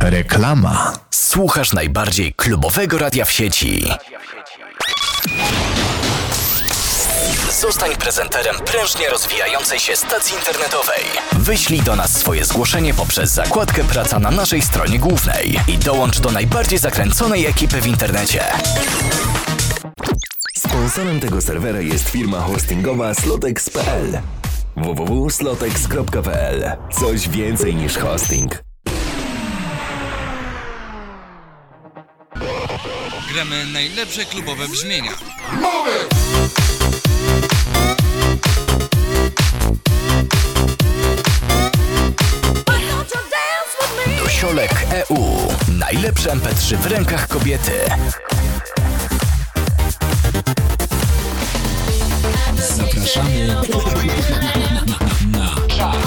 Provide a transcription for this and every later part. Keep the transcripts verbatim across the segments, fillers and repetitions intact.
Reklama. Słuchasz najbardziej klubowego radia w sieci. Zostań prezenterem prężnie rozwijającej się stacji internetowej. Wyślij do nas swoje zgłoszenie poprzez zakładkę Praca na naszej stronie głównej i dołącz do najbardziej zakręconej ekipy w internecie. Sponsorem tego serwera jest firma hostingowa slotex kropka p l. w w w kropka slotex kropka p l. Coś więcej niż hosting. Gramy najlepsze klubowe brzmienia. Dosiolek E U. Najlepsze em pe trzy w rękach kobiety. Zapraszamy na czat.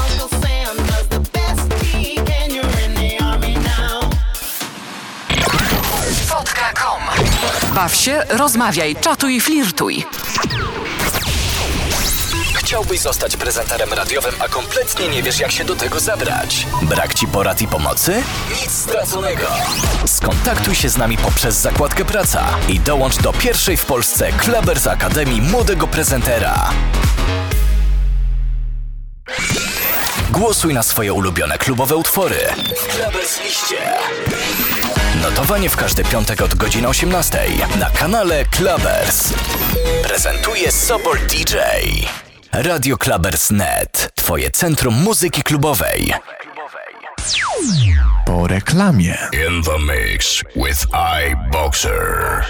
Fotka kropka com. Baw się, rozmawiaj, czatuj, flirtuj. Chciałbyś zostać prezenterem radiowym, a kompletnie nie wiesz, jak się do tego zabrać? Brak ci porad i pomocy? Nic straconego! Skontaktuj się z nami poprzez zakładkę Praca i dołącz do pierwszej w Polsce Clubbers Akademii Młodego Prezentera. Głosuj na swoje ulubione klubowe utwory w Clubbers liście. Notowanie w każdy piątek od godziny osiemnastej na kanale Clubbers. Prezentuje Sobol D J. Radio Clubbers kropka net. Twoje centrum muzyki klubowej. Po reklamie. In the mix with iBoxer.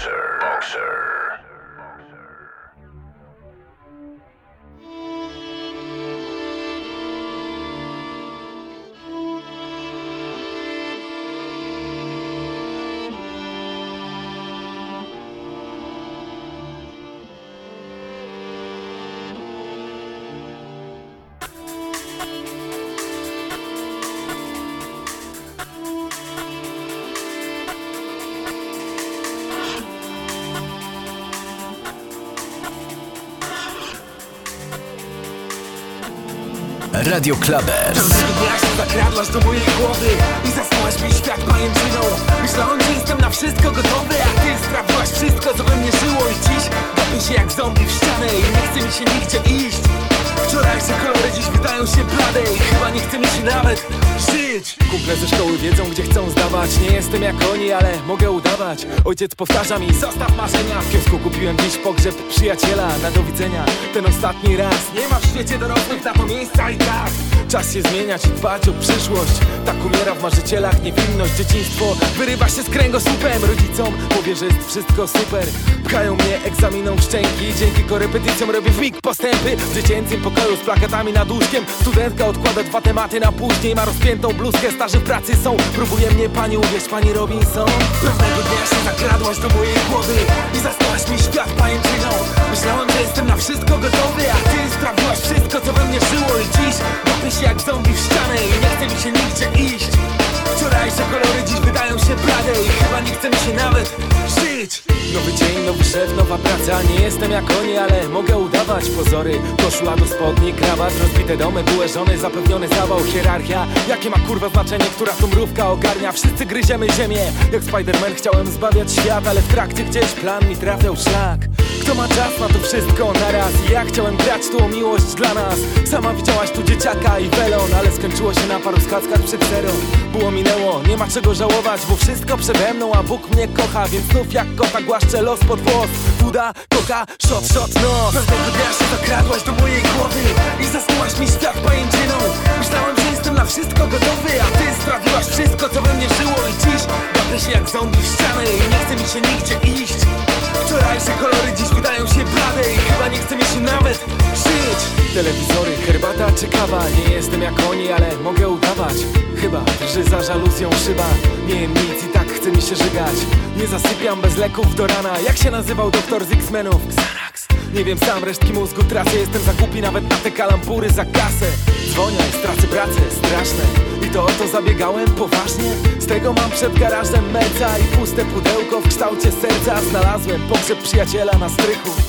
Radio Clubbers. Pewnego dnia się zakradłaś do mojej głowy i zasłałaś mi świat pajęczyną. Myślałem, że jestem na wszystko gotowy, a ty sprawdziłaś wszystko, co we mnie żyło. I dziś gapię się jak zombie w ścianę i nie chce mi się nigdzie iść. Wczorajsze kolory dziś wydają się blade i chyba nie chce mi się nawet żyć. Kumple ze szkoły wiedzą, gdzie chcą zdawać. Nie jestem jak oni, ale mogę udawać. Ojciec powtarza mi, zostaw marzenia. W kiosku kupiłem dziś pogrzeb przyjaciela. Na do widzenia, ten ostatni raz. Nie ma w świecie dorosłych na to miejsca i tak czas się zmieniać i dbać o przyszłość. Tak umiera w marzycielach niewinność. Dzieciństwo wyrywa się z kręgosłupem. Rodzicom mówię, że jest wszystko super. Pchają mnie egzaminą w szczęki. Dzięki korepetycjom robię w mig postępy. W dziecięcym pokoju z plakatami nad łóżkiem studentka odkłada dwa tematy na później. Ma rozpiętą bluzkę, starzy w pracy są. Próbuje mnie pani uwierz, pani Robinson. Pewnego dnia się zakradłaś do mojej głowy i zasłałaś mi świat pajęczyną. Myślałem, że jestem na wszystko gotowy, a ty sprawdziłaś wszystko, co we mnie żyło. I dziś gapię się jak zombie w ścianę i nie chce mi się nigdzie iść. Wczorajsze kolory dziś wydają się blade i chyba nie chce mi się nawet żyć. Nowy dzień, nowy szef, nowa praca. Nie jestem jak oni, ale mogę udawać pozory. Koszula do spodni, krawat, rozbite domy, były żony, zapewniony zawał, hierarchia. Jakie ma kurwa znaczenie, która to mrówka ogarnia? Wszyscy gryziemy ziemię. Jak Spider-Man chciałem zbawiać świat, ale w trakcie gdzieś plan mi trafiał szlak. Kto ma czas na to wszystko naraz? I ja chciałem grać tu o miłość dla nas. Sama widziałaś tu dzieciaka i welon, ale skończyło się na paru schadzkach przed zero. Było minęło, nie ma czego żałować, bo wszystko przede mną, a Bóg mnie kocha. Więc znów jak kota głaszczę los pod włos. Woda, koka, shot, shot, nos. Pewnego dnia się zakradłaś do mojej głowy i zasnułaś mi świat pajęczyną. Myślałem, że jestem na wszystko gotowy, a ty sprawiłaś wszystko, co we mnie żyło. I dziś gapię się jak zombie w ścianę i nie chce mi się nigdzie iść. Wczorajsze kolory dziś wydają się blade i chyba nie chce mi się nawet żyć. Telewizory, herbata czy kawa? Nie jestem jak oni, ale mogę udawać. Chyba, że za żaluzją szyba. Nie wiem nic i tak chce mi się żygać. Nie zasypiam bez leków do rana. Jak się nazywał doktor z X-Menów? Xanax. Nie wiem sam, resztki mózgu tracę. Jestem za głupi nawet na te kalambury za kasę. Dzwonię, stracę pracę, straszne. I to o to zabiegałem poważnie. Z tego mam przed garażem meca i puste pudełko w kształcie serca. Znalazłem pogrzeb przyjaciela na strychu.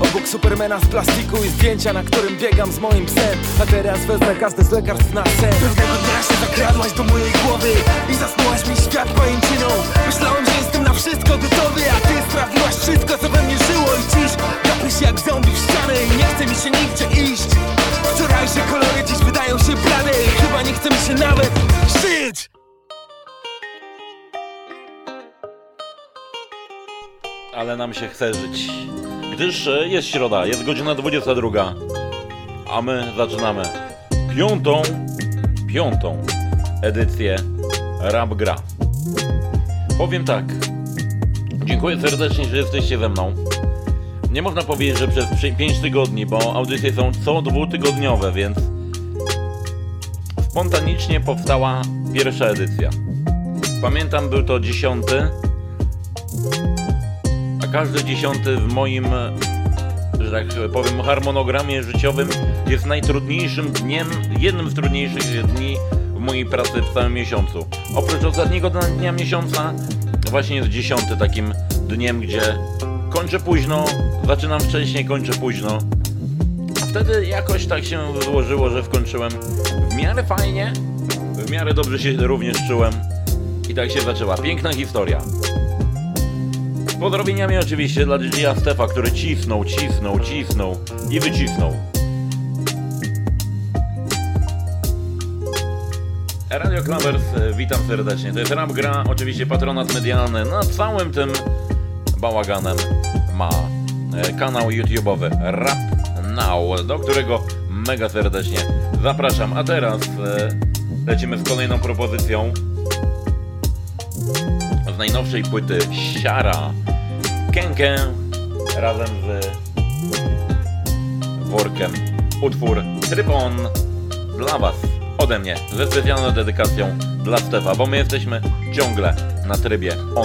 obok Supermana z plastiku i zdjęcia, na którym biegam z moim psem. A teraz wezmę każde z lekarstw na sen. Pewnego dnia się zakradłaś do mojej głowy i zasnułaś mi świat pajęczyną. Myślałem, że jestem na wszystko gotowy, a ty sprawiłaś wszystko, co we mnie żyło. I dziś gapisz jak zombie w ścianę i nie chce mi się nigdzie iść. Wczorajsze kolory dziś wydają się blade i chyba nie chce mi się nawet żyć. Ale nam się chce żyć, gdyż jest środa, jest godzina dwudziesta druga, a my zaczynamy piątą, piątą edycję Rap Gra. Powiem tak, dziękuję serdecznie, że jesteście ze mną. Nie można powiedzieć, że przez pięć tygodni, bo audycje są co dwutygodniowe, więc spontanicznie powstała pierwsza edycja. Pamiętam, był to dziesiąty, a każdy dziesiąty w moim, że tak powiem, harmonogramie życiowym jest najtrudniejszym dniem, jednym z trudniejszych dni w mojej pracy w całym miesiącu. Oprócz ostatniego dnia miesiąca, właśnie jest dziesiąty takim dniem, gdzie kończę późno, zaczynam wcześniej, kończę późno. A wtedy jakoś tak się złożyło, że skończyłem w miarę fajnie, w miarę dobrze się również czułem i tak się zaczęła piękna historia. Z pozdrowieniami oczywiście dla D J Stefa, który cisnął, cisnął, cisnął i wycisnął. Radio Klabers, witam serdecznie. To jest Rap Gra, oczywiście patronat medialny nad całym tym bałaganem ma kanał YouTube'owy Rap Now, do którego mega serdecznie zapraszam. A teraz lecimy z kolejną propozycją z najnowszej płyty Siara Kenkę razem z Workiem. Utwór Tryb-on dla was ode mnie ze specjalną dedykacją dla Stefa, bo my jesteśmy ciągle na trybie on.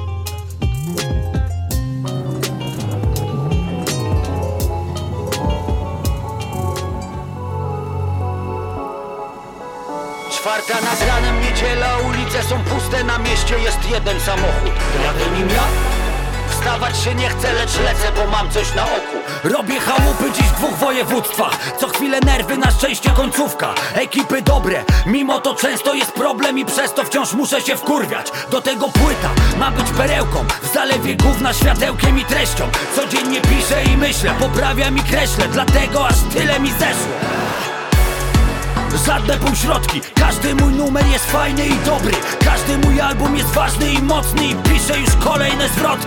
Czwarta nad ranem, niedziela, ulice są puste, na mieście jest jeden samochód. Jadę nim ja? Wstawać się nie chcę, lecz lecę, bo mam coś na oku. Robię chałupy dziś w dwóch województwach. Co chwilę nerwy, na szczęście końcówka. Ekipy dobre, mimo to często jest problem i przez to wciąż muszę się wkurwiać. Do tego płyta ma być perełką, w zalewie gówna światełkiem i treścią. Codziennie piszę i myślę, poprawiam i kreślę, dlatego aż tyle mi zeszło. Żadne półśrodki, każdy mój numer jest fajny i dobry. Każdy mój album jest ważny i mocny i piszę już kolejne zwrotki.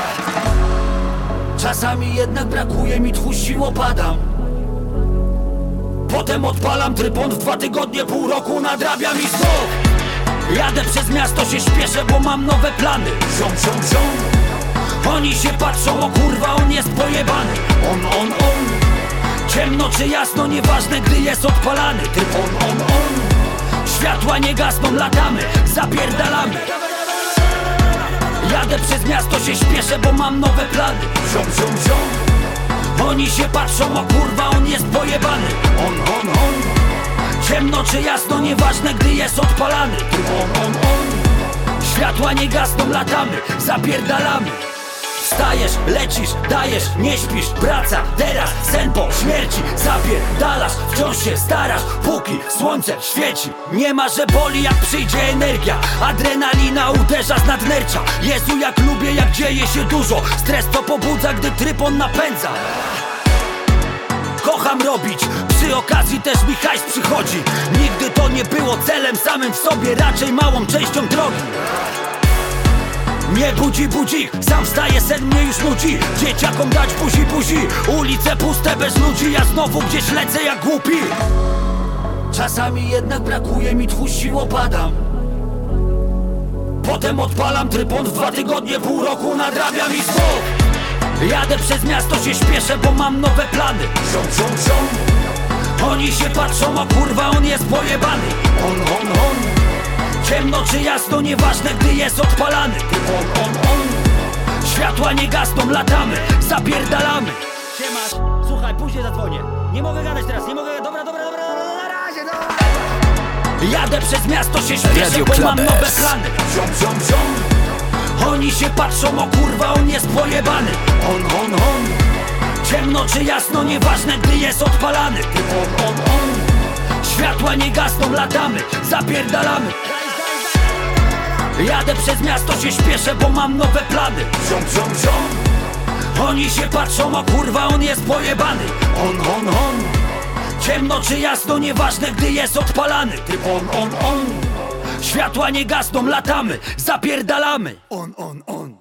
Czasami jednak brakuje mi tchu, sił, opadam. Potem odpalam tryb-on, w dwa tygodnie, pół roku nadrabiam i znów jadę przez miasto, się śpieszę, bo mam nowe plany. Ziom, ziom, ziom. Oni się patrzą, o kurwa, on jest pojebany. On, on, on. Ciemno czy jasno, nieważne, gdy jest odpalany. Tryb on, on, on. Światła nie gasną, latamy, zapierdalamy. Jadę przez miasto, się śpieszę, bo mam nowe plany. Ziom, ziom, ziom. Oni się patrzą, o kurwa, on jest pojebany. On, on, on. Ciemno czy jasno, nieważne, gdy jest odpalany. Tryb on, on, on. Światła nie gasną, latamy, zapierdalamy. Wstajesz, lecisz, dajesz, nie śpisz, praca, teraz, sen po śmierci. Zapierdalasz, wciąż się starasz, póki słońce świeci. Nie ma, że boli, jak przyjdzie energia. Adrenalina uderza z nadnercza. Jezu, jak lubię, jak dzieje się dużo. Stres to pobudza, gdy tryb-on napędza. Kocham robić, przy okazji też mi hajs przychodzi. Nigdy to nie było celem samym w sobie, raczej małą częścią drogi. Nie budzi budzik, sam wstaję, sen mnie już nudzi. Dzieciakom dać buzi buzi, ulice puste bez ludzi. Ja znowu gdzieś lecę jak głupi. Czasami jednak brakuje mi tchu, sił, opadam. Potem odpalam tryb-on, w dwa tygodnie, pół roku nadrabiam i znów jadę przez miasto, się śpieszę, bo mam nowe plany. Ziom, ziom, ziom. Oni się patrzą, o kurwa, on jest pojebany. On, on, on. Ciemno czy jasno, nieważne, gdy jest odpalany. Tryb on, on, on. Światła nie gasną, latamy, zapierdalamy. Siemasz, słuchaj, później zadzwonię. Nie mogę gadać teraz, nie mogę, dobra, dobra, dobra, na razie, no. Jadę przez miasto, się śpieszę, Radio bo Klabers. Mam nowe plany. Ziom, ziom, ziom. Oni się patrzą, o kurwa, on jest pojebany. On, on, on. Ciemno czy jasno, nieważne gdy jest odpalany. Ty on, on, on. Światła nie gasną, latamy, zapierdalamy. Jadę przez miasto, się śpieszę, bo mam nowe plany. Ziom, ziom, ziom. Oni się patrzą, a kurwa on jest pojebany. On, on, on. Ciemno czy jasno, nieważne gdy jest odpalany. Ty on, on, on. Światła nie gasną, latamy, zapierdalamy. On, on, on.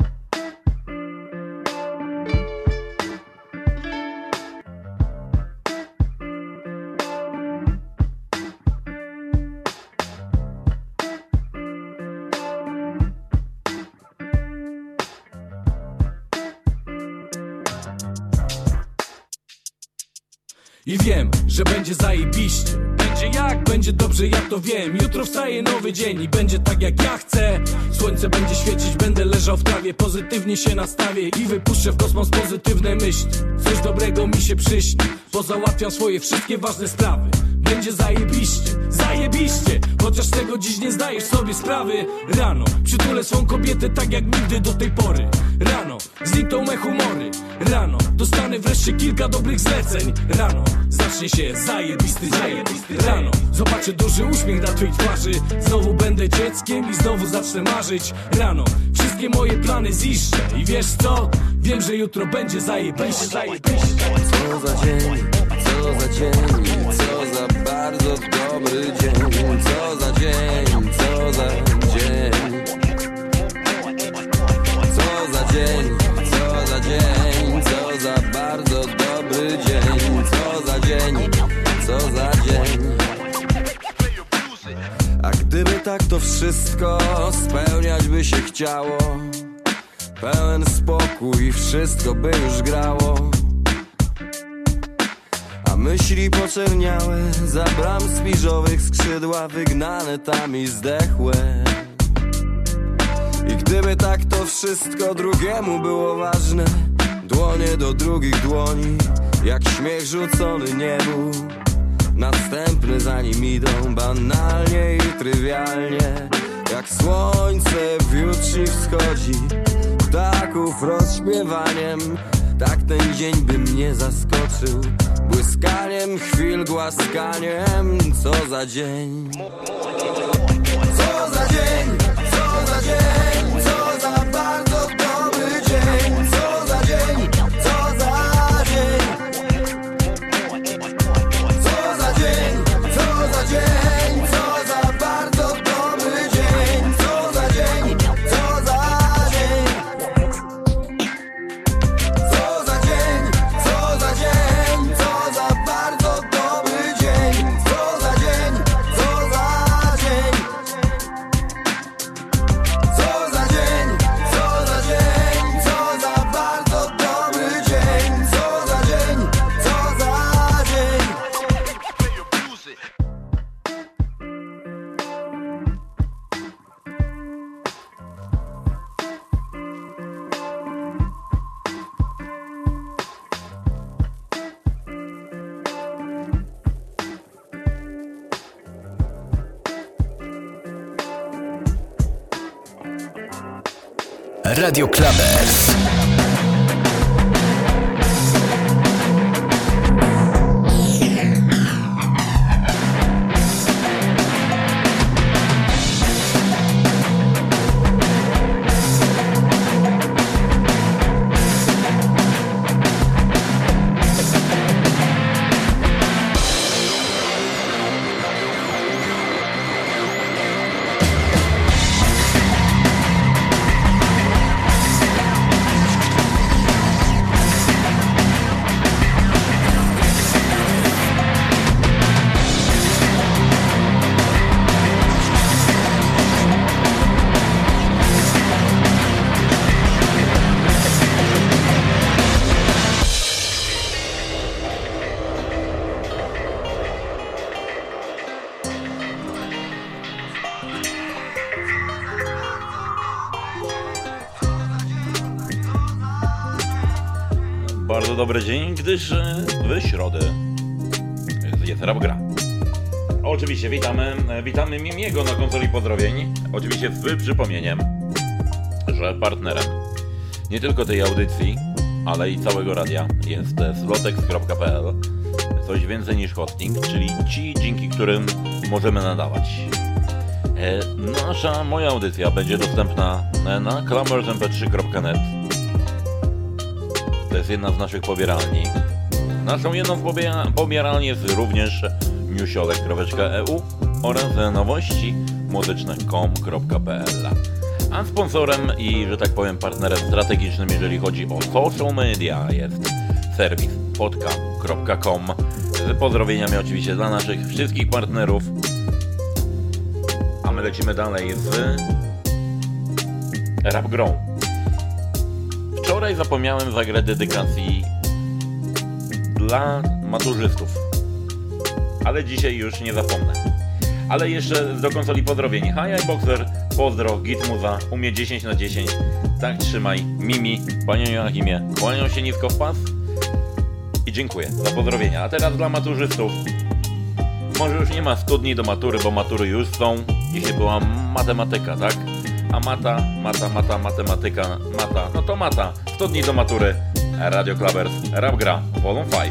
I wiem, że będzie zajebiście. Będzie jak? Będzie dobrze, ja to wiem. Jutro wstaje nowy dzień i będzie tak jak ja chcę. Słońce będzie świecić, będę leżał w trawie. Pozytywnie się nastawię i wypuszczę w kosmos pozytywne myśli. Coś dobrego mi się przyśni, bo załatwiam swoje wszystkie ważne sprawy. Będzie zajebiście, zajebiście. Chociaż tego dziś nie zdajesz sobie sprawy. Rano przytulę swą kobietę tak jak nigdy do tej pory. Rano znikną me humory. Rano dostanę wreszcie kilka dobrych zleceń. Rano zacznie się zajebisty dzień. Rano zobaczę duży uśmiech na twojej twarzy. Znowu będę dzieckiem i znowu zacznę marzyć. Rano wszystkie moje plany ziszczę. I wiesz co? Wiem, że jutro będzie zajebiście, zajebiście. Co za dzień, co za dzień, co za bardzo dobry dzień. Co za dzień, co za dzień. Co za dzień, co za dzień, co za bardzo dobry dzień. Co za dzień, co za dzień. A gdyby tak to wszystko spełniać by się chciało, pełen spokój, wszystko by już grało. A myśli poczerniałe, za bram spiżowych skrzydła wygnane tam i zdechłe. I gdyby tak to wszystko drugiemu było ważne, dłonie do drugich dłoni, jak śmiech rzucony niebu. Następny za nim idą banalnie i trywialnie, jak słońce w jutrzni wschodzi, ptaków rozśpiewaniem. Tak ten dzień by mnie zaskoczył, błyskaniem chwil, głaskaniem. Co za dzień, co za dzień, co za dzień, co za bardzo dobry dzień. Co za dzień, co za dzień. Co za dzień, co za dzień, co za bardzo dobry dzień. Co za dzień, co za dzień. Co za dzień, co za dzień, co za bardzo dobry dzień. Co za dzień, co za dzień. Co za dzień, co za dzień, co za bardzo dobry dzień. Co za dzień, co za dzień. Radio Clubbers. Bardzo dobry dzień, gdyż w środę jest Rabgra. Oczywiście witamy, witamy Mimiego na konsoli pozdrowień. Oczywiście z przypomnieniem, że partnerem nie tylko tej audycji, ale i całego radia jest slotex kropka p l. Coś więcej niż hosting, czyli ci, dzięki którym możemy nadawać. E, nasza, moja audycja będzie dostępna na clamers m p trzy kropka net. To jest jedna z naszych pobieralni. Naszą jedną z pobiera- pobieralni jest również newsiolek kropka e u oraz nowości muzyczne kropka com kropka p l. A sponsorem i, że tak powiem, partnerem strategicznym, jeżeli chodzi o social media, jest serwis podcast kropka com. Z pozdrowieniami oczywiście dla naszych wszystkich partnerów. A my lecimy dalej z Rap Grą. Wczoraj zapomniałem zagrać dedykacji dla maturzystów, ale dzisiaj już nie zapomnę. Ale jeszcze do konsoli pozdrowień. Hi Boxer, pozdro, Gitmuza, umie dziesięć na dziesięć. Tak trzymaj, Mimi, panie Joachimie, kłanią się nisko w pas i dziękuję za pozdrowienia. A teraz dla maturzystów. Może już nie ma stu dni do matury, bo matury już są. Dzisiaj była matematyka, tak? A mata, mata, mata, matematyka, mata, no to mata. sto dni do matury. Radio Clubbers, Rap Gra, Volume pięć.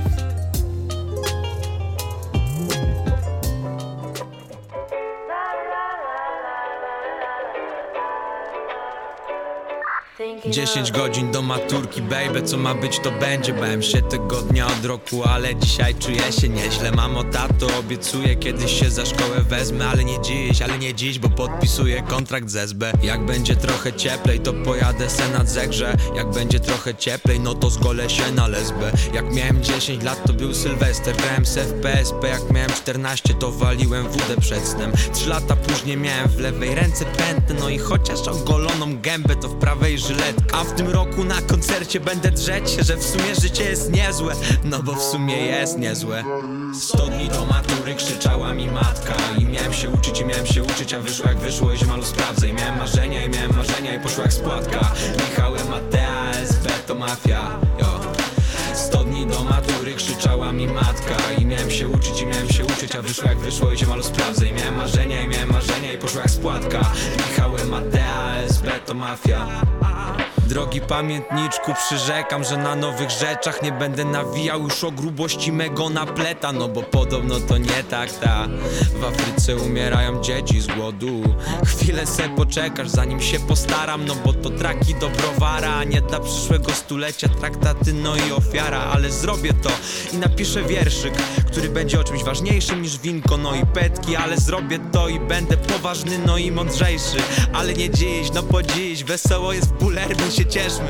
dziesięć godzin do maturki, baby, co ma być to będzie. Bałem się tego dnia od roku, ale dzisiaj czuję się nieźle. Mamo, tato, obiecuję, kiedyś się za szkołę wezmę. Ale nie dziś, ale nie dziś, bo podpisuję kontrakt z S B. Jak będzie trochę cieplej, to pojadę se nad Zegrze. Jak będzie trochę cieplej, no to zgolę się na lesbę. Jak miałem dziesięć lat, to był Sylwester. Grałem se w P S P, jak miałem czternaście, to waliłem wódę przed snem. Trzy lata później miałem w lewej ręce pętę. No i chociaż ogoloną gębę, to w prawej żyletkę. A w tym roku na koncercie będę drzeć się, że w sumie życie jest niezłe. No bo w sumie jest niezłe. Sto dni do matury krzyczała mi matka. I miałem się uczyć, i miałem się uczyć, a wyszło jak wyszło i ziemalu sprawdzę. I miałem marzenia, i miałem marzenia, i poszło jak spłatka. Michał, Matea, S B to mafia, jo. Sto dni do matury krzyczała mi matka. I miałem się uczyć, i miałem się uczyć, a wyszło jak wyszło i ziemalu sprawdzę. I miałem marzenia, i miałem marzenia, i poszło jak spłatka. Michał, Matea, S B to mafia. Drogi pamiętniczku, przyrzekam, że na nowych rzeczach nie będę nawijał już o grubości mego napleta. No bo podobno to nie tak, ta. W Afryce umierają dzieci z głodu. Chwilę se poczekasz, zanim się postaram. No bo to traki do browara, a nie dla przyszłego stulecia traktaty, no i ofiara. Ale zrobię to i napiszę wierszyk, który będzie o czymś ważniejszym niż winko, no i petki. Ale zrobię to i będę poważny, no i mądrzejszy. Ale nie dziś, no po dziś, wesoło jest w Bullerbyn, się cieszmy.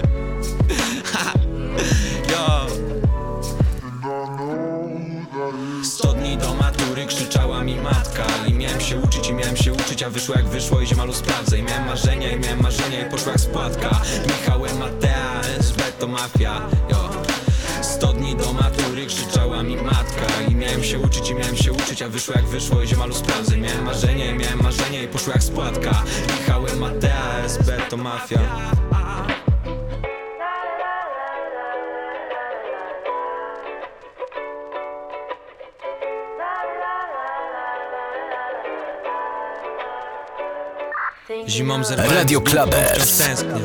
Yo. Sto dni do matury krzyczała mi matka. I miałem się uczyć, i miałem się uczyć, a wyszło jak wyszło i ziemalu sprawdzę. I miałem marzenia, i miałem marzenia, i poszło jak spłatka. Michał, Matea, S B to mafia, yo. Sto dni do matury krzyczała mi matka. I miałem się uczyć, i miałem się uczyć, a wyszło jak wyszło i ziemalu sprawdzę. I miałem marzenia, i miałem marzenia, i poszło jak spłatka. Michał, Matea, S B to mafia. Zimą zerwałem Radio Clubbers.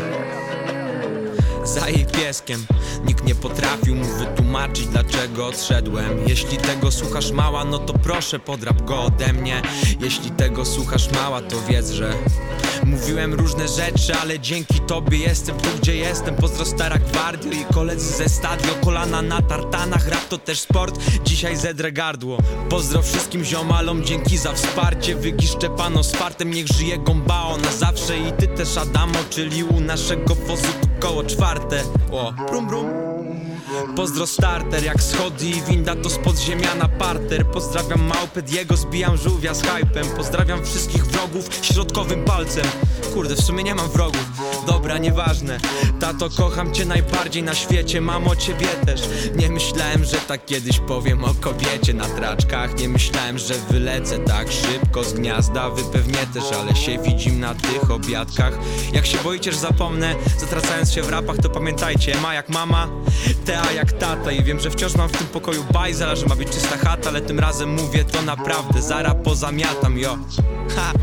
Za jej pieskiem nikt nie potrafił mu wytłumaczyć, dlaczego odszedłem. Jeśli tego słuchasz, mała, no to proszę podrap go ode mnie. Jeśli tego słuchasz, mała, to wiedz, że mówiłem różne rzeczy, ale dzięki tobie jestem tu, gdzie jestem. Pozdro stara gwardio i koledzy ze stadio. Kolana na tartanach, rap to też sport. Dzisiaj zedrę gardło. Pozdro wszystkim ziomalom, dzięki za wsparcie. Wygiszczę pano z fartem, niech żyje Gombao na zawsze. I ty też, Adamo, czyli u naszego wozu tu koło czwarte. O, brum brum. Pozdro starter, jak schody i winda to z podziemia na parter. Pozdrawiam małpę Diego, zbijam żółwia z hypem. Pozdrawiam wszystkich wrogów środkowym palcem. Kurde, w sumie nie mam wrogów. Dobra, nieważne. Tato, kocham cię najbardziej na świecie. Mamo, ciebie też. Nie myślałem, że tak kiedyś powiem o kobiecie na traczkach. Nie myślałem, że wylecę tak szybko z gniazda. Wy pewnie też, ale się widzim na tych obiadkach. Jak się boicie, że zapomnę, zatracając się w rapach, to pamiętajcie, ma jak mama, Tea jak tata. I wiem, że wciąż mam w tym pokoju bajzel, że ma być czysta chata, ale tym razem mówię to naprawdę, zara pozamiatam, jo. Ha!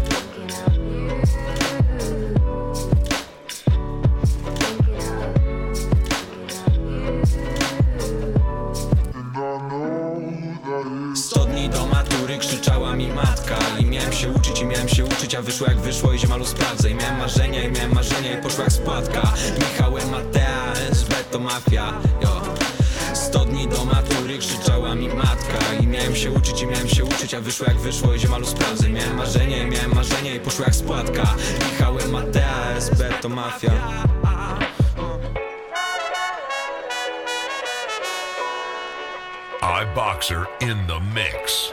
krzyczała mi matka. I miałem się uczyć, i miałem się uczyć, a wyszło jak wyszło i ziemalu sprawdzę. I miałem marzenia, i miałem marzenia, i poszło jak spłatka. Michał Matea, S B to mafia, jo. Sto dni do matury, krzyczała mi matka. I miałem się uczyć, i miałem się uczyć, a wyszło jak wyszło i ziemalu sprawdzę. I miałem marzenia, i miałem marzenia, i poszło jak spłatka. Michał Matea, S B to mafia. iBoxer in the mix.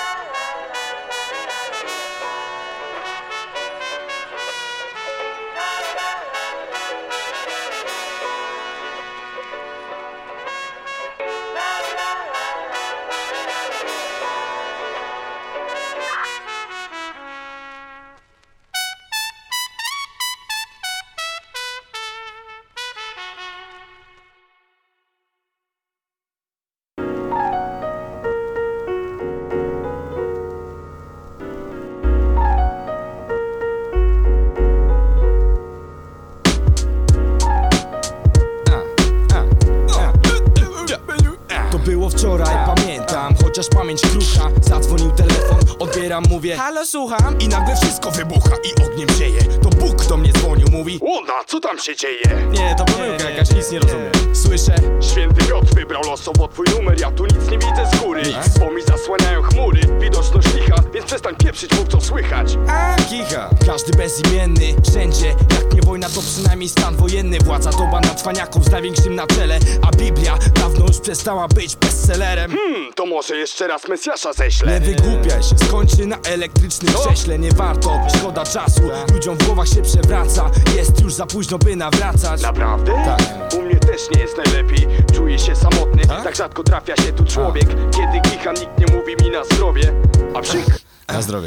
Chociaż pamięć krucha, zadzwonił telefon, odbieram, mówię halo, słucham. I nagle wszystko wybucha i ogniem zieje. To Bóg do mnie dzwonił, mówi Łona, co tam się dzieje? Nie, to pomyłka jakaś, nic nie rozumiem. Słyszę Święty Piotr wybrał losowo twój numer. Ja tu nic nie widzę z góry, bo mi zasłaniają chmury. Widoczność licha, więc przestań pieprzyć, mów co słychać. A, kicha. Każdy bezimienny, wszędzie. Jak nie wojna, to przynajmniej stan wojenny. Władza doba na cwaniaków z największym na czele. A Biblia dawno już przestała być bestsellerem. Hmm, to może jeszcze raz Mesjasza ześlę. Nie wygłupiaj się, skończy na elektrycznym krześle. Nie warto, szkoda czasu, ludziom w głowach się przewraca. Jest już za późno, by nawracać. Naprawdę? Tak. U mnie też nie jest najlepiej, czuję się samotny. Tak, tak rzadko trafia się tu człowiek. Kiedy kicha, nikt nie mówi mi na zdrowie. A psik? Na zdrowie.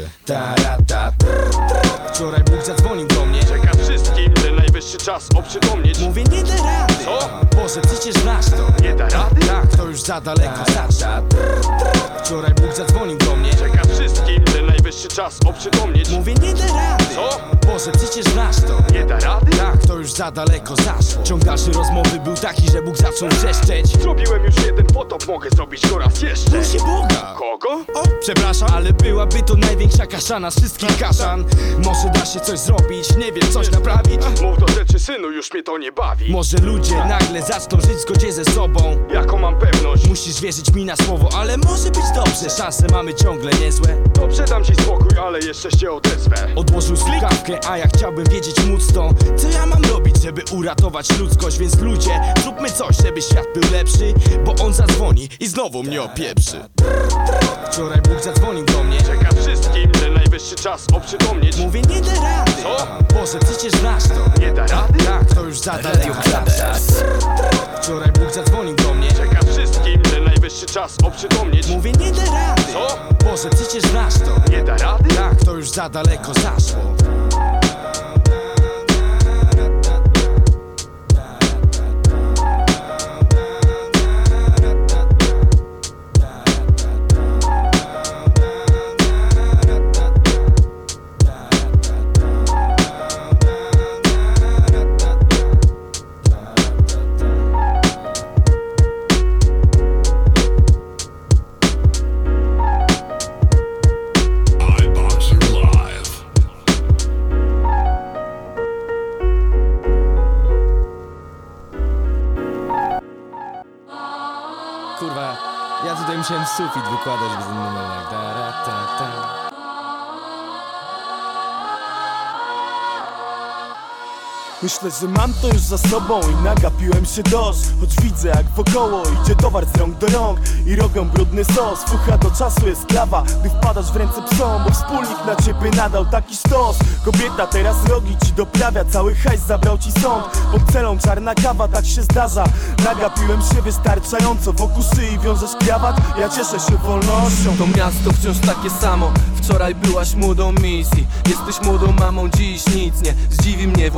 Wczoraj Bóg zadzwonił do mnie. Czeka wszystkim, że najwyższy czas oprzytomnieć. Mówię nie da rady. Co? Boże, przecież znasz to. Nie da rady? Tak, to już za daleko zaszło. Wczoraj Bóg zadzwonił do mnie. Czeka wszystkim, że najwyższy czas oprzytomnieć. Mówię nie da rady. Co? Boże, przecież znasz to. Nie da rady? Tak, to już za daleko zaszło. Ciąg dalszy rozmowy był taki, że Bóg zaczął wrzeszczeć. Zrobiłem już jeden potop, mogę zrobić go raz jeszcze. Prosi Boga. Kogo? O, przepraszam, ale byłaby to największa kaszana z wszystkich kaszan. Może da się coś zrobić, nie wiem, coś naprawić. Mów do rzeczy, synu, już mnie to nie bawi. Może ludzie nagle zaczną żyć w zgodzie ze sobą. Jaką mam pewność? Musisz wierzyć mi na słowo, ale może być dobrze. Szanse mamy ciągle niezłe. Dobrze, dam ci spokój, ale jeszcze się odezwę. Odłożył słuchawkę, a ja chciałbym wiedzieć móc to. Co ja mam robić, żeby uratować ludzkość? Więc ludzie, zróbmy coś, żeby świat był lepszy. Bo on zadzwoni i znowu mnie opieprzy. Wczoraj Bóg zadzwonił do mnie. Czeka wszystkim, że najwyższy czas oprzytomnieć. Mówię nie da rady. Co? Boże, przecież znasz to. Nie da rady? Tak, to już za daleko. Wczoraj Bóg zadzwonił do mnie. Czeka wszystkim, że najwyższy czas oprzytomnieć. Mówię nie da rady. Co? Boże, przecież znasz to. Nie da rady? Tak, to już za daleko zaszło. Kurwa, ja tutaj musiałem sufit wykładać w tym numerach. Da, ra, ta, ta. Myślę, że mam to już za sobą i nagapiłem się dość. Choć widzę jak wokoło idzie towar z rąk do rąk i robią brudny sos. Fucha do czasu jest klawa, gdy wpadasz w ręce psom. Bo wspólnik na ciebie nadał taki sztos. Kobieta teraz rogi ci doprawia, cały hajs zabrał ci sąd. Pod celą czarna kawa, tak się zdarza. Nagapiłem się wystarczająco, wokół szyi wiążesz krawat. Ja cieszę się wolnością. To miasto wciąż takie samo. Wczoraj byłaś młodą misji, jesteś młodą mamą, dziś nic nie zdziwi mnie właściwie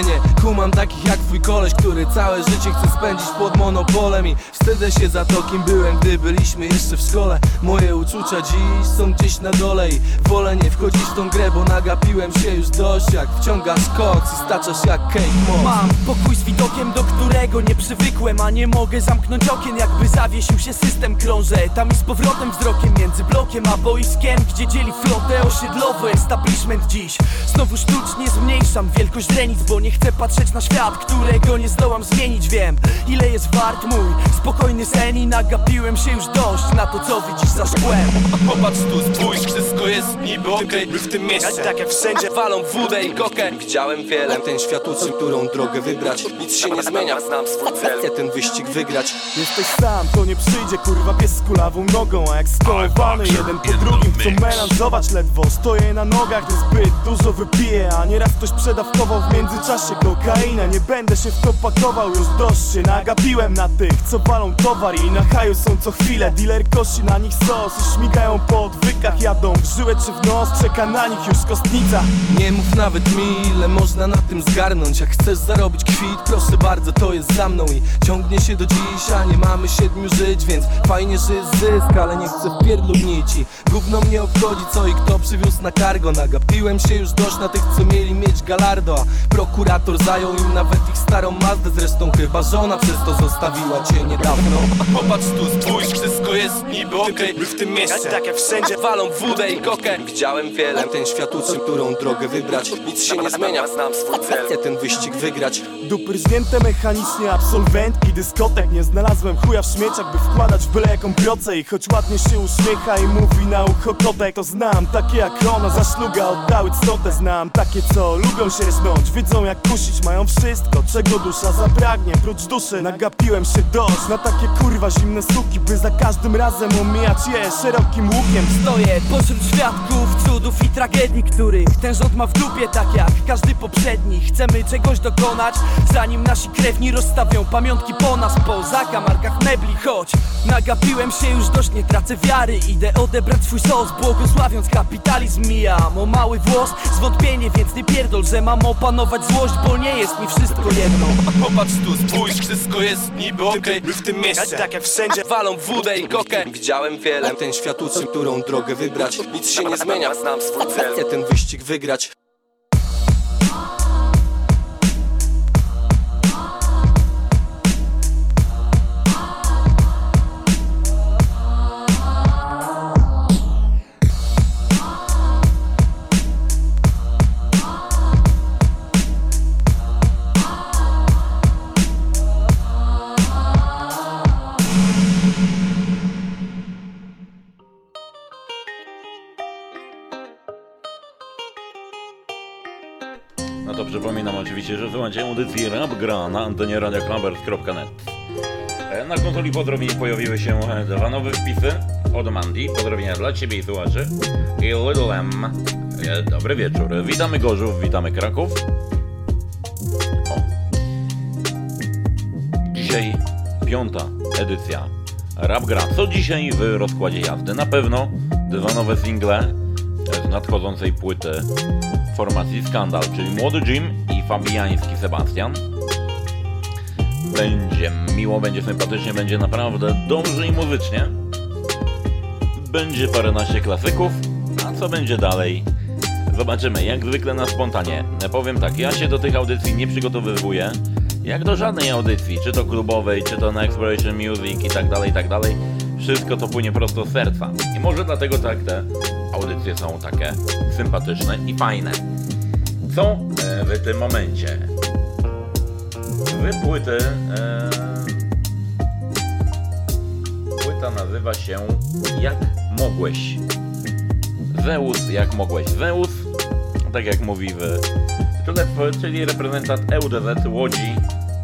nie kumam takich jak twój koleś, który całe życie chce spędzić pod monopolem. I wstydzę się za to, kim byłem, gdy byliśmy jeszcze w szkole. Moje uczucia dziś są gdzieś na dole i wolę nie wchodzić w tą grę, bo nagapiłem się już dość. Jak wciągasz koks i staczasz jak Kate Moss. Mam pokój z widokiem, do którego nie przywykłem, a nie mogę zamknąć okien, jakby zawiesił się system. Krążę tam i z powrotem wzrokiem między blokiem a boiskiem, gdzie dzieli flotę osiedlowy establishment dziś. Znowu sztucznie zmniejszam wielkość granic, bo nie chcę patrzeć na świat, którego nie zdołam zmienić. Wiem, ile jest wart mój spokojny sen i nagapiłem się już dość na to, co widzisz za szkłem. Popatrz tu, spójrz, wszystko jest niby okej, okay. W tym mieście, tak jak wszędzie, walą wódę i kokę. Widziałem wiele, ten świat uczy, którą drogę wybrać. Nic się nie zmienia, znam swój cel, chcę ten wyścig wygrać. Jesteś sam, to nie przyjdzie, kurwa, pies z kulawą nogą. A jak skołowany, jeden po drugim chcą melanżować ledwo. Stoję na nogach, gdy zbyt dużo wypiję, a nieraz ktoś przedawkował w międzyczasie kokainę. Nie będę się w to pakował, już dość się nagapiłem na tych, co walą towar i na haju są co chwilę. Dealer kosi na nich sos i śmigają po odwykach. Jadą w żyłę czy w nos, czeka na nich już kostnica. Nie mów nawet mi, ile można na tym zgarnąć. Jak chcesz zarobić kwit, proszę bardzo, to jest za mną. I ciągnie się do dziś, a nie mamy siedmiu żyć, więc fajnie, że jest zysk, ale nie chcę w pierdlu gnić. I gówno mnie obchodzi, co i kto przywiózł na cargo. Nagapiłem się już dość na tych, co mieli mieć Gallardo, a prokurator zajął im nawet ich starą Mazdę. Zresztą chyba żona przez to zostawiła cię niedawno. Popatrz tu, spójrz, wszystko jest niby okej, okay. W tym mieście, tak jak wszędzie, walą wódę i kokę. Widziałem wiele, ten świat uczy, którą drogę wybrać. Nic się nie zmienia, znam swój cel, chcę ten wyścig wygrać. Dupy rżnięte mechanicznie, absolwentki dyskotek. Nie znalazłem chuja w śmieciach, by wkładać w byle jaką procę. I choć ładnie się uśmiecha i mówi na ucho kotek, to znam takie jak ona, za szluga oddały cnotę. Znam takie, co lubią się rysnąć, wiedzą jak kusić, mają wszystko, czego dusza zapragnie. Prócz duszy nagapiłem się dość na takie kurwa zimne suki, by za każdym razem omijać je szerokim łukiem. Stoję pośród świadków cudów i tragedii, których ten rząd ma w dupie, tak jak każdy poprzedni. Chcemy czegoś dokonać, zanim nasi krewni rozstawią pamiątki po nas, po zakamarkach mebli. Choć nagapiłem się już dość, nie tracę wiary, idę odebrać swój sos, błogosławiąc kapitalizm. Mijam o mały włos, zwątpienie, więc nie pierdol, że mam opanować złość, bo nie jest mi wszystko jedno. Popatrz tu, spójrz, wszystko jest niby okej, okay. W tym mieście, tak jak wszędzie, walą wódę i kokę. Widziałem wiele, ten świat uczy, którą drogę wybrać. Nic się nie zmienia, znam swój cel, chcę ten wyścig wygrać. No to przypominam oczywiście, że słuchajcie audycji Rap Gra na antenie radia klubers kropka net. Na konsoli pozdrowień pojawiły się dwa nowe wpisy od Mandy. Pozdrowienia dla Ciebie i słuchaczy. I Little M. Dobry wieczór. Witamy Gorzów, witamy Kraków. O. Dzisiaj piąta edycja Rap Gra. Co dzisiaj w rozkładzie jazdy? Na pewno dwa nowe single z nadchodzącej płyty formacji Skandal, czyli Młody Jim i Fabiański Sebastian. Będzie miło, będzie sympatycznie, będzie naprawdę dobrze i muzycznie. Będzie paręnaście klasyków, a co będzie dalej? Zobaczymy, jak zwykle na spontanie. Powiem tak, ja się do tych audycji nie przygotowywuję, jak do żadnej audycji, czy to klubowej, czy to na Exploration Music i tak dalej, i tak dalej. Wszystko to płynie prosto z serca. I może dlatego tak te audycje są takie sympatyczne i fajne. Co w tym momencie? Z płyty e, płyta nazywa się Jak Mogłeś. Zeus, Jak Mogłeś. Zeus, tak jak mówi w tytule, czyli reprezentant E U D Z Łodzi,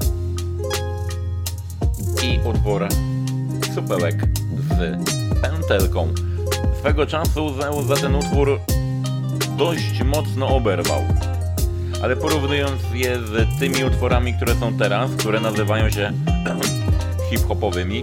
i utwór Supełek z pętelką. Swego czasu Zeus za ten utwór dość mocno oberwał, ale porównując je z tymi utworami, które są teraz, które nazywają się hip-hopowymi,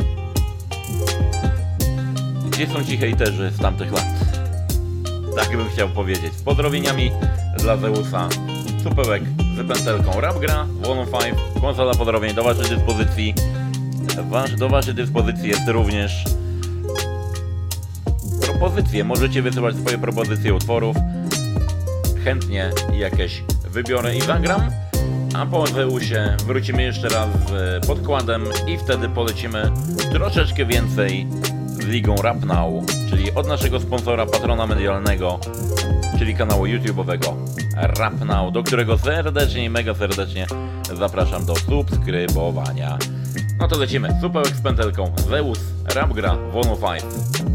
gdzie są ci hejterzy z tamtych lat? Tak bym chciał powiedzieć. Z pozdrowieniami dla Zeusa, Supełek z pętelką Rapgra, One pięć, konsola pozdrowień do waszej dyspozycji. Wasz, do waszej dyspozycji jest również propozycje. Możecie wysyłać swoje propozycje utworów. Chętnie jakieś wybiorę i zagram. A po Zeusie wrócimy jeszcze raz z podkładem i wtedy polecimy troszeczkę więcej z ligą Rap Now, czyli od naszego sponsora, patrona medialnego, czyli kanału YouTube'owego Rap Now, do którego serdecznie i mega serdecznie zapraszam do subskrybowania. No to lecimy. Supełek z pętelką, Zeus, Rapgra, One pięć.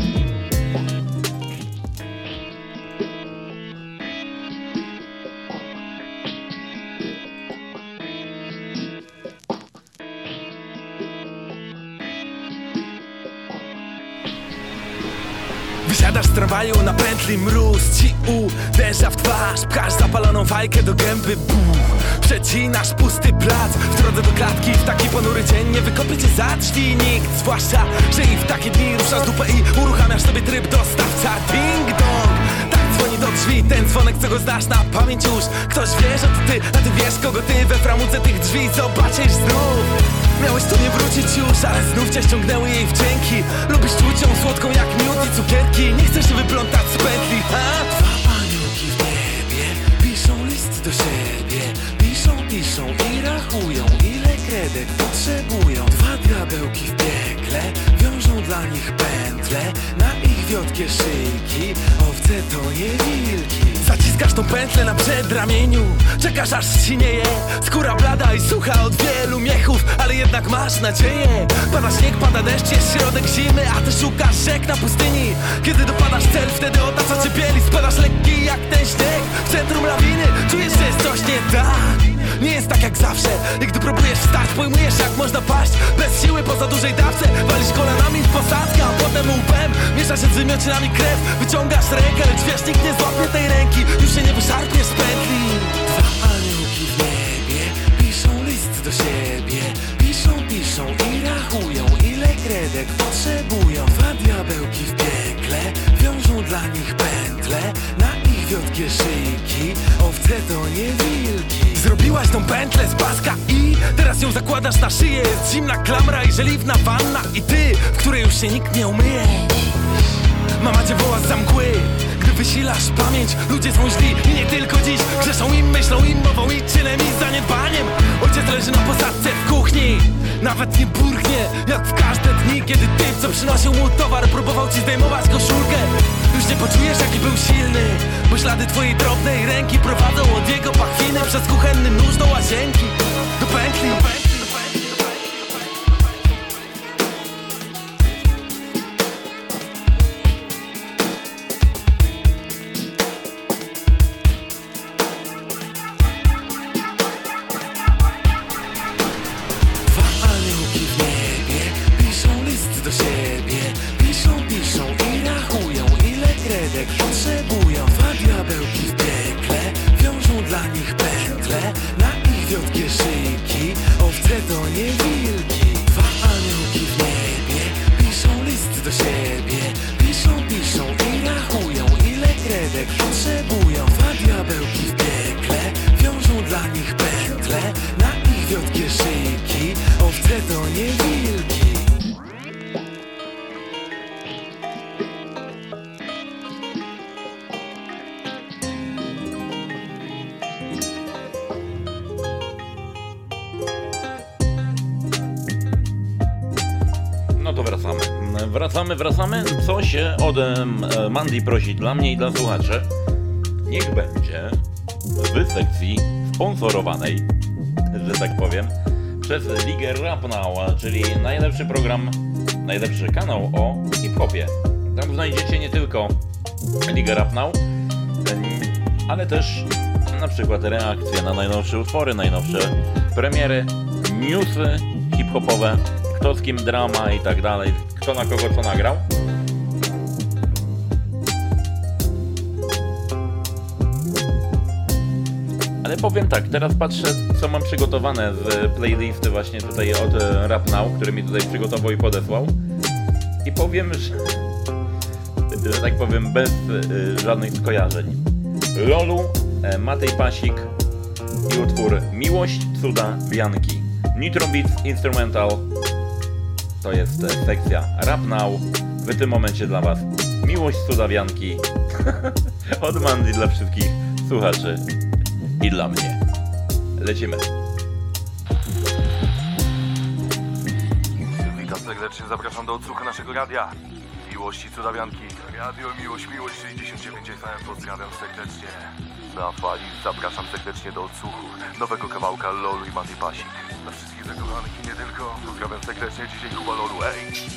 Wysiadasz z tramwaju na pętli, mróz ci uderza w twarz. Pchasz zapaloną fajkę do gęby, buch. Przecinasz pusty plac w drodze do klatki. W taki ponury dzień nie wykopie cię za drzwi nikt. Zwłaszcza, że i w takie dni ruszasz dupę i uruchamiasz sobie tryb dostawca. Ding dong, tak dzwoni do drzwi ten dzwonek, co go znasz na pamięć już. Ktoś wie, że to ty, a ty wiesz, kogo ty we framudze tych drzwi zobaczysz znów. Miałeś tu nie wrócić już, ale znów cię ściągnęły jej wdzięki. Lubisz czuć ją słodką jak miód i cukierki. Nie chcesz się wyplątać z pętli, ha? Dwa aniołki w niebie piszą list do siebie. Piszą, piszą i rachują, ile kredek potrzebują. Dwa diabełki w piekle wiążą dla nich pętle na ich wiotkie szyjki. Owce to nie wilki. Zaciskasz tą pętlę na przedramieniu, czekasz aż sinieje. Skóra blada i sucha od wielu miechów, ale jednak masz nadzieję. Pada śnieg, pada deszcz, jest środek zimy, a ty szukasz rzek na pustyni. Kiedy dopadasz cel, wtedy otacza cię bieli. Spadasz lekki jak ten śnieg w centrum lawiny. Czujesz, że jest coś nie tak. Nie jest tak jak zawsze. I gdy próbujesz wstać, pojmujesz jak można paść bez siły po za dużej dawce. Walisz kolanami w posadzkę, a potem łbem miesza się z wymiocinami krew. Wyciągasz rękę, lecz wiesz, nikt nie złapie tej ręki. Już się nie wyszarpniesz z pętli. Dwa aniołki w niebie piszą list do siebie. Piszą, piszą i rachują, ile kredek potrzebują. Dwa diabełki w piekle wiążą dla nich pętle na ich wiotkie szyjki. Owce to nie wilki. Zrobiłaś tą pętlę z paska i teraz ją zakładasz na szyję. Jest zimna klamra i żeliwna wanna i ty, w której już się nikt nie umyje. Mama cię woła zza mgły, gdy wysilasz pamięć. Ludzie są źli i nie tylko dziś. Grzeszą im, myślą im, mową i czynem i zaniedbaniem. Ojciec leży na posadzce w kuchni, nawet nie burchnie jak w każde dni, kiedy typ, co przynosił mu towar, próbował ci zdejmować koszulkę. Już nie poczujesz, jaki był silny, bo ślady twojej drobnej ręki prowadzą od jego pachwiny przez kuchenny nóż do łazienki, do pętli. Potrzebują dwa diabełki w piekle, wiążą dla nich pętle na ich wiotkie szyjki. Owce to nie wilki. Dwa aniołki w niebie piszą list do siebie. Piszą, piszą i rachują, ile kredek potrzebują. Dwa diabełki w piekle wiążą dla nich pętle na ich wiotkie szyjki. Owce to nie wilki. Wracamy, wracamy. Co się od e, Mandy prosi dla mnie i dla słuchaczy? Niech będzie w sekcji sponsorowanej, że tak powiem, przez Ligę Rap Now, czyli najlepszy program, najlepszy kanał o hip-hopie. Tam znajdziecie nie tylko Ligę Rap Now, ale też na przykład reakcje na najnowsze utwory, najnowsze premiery, newsy hip-hopowe, kto z kim drama i tak dalej, kto na kogo co nagrał. Ale powiem tak, teraz patrzę, co mam przygotowane z playlisty właśnie tutaj od Rap Now, który mi tutaj przygotował i podesłał. I powiem, że, że tak powiem, bez y, żadnych skojarzeń. Lolu, Matej Pasik, i utwór Miłość cuda wianki. Nitro Beats Instrumental to jest sekcja Rap Now. W tym momencie dla was Miłość cuda wianki od Mandy dla wszystkich słuchaczy i dla mnie. Lecimy. Witam serdecznie, zapraszam do odsłuchu naszego radia Miłości Cudawianki. Radio Miłość, Miłość sześćdziesiąt dziewięć F M, pozdrawiam serdecznie. Na fali zapraszam serdecznie do odsłuchu nowego kawałka Lolu i Matej Pasik. Dla wszystkich zakochanych i nie tylko, pozdrawiam serdecznie, dzisiaj Kuba Lolu, ej!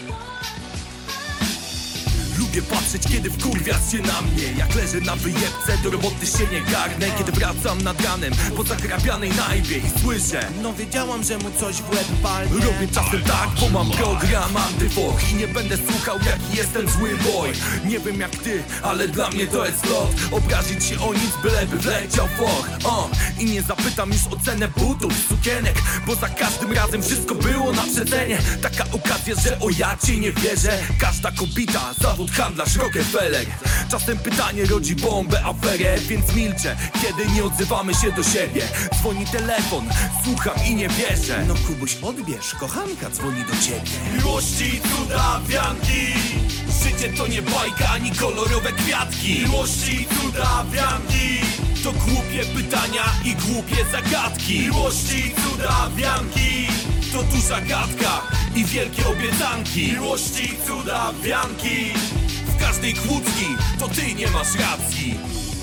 Lubię patrzeć, kiedy wkurwiasz się na mnie. Jak leżę na wyjebce, do roboty się nie garnę. Kiedy wracam nad ranem, po zakrapianej najbie i słyszę: no wiedziałam, że mu coś w łeb palnie. Robię czasem tak, bo mam program antyfoch i nie będę słuchał, jaki jestem zły boy. Nie wiem jak ty, ale dla mnie to jest lot. Obrazić się o nic, byleby wleciał foch. O, i nie zapytam już o cenę butów, sukienek, bo za każdym razem wszystko było na przecenie. Taka okazja, że o ja ci nie wierzę. Każda kobita, zawód handlarz Rockefeller. Czasem pytanie rodzi bombę, aferę, więc milczę, kiedy nie odzywamy się do siebie. Dzwoni telefon, słucham i nie wierzę. No Kubuś, odbierz, kochanka dzwoni do ciebie. Miłości cuda wianki, życie to nie bajka ani kolorowe kwiatki. Miłości cuda wianki, to głupie pytania i głupie zagadki. Miłości cuda wianki, to duża gadka i wielkie obiecanki. Miłości cuda wianki, w każdej kłótni to ty nie masz racji.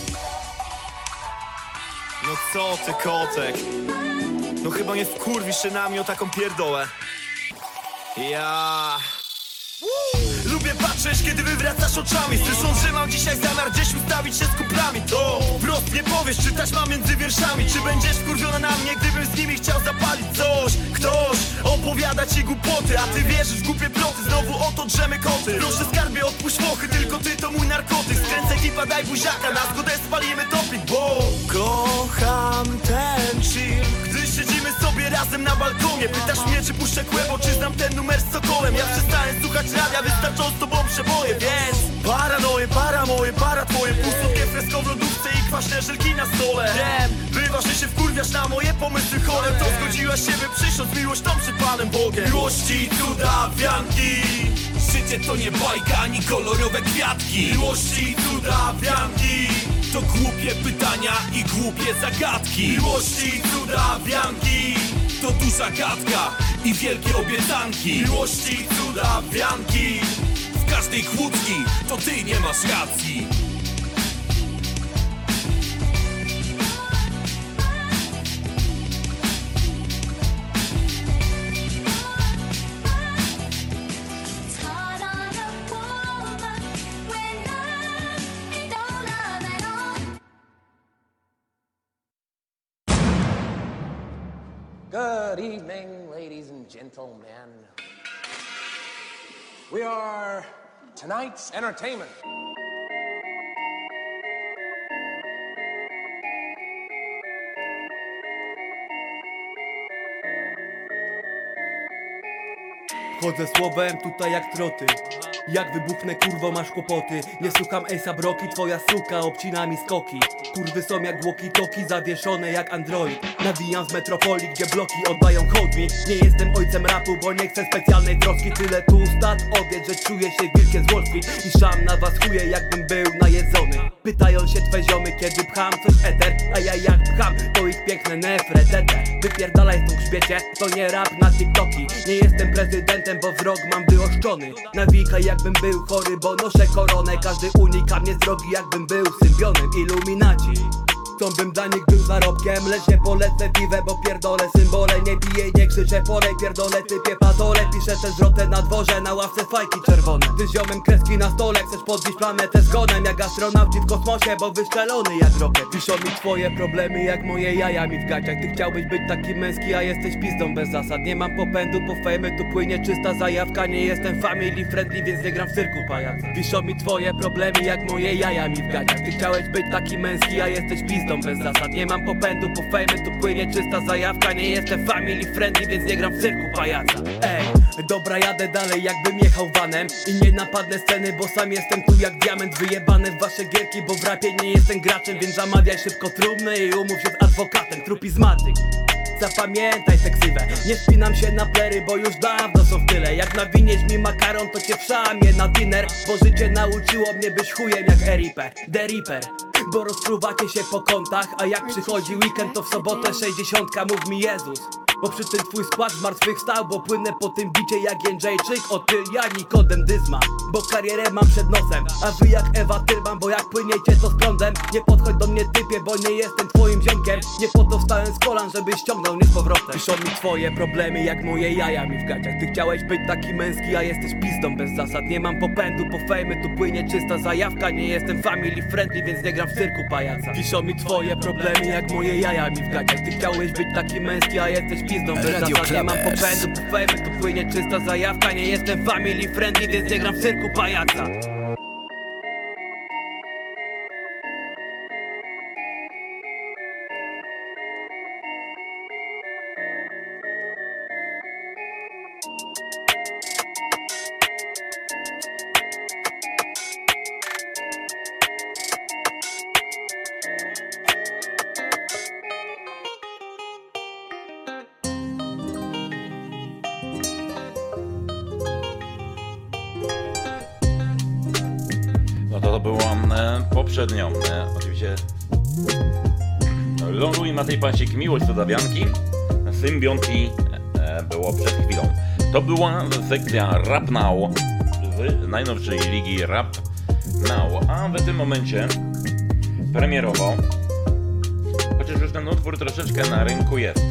No co ty, kotek? No chyba nie wkurwisz się na mnie o taką pierdołę. Ja... Lubię patrzeć, kiedy wywracasz oczami, słysząc, że mam dzisiaj zamiar gdzieś ustawić się z kuplami. To wprost nie powiesz, czy taśma między wierszami. Czy będziesz wkurwiona na mnie, gdybym z nimi chciał zapalić coś. Ktoś opowiada ci głupoty, a ty wierzysz w głupie ploty. Znowu oto drzemy koty. Proszę skarbie, odpuść fochy, tylko ty to mój narkotyk. Skręcę klipa, daj buziaka, na zgodę spalimy topik. Bo kocham ten chill, gdy siedzimy sobie razem na balkonie. Pytasz mnie, czy puszczę kłębo, czy znam ten numer z Sokolem. Ja przestaję słuchać radia, wystarczą z tobą przeboje, więc paranoje, para moje, para twoje. Pustotkie fresko w lodówce i kwaśne żelki na stole. Wiem, bywa, że się wkurwiasz na moje pomysły chore. To zgodziłaś się, by przysiąc miłość tą przed Panem Bogiem. Miłości cuda wianki, życie to nie bajka ani kolorowe kwiatki. Miłości cuda wianki, to głupie pytania i głupie zagadki. Miłości cuda wianki, to duża gadka i wielkie obiecanki. Miłości cuda wianki, w każdej kłótni to ty nie masz racji. Good evening, ladies and gentlemen. We are tonight's entertainment. Chodzę słowem tutaj jak troty. Jak wybuchnę, kurwo, masz kłopoty. Nie słucham A$ap Rocky, twoja suka obcina mi skoki. Kurwy są jak walkie-talkie, zawieszone jak android. Nawijam z metropolii, gdzie bloki oddają hołd mi. Nie jestem ojcem rapu, bo nie chcę specjalnej troski. Tyle tu stat obiec, że czuję się wilkiem z Wall Street. I szam na was chuje, jakbym był najedzony. Pytają się twe ziomy, kiedy pcham coś eter. A ja jak pcham, to ich piękne nefretete. Wypierdalaj w tą grzbiecie, to nie rap na TikToki. Nie jestem prezydentem, bo wzrok mam wyoszczony. Nawika jakbym był chory, bo noszę koronę. Każdy unika mnie z drogi, jakbym był symbionem Illuminaci. Chcą bym dla nich był zarobkiem, lecz nie polecę piwę, bo pierdolę symbole. Nie piję i nie krzyczę, polej pierdolę, typie patole. Piszę tę zwrotę na dworze, na ławce fajki czerwone. Ty z ziomem kreski na stole, chcesz podbić planetę zgonem. Jak astronauci w kosmosie, bo wyszczelony jak rokiet. Piszą mi twoje problemy, jak moje jaja mi w gaciach. Ty chciałbyś być taki męski, a jesteś pizdą bez zasad. Nie mam popędu po fejmy, tu płynie czysta zajawka. Nie jestem family friendly, więc nie gram w cyrku pajaca. Piszą mi twoje problemy, jak moje jaja mi w gaciach. Ty chciałeś być taki męski, a jesteś pizdą bez zasad. Nie mam popędu po fejmy, tu płynie czysta zajawka. Nie jestem family friendly, więc nie gram w cyrku pajaca. Ej, Dobra, jadę dalej jakbym jechał vanem i nie napadnę sceny, bo sam jestem tu jak diament wyjebany w wasze gierki, bo w rapie nie jestem graczem, więc zamawiaj szybko trumny i umów się z adwokatem. Trupizmatyk, zapamiętaj tę ksywę. Nie spinam się na plery, bo już dawno są w tyle. Jak nawiniesz mi makaron, to cię wszamię na dinner, bo życie nauczyło mnie być chujem jak Eriper, The Reaper. Bo rozpruwacie się po kątach, a jak przychodzi weekend, to w sobotę sześćdziesiątka, mów mi Jezus. Bo przy tym twój skład zmartwychwstał, bo płynę po tym bicie jak Jędrzejczyk, Otylia, Nikodem, Dyzma. Bo karierę mam przed nosem, a wy jak Ewa Tylman, bo jak płyniecie to z prądem. Nie podchodź do mnie typie, bo nie jestem twoim ziomkiem. Nie po to wstałem z kolan, żebyś ściągnął mnie z powrotem. Piszą mi twoje problemy jak moje jaja mi w gaciach. Ty chciałeś być taki męski, a jesteś pizdą bez zasad. Nie mam popędu po fejmy, tu płynie czysta zajawka. Nie jestem family friendly, więc nie gram w cyrku pajaca. Piszą mi twoje problemy jak moje jaja mi w gaciach. Ty chciałeś być taki męski, a jesteś pizdą bez Radio zasad. Nie mam Clubbers. popędu po fejmy, tu płynie czysta zajawka. Nie jestem family friendly, więc nie gram w cyrku pajaca. No to to było e, poprzednio, e, oczywiście Lolu i Matej Pansik, Miłość Cudawianki, Symbionti e, było przed chwilą. To była sekcja Rap Now z najnowszej ligi Rap Now, a w tym momencie premierowo, chociaż już ten utwór troszeczkę na rynku jest,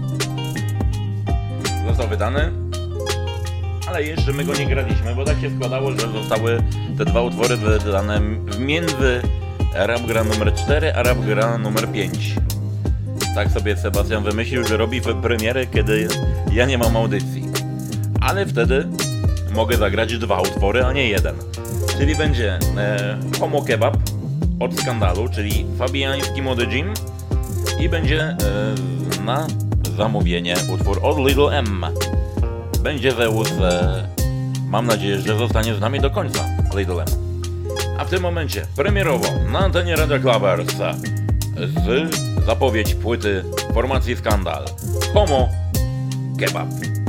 został wydany, ale jeszcze my go nie graliśmy, bo tak się składało, że zostały te dwa utwory wydane między Rap Gra numer cztery a Rap Gra numer pięć. Tak sobie Sebastian wymyślił, że robi premiery, kiedy ja nie mam audycji. Ale wtedy mogę zagrać dwa utwory, a nie jeden. Czyli będzie e, Homo Kebab od Skandalu, czyli fabiański Młody Jim, i będzie e, na zamówienie utwór od Little M. Będzie Zeus, e, mam nadzieję, że zostanie z nami do końca, Little M. A w tym momencie premierowo na antenie Radio Clubbers z zapowiedź płyty formacji Skandal, Homo Kebab.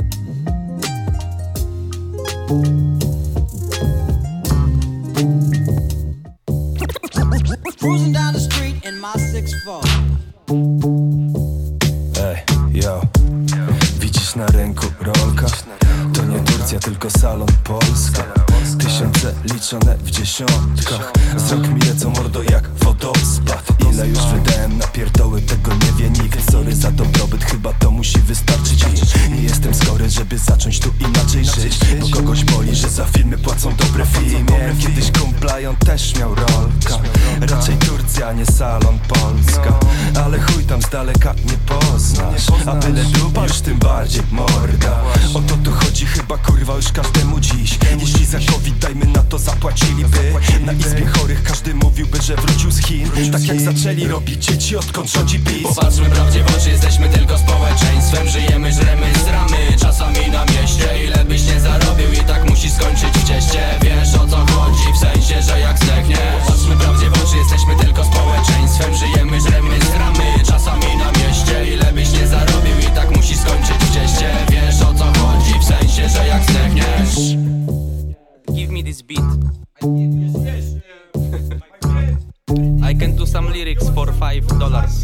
Cruising down the street in my six four. Ej, yo, widzisz na rynku rolka? To nie Turcja, tylko salon Polska. Tysiące liczone w dziesiątkach. Z rąk mi lecą mordo jak wodospad. Ile już wydałem na pierdoły, tego nie wie nikt. Sorry za dobrobyt, chyba to musi wystarczyć. Nie jestem skory, żeby zacząć tu inaczej żyć, bo kogoś boli, że za filmy płacą dobre filmy. Miałem kiedyś kumpla i on też miał rolka. Raczej Turcja, nie salon Polska. Ale chuj tam z daleka nie poznasz, a byle dupa już tym bardziej morda. O to tu chodzi chyba kurwa już każdemu dziś. Jeśli za COVID dajmy na to zapłaciliby. Na izbie chorych każdy mówiłby, że wrócił z Chin. Tak jak zaczęli robić dzieci, odkąd rządzi PiS. Popatrzmy prawdzie w oczy, jesteśmy tylko społeczeństwem. Żyjemy, żremy, zramy, czasami na mieście. Ile byś nie zarobił i tak musi skończyć w cieście. Wiesz o co chodzi, w sensie, że jak zdechniesz. Popatrzmy prawdzie w oczy, jesteśmy tylko społeczeństwem. Żyjemy, żremy, zramy, czasami na mieście. Ile byś nie zarobił i tak musi skończyć w cieście. Wiesz o co chodzi, w sensie, że jak zdechniesz. Give me this beat. I can do some lyrics for five dollars.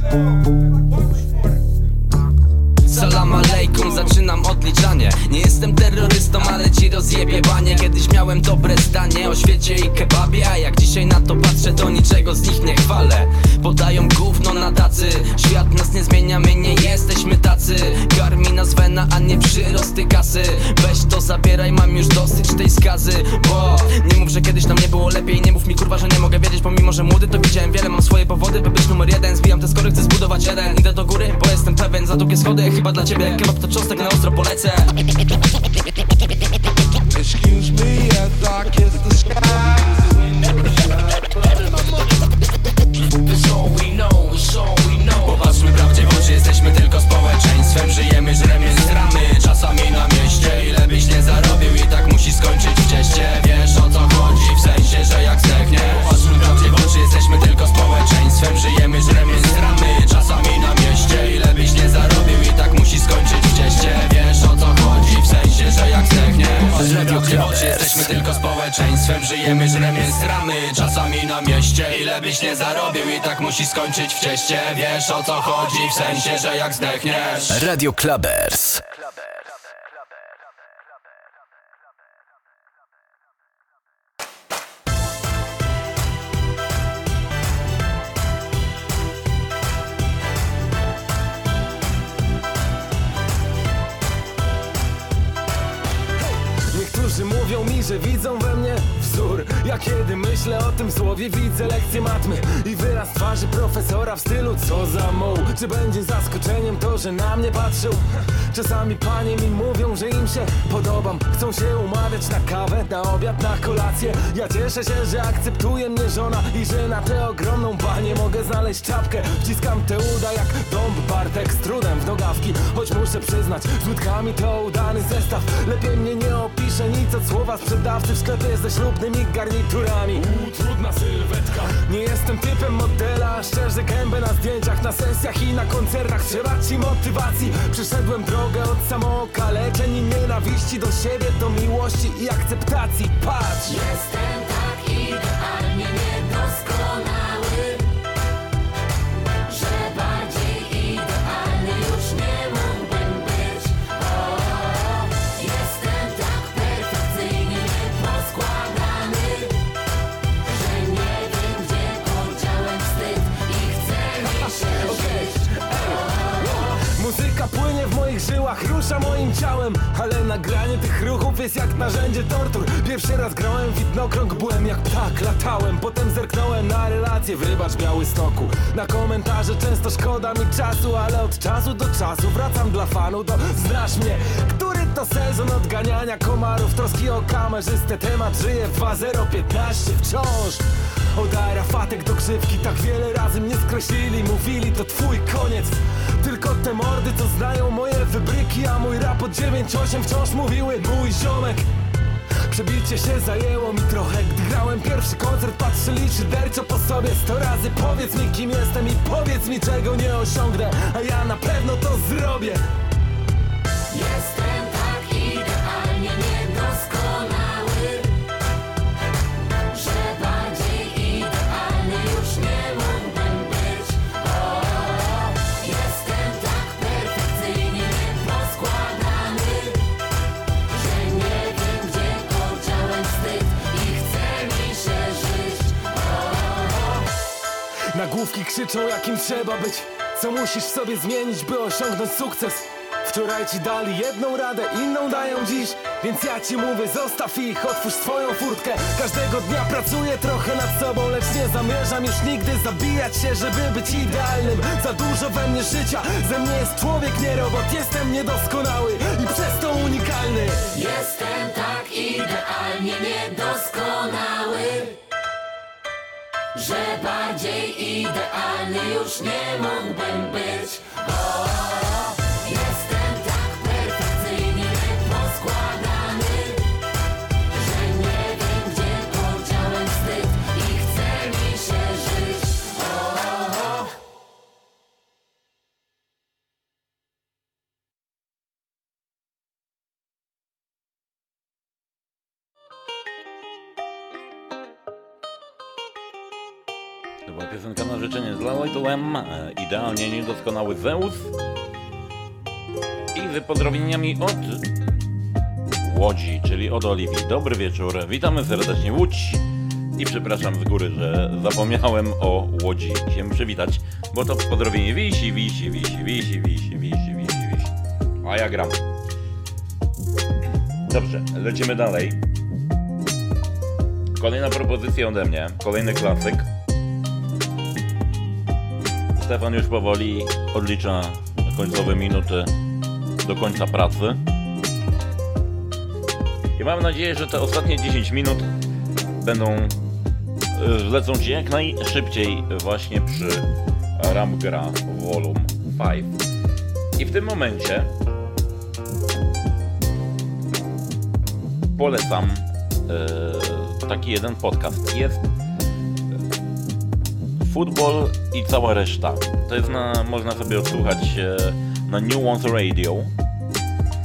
Salam alejkum, zaczynam odliczanie. Nie jestem terrorystą, ale ci rozjebie banie. Kiedyś miałem dobre zdanie o świecie i kebabie, a jak dzisiaj na to patrzę, to niczego z nich nie chwalę. Podają gówno na tacy. Świat nas nie zmienia, my nie jesteśmy tacy. Karmi nas wena, a nie przyrosty kasy. Weź to zabieraj, mam już dosyć tej skazy. Bo nie mów, że kiedyś nam nie było lepiej. Nie mów mi kurwa, że nie mogę wiedzieć, pomimo że młody to widziałem wiele. Mam swoje powody, by być numer jeden. Zbijam te skory, chcę zbudować jeden. Idę do góry, bo jestem pewien, za długie schody. Chyba dla ciebie kebab to cząstek, na ostro polecę. Excuse me as I kiss the sky. It's all we know, it's all we know. Popatrzmy prawdzie w oczy, jesteśmy tylko społeczeństwem. Żyjemy, żremy, stramy, czasami na mieście. Ile byś nie za wieczorem jest ramy, czasami na mieście. Ile byś nie zarobił i tak musi skończyć w cieście. Wiesz o co chodzi, w sensie, że jak zdechniesz. Radio Clubbers. Mówią mi, że widzą we mnie wzór. Ja kiedy myślę o tym słowie, widzę lekcję matmy i wyraz twarzy profesora w stylu co za muł. Czy będzie zaskoczeniem to, że na mnie patrzył? Czasami panie mi mówią, że im się podobam. Chcą się umawiać na kawę, na obiad, na kolację. Ja cieszę się, że akceptuje mnie żona i że na tę ogromną panię mogę znaleźć czapkę. Wciskam te uda jak dąb Bartek z trudem w nogawki. Choć muszę przyznać, z łydkami to udany zestaw. Lepiej mnie nie opisze nic od słowa sprzedawcy w sklepie ze ślubnymi garniturami. Uuu, trudna sylwetka. Nie jestem typem modela, a szczerze gębę na zdjęciach, na sesjach i na koncertach. Trzeba ci motywacji. Przeszedłem drogę od samookaleczeń i nienawiści do siebie, do miłości i akceptacji. Patrz! Jestem tak idealnie niedoskonały, że bardziej idealny już nie mógłbym być. O, jestem tak perfekcyjnie poskładany, że nie wiem, gdzie podziałem wstyd i chce mi się żyć. Muzyka płynie w moich żyłach, rusza moim ciałem, ale nagranie tych ruchów jest jak narzędzie tortur. Pierwszy raz grałem widnokrąg, byłem jak ptak, latałem. Potem zerknąłem na relacje, wybacz Białystoku. Na komentarze często szkoda mi czasu, ale od czasu do czasu wracam dla fanu do Znasz mnie, który to sezon odganiania komarów. Troski o kamerzystę, temat żyje w dwa zero piętnaście wciąż. Od aerofatek do grzywki tak wiele razy mnie skreślili. Mówili to twój koniec. Tylko te mordy co znają moje wybryki, a mój rap od dziewięć osiem wciąż mówiły mój ziomek. Przebicie się zajęło mi trochę, gdy grałem pierwszy koncert. Patrzyli szyderczo po sobie sto razy. Powiedz mi kim jestem i powiedz mi czego nie osiągnę, a ja na pewno to zrobię. Jestem tak idealnie niedoskonały, że bardziej idealny już nie mógłbym być. O, jestem tak perfekcyjnie poskładany, że nie wiem, gdzie podziałem wstyd i chce mi się żyć. O, nagłówki krzyczą jakim trzeba być, co musisz w sobie zmienić, by osiągnąć sukces. Wczoraj ci dali jedną radę, inną dają dziś, więc ja ci mówię, zostaw ich, otwórz swoją furtkę. Każdego dnia pracuję trochę nad sobą, lecz nie zamierzam już nigdy zabijać się, żeby być idealnym. Za dużo we mnie życia, ze mnie jest człowiek, nie robot. Jestem niedoskonały i przez to unikalny. jestem tak idealnie niedoskonały, że bardziej idealny już nie mógłbym być. O, jestem tak perfekcyjnie poskładany, że nie wiem, gdzie podziałem wstyd i chce mi się żyć. O, To była piosenka na życzenie z Lloydem, idealnie niedoskonały Zeus. I z pozdrowieniami od Łodzi, czyli od Oliwii. Dobry wieczór, witamy serdecznie Łódź. I przepraszam z góry, że zapomniałem o Łodzi się przywitać, bo to pozdrowienie wisi, wisi, wisi, wisi, wisi, wisi, wisi, wisi. A ja gram. Dobrze, lecimy dalej. Kolejna propozycja ode mnie, kolejny klasyk. Stefan już powoli odlicza końcowe minuty do końca pracy. I mam nadzieję, że te ostatnie dziesięć minut będą zlecą ci jak najszybciej właśnie przy Ramgra Volume pięć. I w tym momencie polecam e, taki jeden podcast. Jest Futbol i cała reszta. To jest na, można sobie odsłuchać e, na New Ones Radio.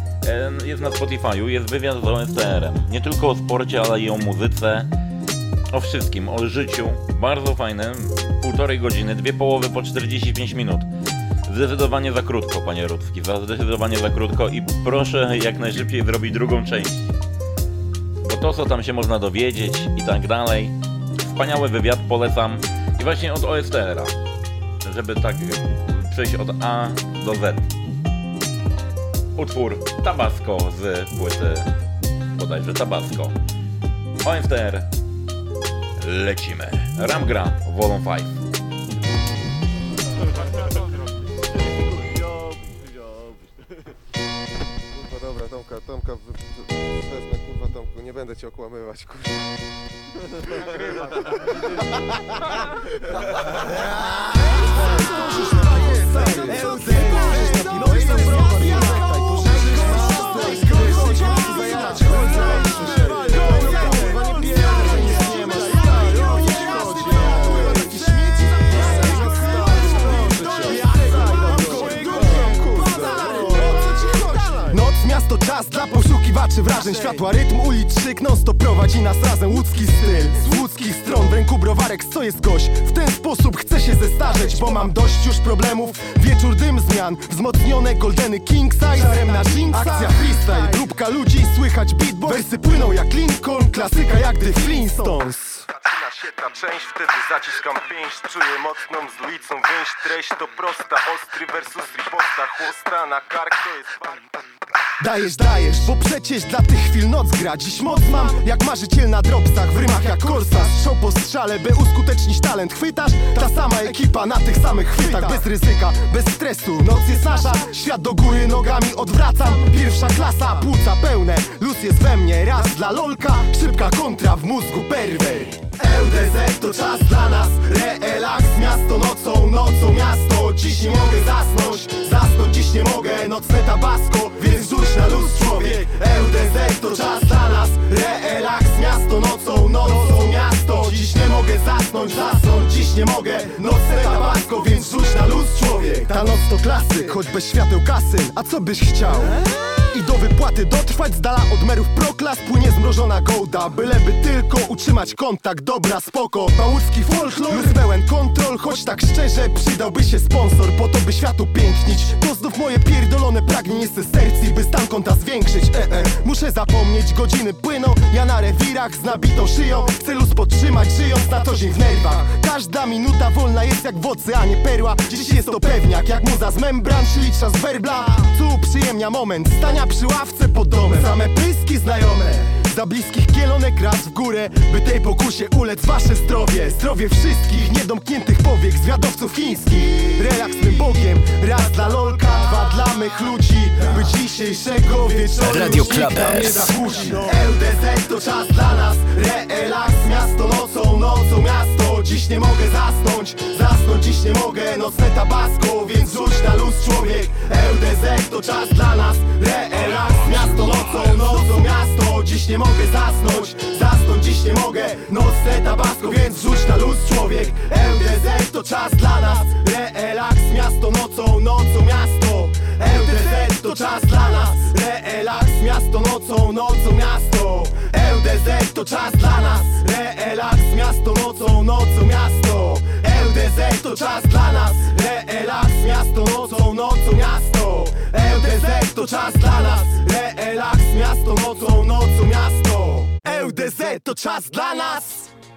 E, jest na Spotify'u, jest wywiad z O S T R-em. Nie tylko o sporcie, ale i o muzyce, o wszystkim, o życiu, bardzo fajne, półtorej godziny, dwie połowy po czterdzieści pięć minut. Zdecydowanie za krótko, panie Rudzki, zdecydowanie za krótko i proszę jak najszybciej zrobić drugą część. Bo to, co tam się można dowiedzieć i tak dalej, wspaniały wywiad, polecam. I właśnie od O S T R a, żeby tak przejść od A do Z. Utwór Tabasco z płyty bodajże Tabasco. O S T R, lecimy. Ram gra, Volume pięć. Kurwa, dobra, Tomka, Tomka, wy, wy, wezmę, kurwa, Tomku, nie będę cię okłamywać, kurwa. Nagrywa. Miasto, czas dla poszukiwaczy wrażeń. Światła, rytm, ulic, szyk, non stop prowadzi nas razem. Łódzki styl, z łódzkich stron, w ręku browarek, co jest gość. W ten sposób chcę się zestarzeć, bo mam dość już problemów. Wieczór, dym zmian, wzmocnione goldeny king size. Żarem na jinxa, akcja freestyle, grupka ludzi, słychać beatbox. Wersy płyną jak Lincoln, klasyka jak The Flintstones. Zaczyna się ta część, wtedy zaciskam pięść. Czuję mocną z Luicą więź. Treść to prosta, ostry versus riposta. Chłosta na kark to jest fakt. Dajesz, dajesz, bo przecież dla tych chwil noc gra. Dziś moc mam, jak marzyciel na dropsach. W rymach jak korsarz, strzał po strzale. By uskutecznić talent chwytasz, ta sama ekipa na tych samych chwytach. Bez ryzyka, bez stresu, noc jest nasza. Świat do góry nogami odwracam. Pierwsza klasa, płuca pełne, luz jest we mnie. Raz dla lolka, szybka kontra w mózgu perwer. L D Z to czas dla nas, relaks. Miasto nocą, nocą miasto. Dziś nie mogę zasnąć, zasnąć dziś nie mogę. Nocne Tabasco, więc rzuć na luz człowiek. L D Z to czas dla nas, relaks. Miasto nocą, nocą miasto. Dziś nie mogę zasnąć, zasnąć dziś nie mogę. Nocne Tabasco, więc rzuć na luz człowiek. Ta noc to klasyk, choć bez świateł kasyn. A co byś chciał? I do wypłaty dotrwać z dala od merów proklas. Płynie zmrożona gołda, byleby tylko utrzymać kontakt. Dobra, spoko, bałucki folklor, luz pełen kontrol. Choć tak szczerze przydałby się sponsor, po to by światu pięknić. To znów moje pierdolone pragnienie z sercji, by stan konta zwiększyć. e, e. Muszę zapomnieć, godziny płyną, ja na rewirach z nabitą szyją. Chcę luz podtrzymać, żyjąc na co dzień w nerwach. Każda minuta wolna jest jak w oceanie perła. Dziś jest to pewniak, jak muza z membran, czyli czas werbla. Co uprzyjemnia moment stania przy ławce pod domem. Same pyski znajome, za bliskich kielonek raz w górę, by tej pokusie ulec wasze zdrowie. Zdrowie wszystkich niedomkniętych powiek, zwiadowców chińskich. Relaks mym Bogiem, raz dla lolka, dwa dla mych ludzi, by dzisiejszego wieczoru Radio Clubbers. L D Z to czas dla nas, relaks. Miasto nocą, nocą miasto. Dziś nie mogę zasnąć, zasnąć dziś nie mogę. Nocne Tabasco, więc rzuć na luz człowiek. L D Z to czas dla nas, relaks. Miasto nocą, nocą miasto. Dziś nie mogę zasnąć, zasnąć dziś nie mogę. Nocne Tabasco, więc rzuć na luz człowiek. L D Z to czas dla nas, relaks. Miasto nocą, nocą miasto. L D Z to czas dla nas, relaks. Miasto nocą, nocą miasto. L D Z to czas dla nas, relaks. Miasto nocą, nocą miasto. L D Z to czas dla nas, relaks. Miasto nocą, nocą miasto. L D Z to czas dla nas, relaks. Miasto nocą, nocą miasto. L D Z to czas dla nas.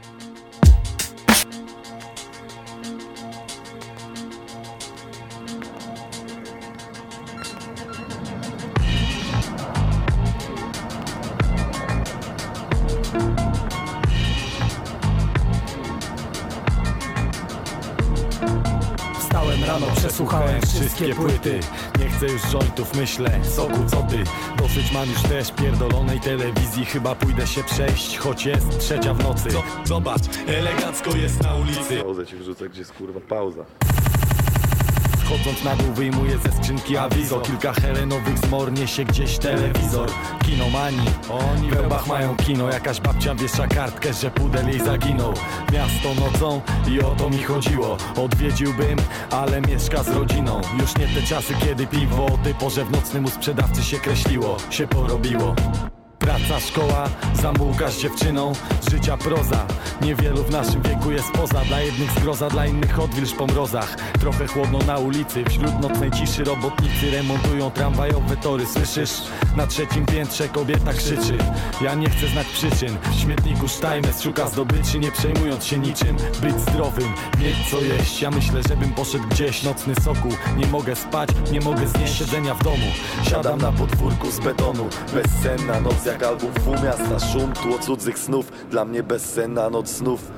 Wstałem rano, przesłuchałem wszystkie płyty. Nie chcę już jointów, myślę, soku co ty. Dosyć mam już też pierdolonej telewizji. Chyba pójdę się przejść, choć jest trzecia w nocy. Zobacz, elegancko jest na ulicy. Pauzę ci wrzucę, gdzie jest kurwa pauza. Chodząc na dół wyjmuję ze skrzynki awizo. Kilka helenowych zmornie się gdzieś telewizor. Kinomani, oni we łbach mają kino. Jakaś babcia wiesza kartkę, że pudel jej zaginął. Miasto nocą i o to mi chodziło. Odwiedziłbym, ale mieszka z rodziną. Już nie te czasy, kiedy piwo o tej porze w nocnym u sprzedawcy się kreśliło. Się porobiło. Praca, szkoła, zamułka z dziewczyną, życia proza. Niewielu w naszym wieku jest poza. Dla jednych zgroza, dla innych odwilż po mrozach. Trochę chłodno na ulicy, wśród nocnej ciszy robotnicy remontują tramwajowe tory. Słyszysz? Na trzecim piętrze kobieta krzyczy. Ja nie chcę znać przyczyn. W śmietniku Steinmetz szuka zdobyczy, nie przejmując się niczym. Być zdrowym, mieć co jeść. Ja myślę, żebym poszedł gdzieś. Nocny sokół, nie mogę spać, nie mogę znieść siedzenia w domu. Siadam na podwórku z betonu. Bezsenna noc jak album Fu miasta. Szum, tło cudzych snów. Dla mnie bezsenna noc znów.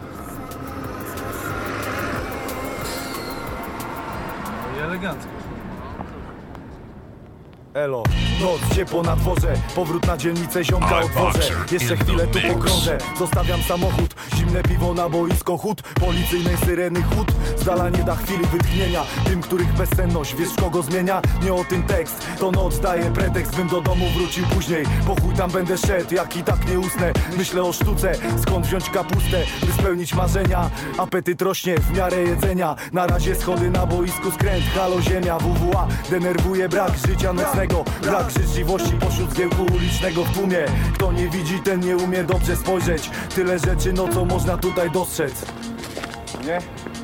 I elegancko. Elo, noc, ciepło na dworze. Powrót na dzielnicę, ziomka otworzę. Jeszcze chwilę tu pokrążę. Zostawiam samochód, zimne piwo na boisko, chód policyjnej syreny, chód. Z dala nie da chwili wytchnienia tym, których bezsenność, wiesz kogo zmienia? Nie o tym tekst, to noc daje pretekst, bym do domu wrócił później. Po chuj tam będę szedł, jak i tak nie usnę. Myślę o sztuce, skąd wziąć kapustę, by spełnić marzenia. Apetyt rośnie w miarę jedzenia. Na razie schody na boisku, skręt, halo ziemia. W W A denerwuje brak życia nocnego. Brak życzliwości pośród zgiełku ulicznego w tłumie. Kto nie widzi, ten nie umie dobrze spojrzeć. Tyle rzeczy nocą można tutaj dostrzec. Nie?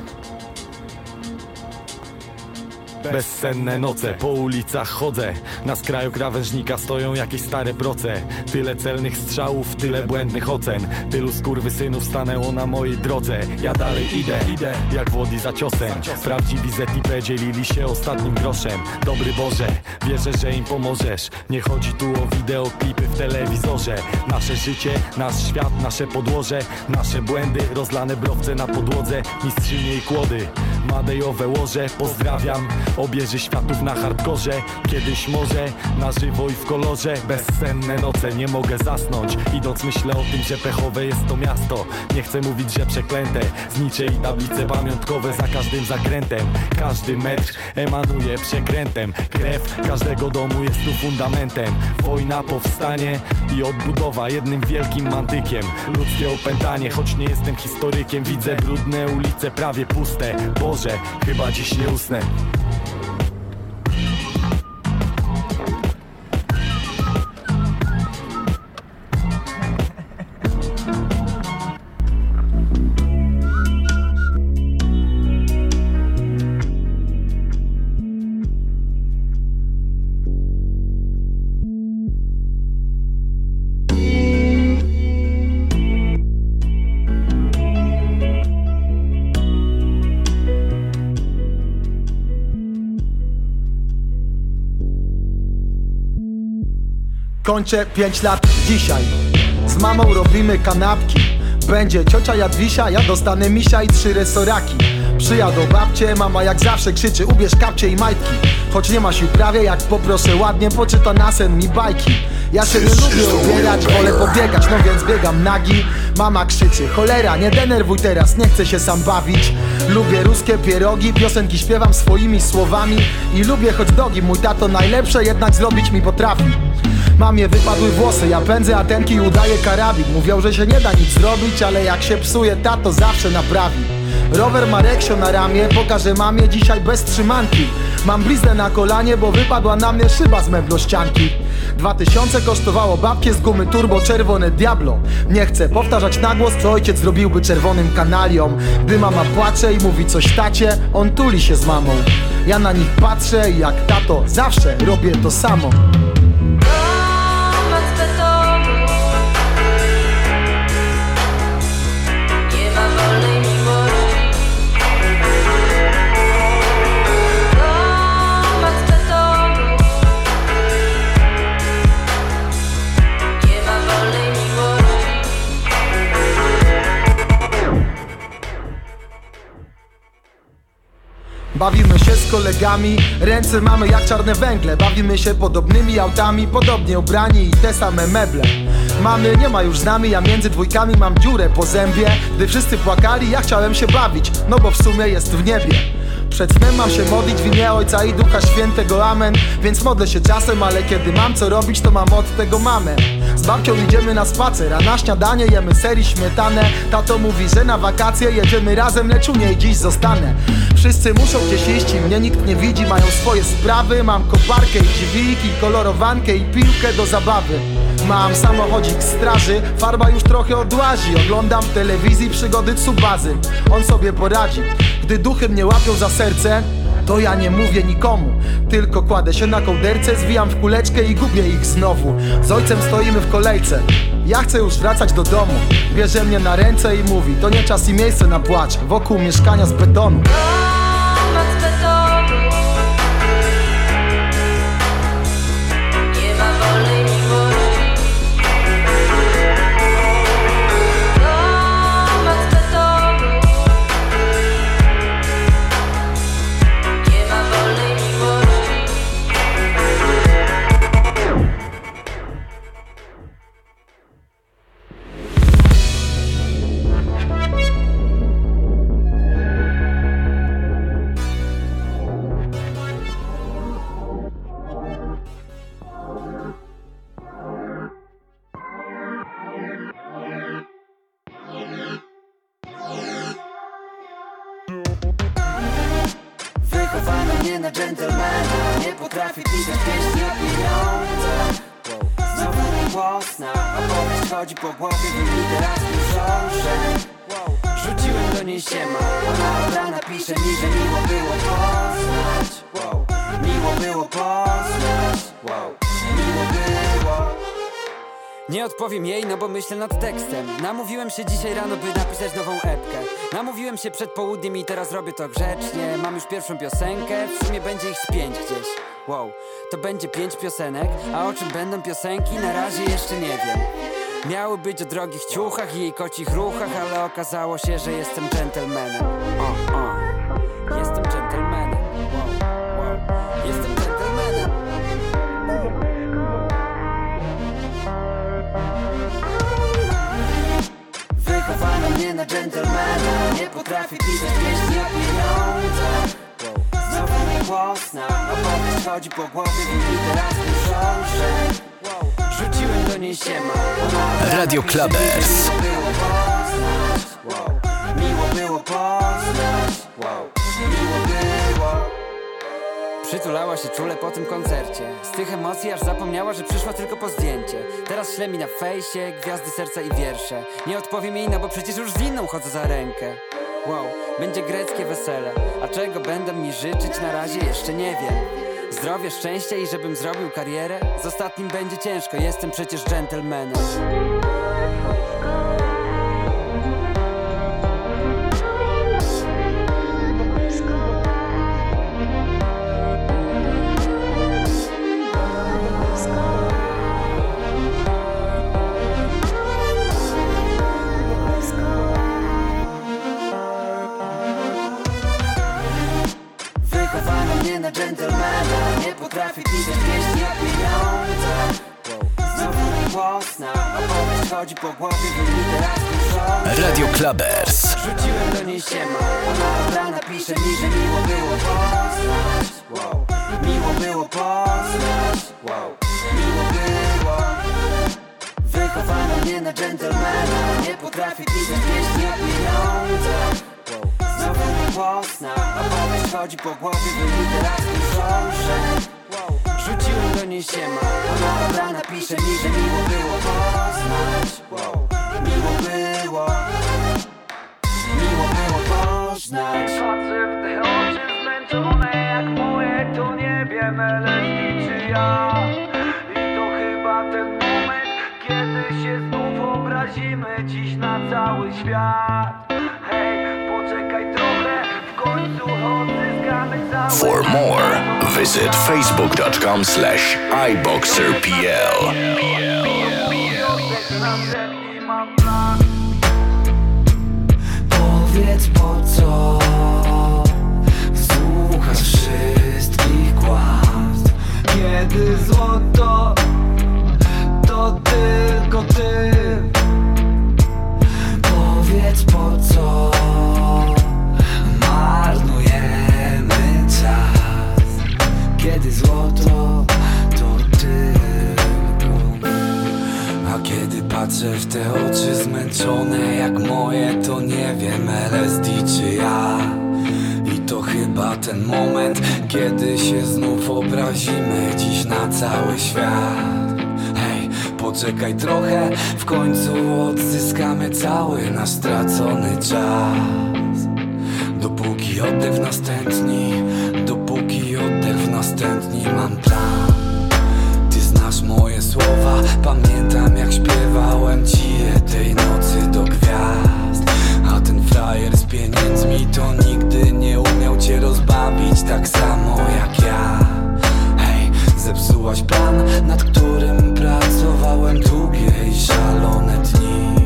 Bezsenne noce, po ulicach chodzę. Na skraju krawężnika stoją jakieś stare proce. Tyle celnych strzałów, tyle błędnych ocen. Tylu skurwysynów stanęło na mojej drodze. Ja dalej idę, idę jak Włody za ciosem. Prawdziwi Z I P dzielili się ostatnim groszem. Dobry Boże, wierzę, że im pomożesz. Nie chodzi tu o wideoklipy w telewizorze. Nasze życie, nasz świat, nasze podłoże. Nasze błędy, rozlane browce na podłodze. Mistrzynie i kłody, madejowe łoże. Pozdrawiam obieży światów na hardkorze. Kiedyś może na żywo i w kolorze. Bezsenne noce, nie mogę zasnąć. Idąc myślę o tym, że pechowe jest to miasto. Nie chcę mówić, że przeklęte. Z niczej tablice pamiątkowe za każdym zakrętem. Każdy metr emanuje przekrętem. Krew każdego domu jest tu fundamentem. Wojna, powstanie i odbudowa jednym wielkim mantykiem. Ludzkie opętanie, choć nie jestem historykiem. Widzę brudne ulice prawie puste. Boże, chyba dziś nie usnę. Kończę pięć lat dzisiaj. Z mamą robimy kanapki. Będzie ciocia Jadwisia, ja dostanę misia i trzy resoraki. Przyjadą babcie, mama jak zawsze krzyczy: ubierz kapcie i majtki. Choć nie ma sił prawie, jak poproszę ładnie, poczyta na sen mi bajki. Ja się nie lubię ubierać, wolę pobiegać, no więc biegam nagi. Mama krzyczy: cholera, nie denerwuj teraz, nie chcę się sam bawić. Lubię ruskie pierogi, piosenki śpiewam swoimi słowami. I lubię hot dogi, mój tato najlepsze jednak zrobić mi potrafi. Mamie wypadły włosy, ja pędzę atenki i udaję karabin. Mówią, że się nie da nic zrobić, ale jak się psuje, tato zawsze naprawi. Rower ma Reksio na ramię, pokażę mamie dzisiaj bez trzymanki. Mam bliznę na kolanie, bo wypadła na mnie szyba z meblościanki. Dwa tysiące kosztowało babkie z gumy turbo czerwone Diablo. Nie chcę powtarzać na głos, co ojciec zrobiłby czerwonym kanaliom. Gdy mama płacze i mówi coś tacie, on tuli się z mamą. Ja na nich patrzę i jak tato zawsze robię to samo. Bawimy się z kolegami, ręce mamy jak czarne węgle. Bawimy się podobnymi autami, podobnie ubrani i te same meble. Mamy nie ma już z nami, ja między dwójkami mam dziurę po zębie. Gdy wszyscy płakali, ja chciałem się bawić, no bo w sumie jest w niebie. Przed snem mam się modlić w imię Ojca i Ducha Świętego, amen. Więc modlę się czasem, ale kiedy mam co robić, to mam od tego mamę. Z babcią idziemy na spacer, a na śniadanie jemy ser i śmietanę. Tato mówi, że na wakacje jedziemy razem, lecz u niej dziś zostanę. Wszyscy muszą gdzieś iść i mnie nikt nie widzi, mają swoje sprawy. Mam koparkę i dźwig i kolorowankę i piłkę do zabawy. mam samochodzik straży, farba już trochę odłazi. Oglądam w telewizji przygody Tsubazy, on sobie poradzi. Gdy duchy mnie łapią za serce, to ja nie mówię nikomu, tylko kładę się na kołderce, zwijam w kuleczkę i gubię ich znowu. Z ojcem stoimy w kolejce, ja chcę już wracać do domu. Bierze mnie na ręce i mówi, to nie czas i miejsce na płacz, wokół mieszkania z betonu. Wychowano mnie na dżentelmena, nie potrafię pisać pieśni o pieniądzach. Znowu mój głos na opowieść chodzi po głowie w literackim żołrze. Rzuciłem do niej siema, ona od rana pisze mi, że miło było poznać. Miło było poznać. Miło było. Nie odpowiem jej, no bo myślę nad tekstem. Namówiłem się dzisiaj rano, by napisać nową epkę. Namówiłem się przed południem i teraz robię to grzecznie. Mam już pierwszą piosenkę, w sumie będzie ich z pięć gdzieś. Wow, to będzie pięć piosenek, a o czym będą piosenki na razie jeszcze nie wiem. Miały być o drogich ciuchach i jej kocich ruchach, ale okazało się, że jestem dżentelmenem. O, o, jestem dżentelmenem. Wow, wow, jestem dżentelmenem. Wychowano mnie na dżentelmena, nie potrafię pisać pieśni o pieniądzach. Znowu mój głos na opowieść chodzi po głowie w literackim żołrze. Rzuciłem do niej siema, Radio Clubbers. Miło było poznać. Miło było poznać. Miło było. Przytulała się czule po tym koncercie. Z tych emocji aż zapomniała, że przyszła tylko po zdjęcie. Teraz śle mi na fejsie gwiazdy serca i wiersze. Nie odpowiem jej, no bo przecież już z inną chodzę za rękę. Wow, będzie greckie wesele. A czego będą mi życzyć na razie jeszcze nie wiem. Zdrowie, szczęścia i żebym zrobił karierę. Z ostatnim będzie ciężko, jestem przecież dżentelmenem. Wychowano mnie na dżentelmena, nie potrafię pisać pieśni o pieniądzach. Znowu mój głos na opowieść chodzi po głowie w literackim żołrze. Radio Clubbers. Rzuciłem do niej siema, ona od rana pisze mi, że miło było poznać. Miło było poznać. Miło było. Wychowano mnie na dżentelmena, nie potrafię pisać pieśni o pieniądzach. Znowu mój głos na opowieść chodzi po głowie w literackim żołrze. Rzuciłem do niej siema, ona od rana pisze mi, że miło było poznać. Miło było. Miło było poznać. Patrzę w te oczy zmęczone jak moje, to nie wiem L S D czy ja. I to chyba ten moment, kiedy się znów obrazimy dziś na cały świat. Hej, poczekaj trochę, w końcu odzyskamy cały. For more, visit facebook.com slash iboxerpl. Powiedz po co słuchasz wszystkich kłamstw, kiedy złoto to tylko ty. Powiedz po co marnujemy czas, kiedy złoto to tylko my. A kiedy patrzę w te oczy zmęczone jak moje, to nie wiem L S D czy ja. I to chyba ten moment, kiedy się znów obrazimy dziś na cały świat. Hej, poczekaj trochę, w końcu odzyskamy cały nasz stracony czas. Dopóki oddech w następni, dopóki oddech w następni mam plan. Ty znasz moje słowa, pamiętam jak śpiewałem ci je tej nocy do gwiazd. A ten frajer z pieniędzmi to nigdy nie umiał cię rozbawić tak samo jak ja. Hej, zepsułaś plan, nad którym pracowałem długie i szalone dni.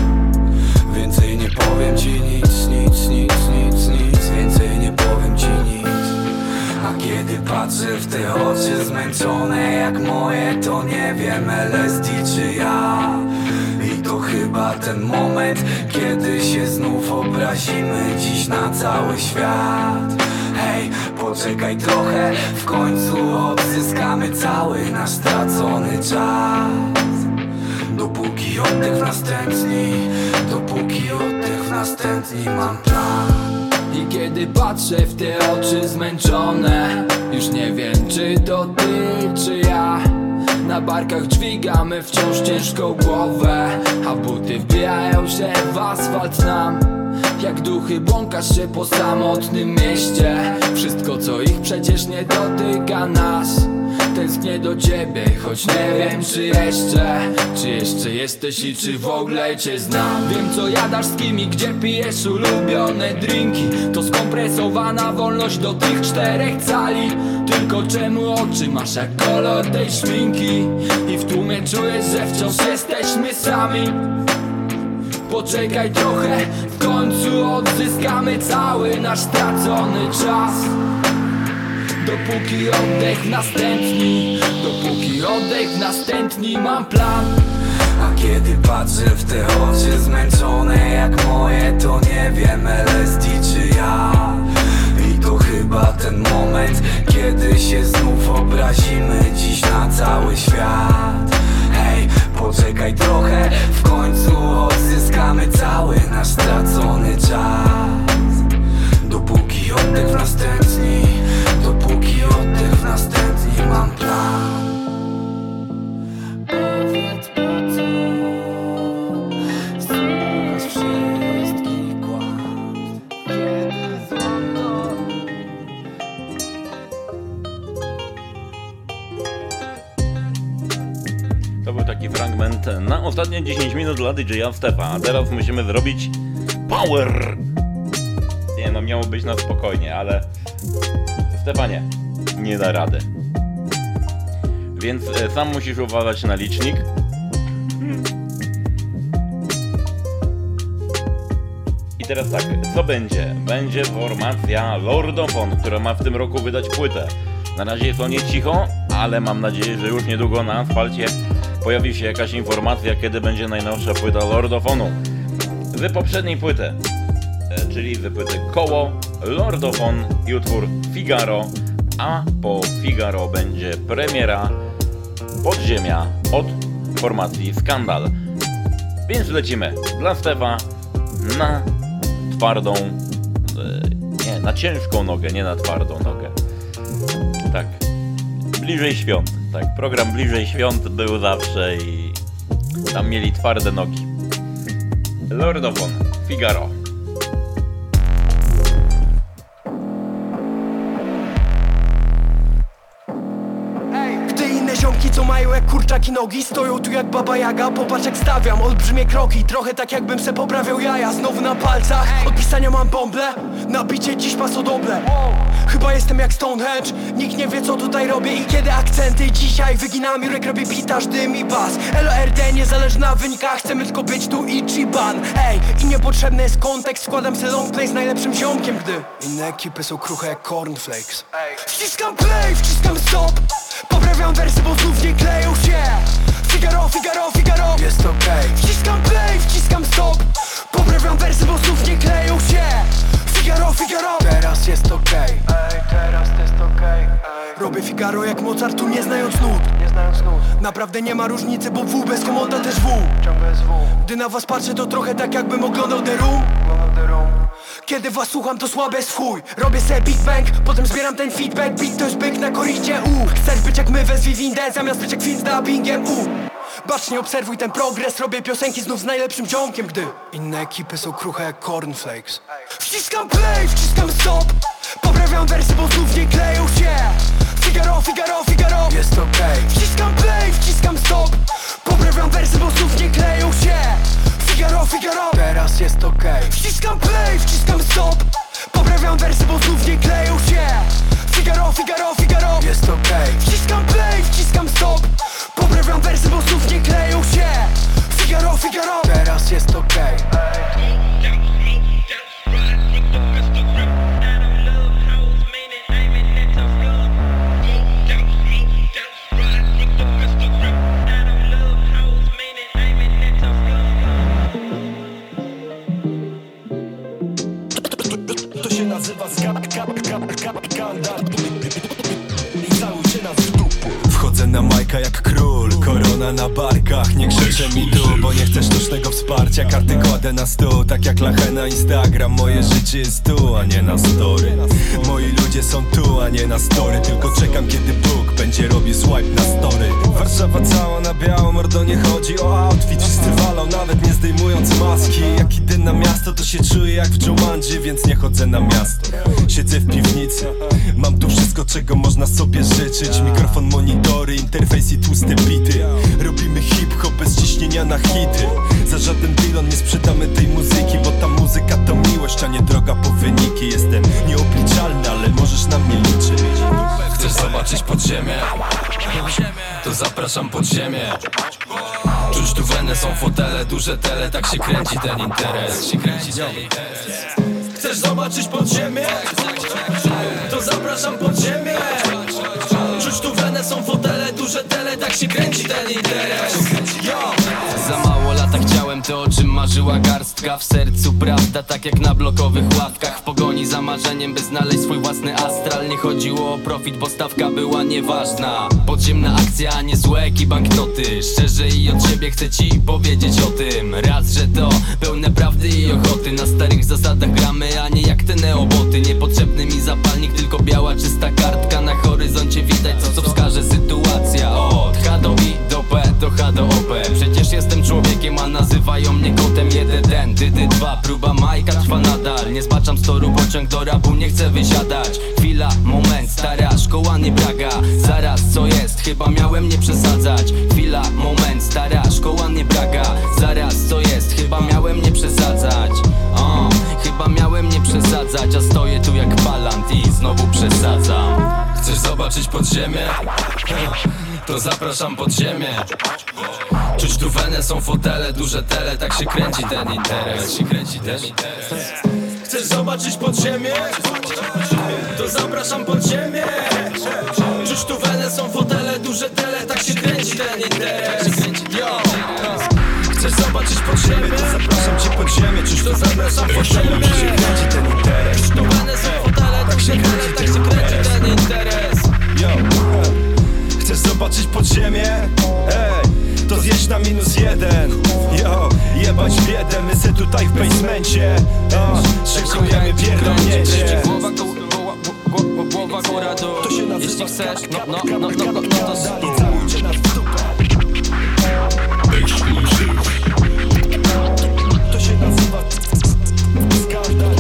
Więcej nie powiem ci nic, nic, nic, nic, nic. Więcej nie powiem ci nic. A kiedy patrzę w te oczy zmęczone jak moje, to nie wiem L S D czy ja. I to chyba ten moment, kiedy się znów obrazimy dziś na cały świat. Hej, poczekaj trochę, w końcu odzyskamy cały nasz stracony czas. Dopóki oddech w następni, dopóki oddech w następni mam plan. I kiedy patrzę w te oczy zmęczone, już nie wiem czy to ty czy ja. Na barkach dźwigamy wciąż ciężką głowę, a buty wbijają się w asfalt nam. Jak duchy błąkasz się po samotnym mieście. Wszystko co ich przecież nie dotyka nas. Tęsknię do ciebie, choć nie wiem czy jeszcze Czy jeszcze jesteś i czy w ogóle cię znam. Wiem co jadasz, z kim i gdzie pijesz ulubione drinki. To skompresowana wolność do tych czterech cali. Tylko czemu oczy masz jak kolor tej szminki? I w tłumie czujesz, że wciąż jesteśmy sami. Poczekaj trochę, w końcu odzyskamy cały nasz stracony czas. Dopóki oddech następni, dopóki oddech następni mam plan. A kiedy patrzę w te oczy zmęczone jak moje, to nie wiem L S D czy ja. I to chyba ten moment, kiedy się znów obrazimy dziś na cały świat. Hej, poczekaj trochę, w końcu odzyskamy cały nasz stracony czas. Dopóki oddech w następni, dopóki oddech w następni mam plan. Powiedz po co słuchasz wszystkich kłamstw, kiedy złamno. To był taki fragment na ostatnie dziesięć minut dla D J a Stefa. A teraz musimy zrobić power. Nie no, miało być na spokojnie, ale Stefanie, nie da rady. Więc e, sam musisz uważać na licznik. I teraz tak, co będzie? Będzie formacja Lordofon, która ma w tym roku wydać płytę. Na razie jest o nie cicho, ale mam nadzieję, że już niedługo na asfalcie pojawi się jakaś informacja, kiedy będzie najnowsza płyta Lordofonu. Z poprzedniej płyty, czyli z płyty Koło, Lordofon i utwór Figaro, a po Figaro będzie premiera Podziemia od formacji Skandal. Więc lecimy dla Stefa na twardą, nie, na ciężką nogę, nie na twardą nogę. Tak, bliżej świąt, tak, program Bliżej Świąt był zawsze i tam mieli twarde nogi. Lordofon, Figaro. Ziomki co mają jak kurczaki nogi, stoją tu jak baba Jaga. Popatrz jak stawiam olbrzymie kroki, trochę tak jakbym se poprawiał jaja. Znowu na palcach, od pisania mam bąble, na bicie dziś pasodoble. Chyba jestem jak Stonehenge, nikt nie wie co tutaj robię i kiedy akcenty. Dzisiaj wyginam jurek, robię pitaż, dym i bas. L O R D niezależny na wynikach, chcemy tylko być tu Ichiban. Ej, i niepotrzebny jest kontekst, składam se long play z najlepszym ziomkiem, gdy inne ekipy są kruche jak cornflakes. Wciskam play, wciskam stop, poprawiam wersy, bo znów nie kleją się. Figaro, Figaro, Figaro, jest okej. Okay. Wciskam play, wciskam stop, poprawiam wersy, bo znów nie kleją się. Figaro, Figaro, teraz jest okej. Okay. Ej, teraz jest okej. Okay. Robię Figaro jak Mozart, tu nie znając nut. Nie znając nut. Naprawdę nie ma różnicy, bo W bez komota też W. Ciągle jest W. Gdy na was patrzę, to trochę tak jakbym oglądał The Room. Oglądał The Room. Kiedy was słucham, to słabe jest w chuj. Robię sobie Big Bang, potem zbieram ten feedback. Beat to jest byk na koridzie, u. Chcesz być jak my, wezwij windę, zamiast być jak film z dubbingiem, u. Bacznie obserwuj ten progres. Robię piosenki znów z najlepszym ziomkiem, gdy inne ekipy są kruche jak cornflakes. Wciskam play, wciskam stop. Poprawiam wersy, bo znów nie kleją się. Figaro, Figaro, Figaro, jest okej okay. Wciskam play, wciskam stop. Poprawiam wersy, bo znów nie kleją się. Figaro, Figaro, teraz jest okej okay. Wciskam play, wciskam stop. Poprawiam wersy, bo znów nie kleją się. Figaro, Figaro, Figaro, jest okej okay. Wciskam play, wciskam stop. Poprawiam wersy, bo znów nie kleją się. Figaro, Figaro, teraz jest okej okay. To się nazywa skandal i całuj się nas w dupu. Wchodzę na majka jak król, korona na barkach. Nie krzyczę mi tu, bo nie chcę sztucznego wsparcia. Karty kładę na stół, tak jak lachę na Instagram. Moje życie jest tu, a nie na story. Moi ludzie są tu, a nie na story. Tylko czekam, kiedy Bóg będzie robił swipe na story. Warszawa cała na biało, mordo, nie chodzi o outfit. Wszyscy walą, nawet nie zdejmując maski. Jak idę na miasto, to się czuję jak w Jumanji, więc nie chodzę na miasto. Siedzę w piwnicy, mam tu wszystko, czego można sobie życzyć. Mikrofon, monitory, interfejs i tłuste bity. Robimy hip-hop bez ciśnienia na hity. Za żaden bilon nie sprzedamy tej muzyki, bo ta muzyka to miłość, a nie droga po wyniki. Jestem nieobliczalny, ale możesz na mnie liczyć. Chcesz zobaczyć podziemie? To zapraszam pod ziemię. Czuć tu wenę, są fotele, duże tele. Tak się kręci ten interes. Się kręci ten interes. Chcesz zobaczyć podziemie? To zapraszam pod ziemię. Czuć tu wenę, są fotele, duże tele. Tak się kręci ten interes. Yo! Za mało lata chciałem to, o czym marzyła garstka. W sercu prawda, tak jak na blokowych ławkach. W pogoni za marzeniem, by znaleźć swój własny astral. Nie chodziło o profit, bo stawka była nieważna. Podziemna akcja, a nie złeki banknoty. Szczerze i od siebie chcę ci powiedzieć o tym. Raz, że to pełne prawdy i ochoty. Na starych zasadach gramy, a nie jak te neoboty. Niepotrzebny mi zapalnik, tylko biała czysta kartka. Na horyzoncie widać co, co wskaże sytuacja. Od H do I do P do H do O P. Przecież jestem człowiekiem, a nazywają mnie kotem. Jeden, dy, dy, dwa, próba majka trwa nadal. Nie zbaczam z toru, pociąg do rapu nie chcę wysiadać. Chwila, moment, stara szkoła nie Praga. Zaraz, co jest? Chyba miałem nie przesadzać. Chwila, moment, stara szkoła nie Praga. Zaraz, co jest? Chyba miałem nie przesadzać. O, chyba miałem nie przesadzać. A stoję tu jak palant i znowu przesadzam. Chcesz zobaczyć podziemie? To zapraszam pod ziemię. Czuć tu wenę, są fotele, duże tele. Tak się kręci ten interes. Się kręci ten interes. Chcesz zobaczyć podziemie? To zapraszam pod ziemię. Czuć tu wenę, są fotele, duże tele. Tak się kręci ten interes. Yo! Chcesz zobaczyć podziemie? To zapraszam cię pod ziemię. Czuć tu zapraszam pod ziemię. Tak się kręci ten interes. Czuć tu wenę, są fotele, tak się kręci, tak się kręci ten interes. Yo! Chcesz zobaczyć podziemie? Ej! To zjedź na minus jeden. Yo, jebać biedę, my se tutaj w basemencie. O, szykujemy pierdolnięcie. Głowa, głowa, głowa, głowa, góra, dół. Jeśli chcesz, no, no, no, no, no, no to i całujcie nas w dupę. To się nazywa skandal.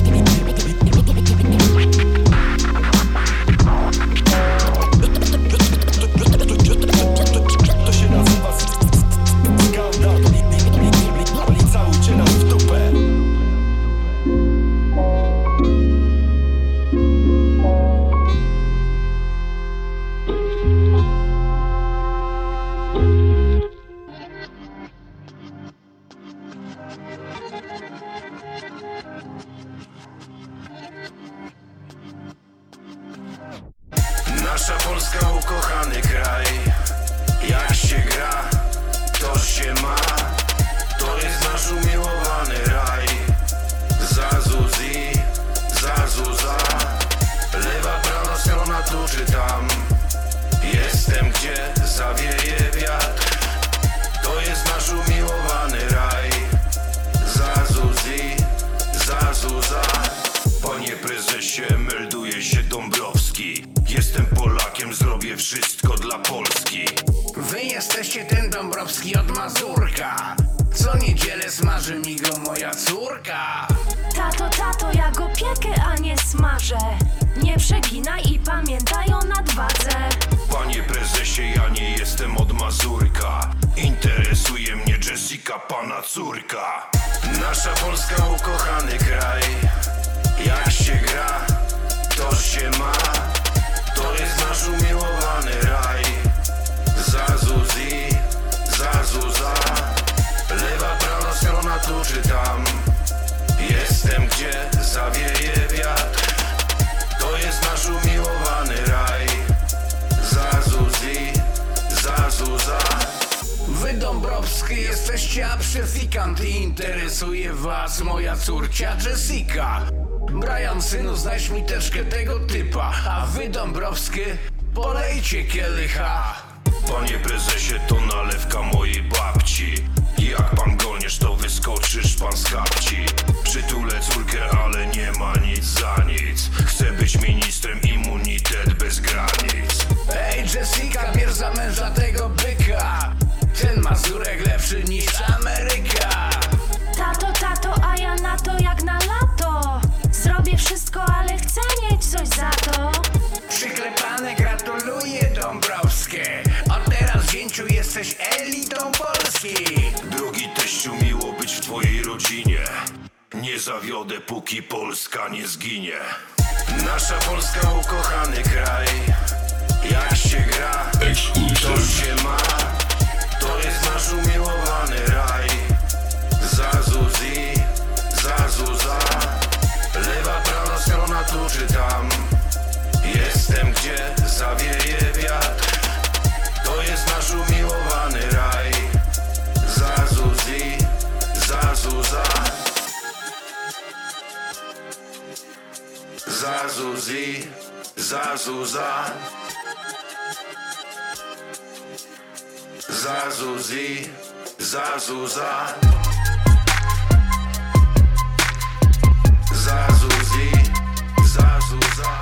To się nazywa skandal. I całujcie nas w dupę. Nasza Polska, ukochany kraj. Jak się gra, to się ma. To jest nasz umiłowany raj. Zazuzi, zazuza. Lewa, prawa strona, tu czy tam. Jestem gdzie zawieje wiatr. To jest nasz umiłowany raj. Zazuzi, zazuza. Panie prezesie, melduje się Dąbrowski. Jestem Polakiem, zrobię wszystko dla Polski. Wy jesteście ten Dąbrowski? taki od Mazurka. Co niedzielę smaży mi go moja córka. Tato, tato, ja go piekę, a nie smażę. Nie przeginaj i pamiętaj o nadwadze. Panie prezesie, ja nie jestem od Mazurka. Interesuje mnie Jessica, pana córka. Nasza Polska, ukochany kraj. Jak się gra, to się ma. To jest nasz umiłowany raj. Zazuzi, zazuza. Lewa, prawa strona, tu czy tam. Jestem gdzie zawieje wiatr. To jest nasz umiłowany raj. Zazuzi, zazuza. Wy Dąbrowski jesteście abszefikant i interesuje was moja córcia Jessica. Brian, synu, znajdź mi teczkę tego typa. A wy Dąbrowskie, polejcie kielicha. Panie prezesie, to nalewka mojej babci. Jak pan golniesz, to wyskoczysz pan z kapci. Przytulę córkę, ale nie ma nic za nic. Chcę być ministrem, immunitet bez granic. Ej Jessica, bierz za męża tego byka. Ten Mazurek lepszy niż Ameryka. Tato, tato, a ja na to jak na lato. Zrobię wszystko, ale chcę mieć coś za to. Przyklepane, gratuluję Dąbrowskie. Od teraz, zięciu, jesteś elitą Polski. Drogi teściu, miło być w twojej rodzinie. Nie zawiodę, póki Polska nie zginie. Nasza Polska, ukochany kraj. Jak się gra, to się ma. To jest nasz umiłowany raj. Zazuzi, zazuza. Lewa, prawa strona, tu czy tam. Jestem gdzie zawieje wiatr. To jest nasz umiłowany raj. Zazuzi, zazuza. Zazuzi, zazuza. Zazuzi, zazuza. Zazuzi, zazuza.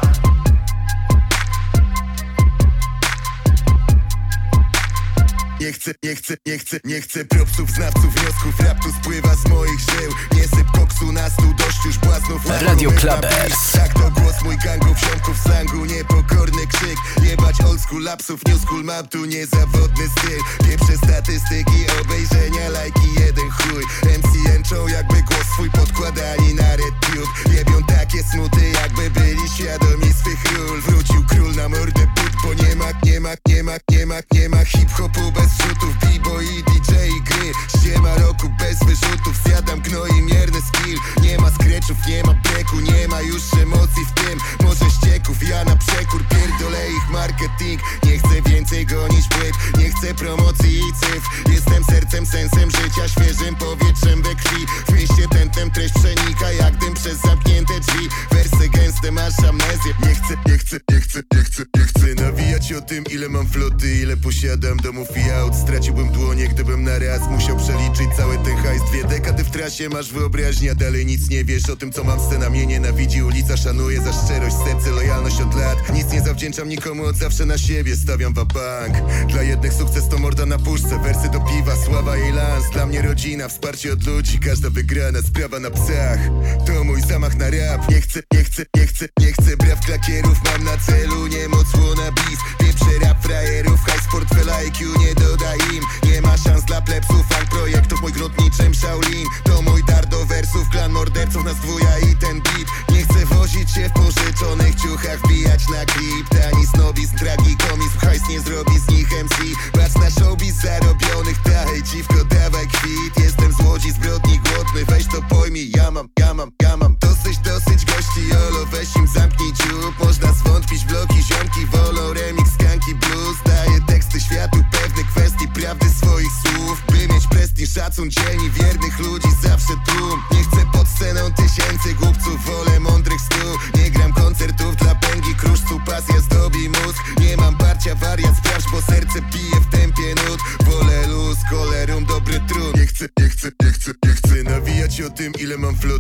Nie chcę, nie chcę, nie chcę, nie chcę propsów, znawców, wniosków, raptu spływa z moich żył. Nie syp koksu na stół, dość już błaznów. Radio Klabers. Tak to głos mój gangów, ziomków, slangu, niepokorny krzyk. Jebać old school, lapsów, new school, mam tu niezawodny styl. Pieprze statystyki, obejrzenia, lajki, jeden chuj. M C jęczą jakby głos swój podkładani na red tube. Jebią takie smuty, jakby byli świadomi swych ról. Wrócił król na mordę but, bo nie ma, nie ma, nie ma, nie ma, nie ma hip-hopu bez wrzutów, b-boy i D J i gry. Ściema roku bez wyrzutów, zjadam gnoi, mierny skill. Nie ma skreczów, nie ma breku, nie ma już emocji w tym. Może ścieków, ja na przekór pierdolę ich marketing. Nie chcę więcej gonić płyt, nie chcę promocji i cyfr. Jestem sercem, sensem życia, świeżym powietrzem we krwi. W mieście tętnem treść przenika jak dym przez zamknięte drzwi. Wersy gęste, masz amnezję. Nie chcę, nie chcę, nie chcę, nie chcę, nie chcę nawijać o tym, ile mam floty, ile posiadam domów i aut. Straciłbym dłonie, gdybym na raz musiał przeliczyć cały ten hajs. Dwie dekady w trasie, masz wyobraźnia, dalej nic nie wiesz o tym, co mam. Scena mnie nienawidzi, ulica szanuje za szczerość, serce, lojalność od lat. Nic nie zawdzięczam nikomu, od zawsze na siebie stawiam wa-bank. Dla jednych sukces to morda na puszce, wersy do piwa, sława i lans. Dla mnie rodzina, wsparcie od ludzi, każda wygrana sprawa na psach. To mój zamach na rap. Nie chcę, nie chcę, nie chcę, nie chcę braw klakierów, mam na celu niemoc łona bis. Pieprze rap frajerów, high sport portfela I Q nie doda im. Nie ma szans dla plebsów, fan projektów, mój gród niczym Shaolin. To mój dar do wersów, klan morderców, nas dwuja i ten beat. Nie chcę wozić się w pożyczonych ciuchach, wbijać na klip. Tani snobizm, tragikomizm, hajs nie zrobi z nich M C. Patrz na showbiz zarobionych, daj dziwko, dawaj kwit. Jestem z Łodzi, zbrodni głodny, weź to pojmij. Ja mam, ja mam, ja mam dosyć, dosyć gości, jolo, weź im zamknij dziób. Można zwątpić, bloki, ziomki wolą remix, skanki, blues. Daję teksty światu pewnych kwestii, prawdy swoich słów. By mieć prestiż, szacun, dzielni, wiernych ludzi, zawsze tłum. Nie chcę pod sceną tysięcy głupców, wolę mądrych stu. Nie gram koncertów dla pęgi, kruszcu, pasja zdobi mózg. Nie mam parcia, wariat, sprawdź, bo serce bije w tempie nut. Wolę luz, kolerum, dobry trud. Nie chcę, nie chcę, nie chcę, nie chcę nawijać o tym, ile mam floty, ile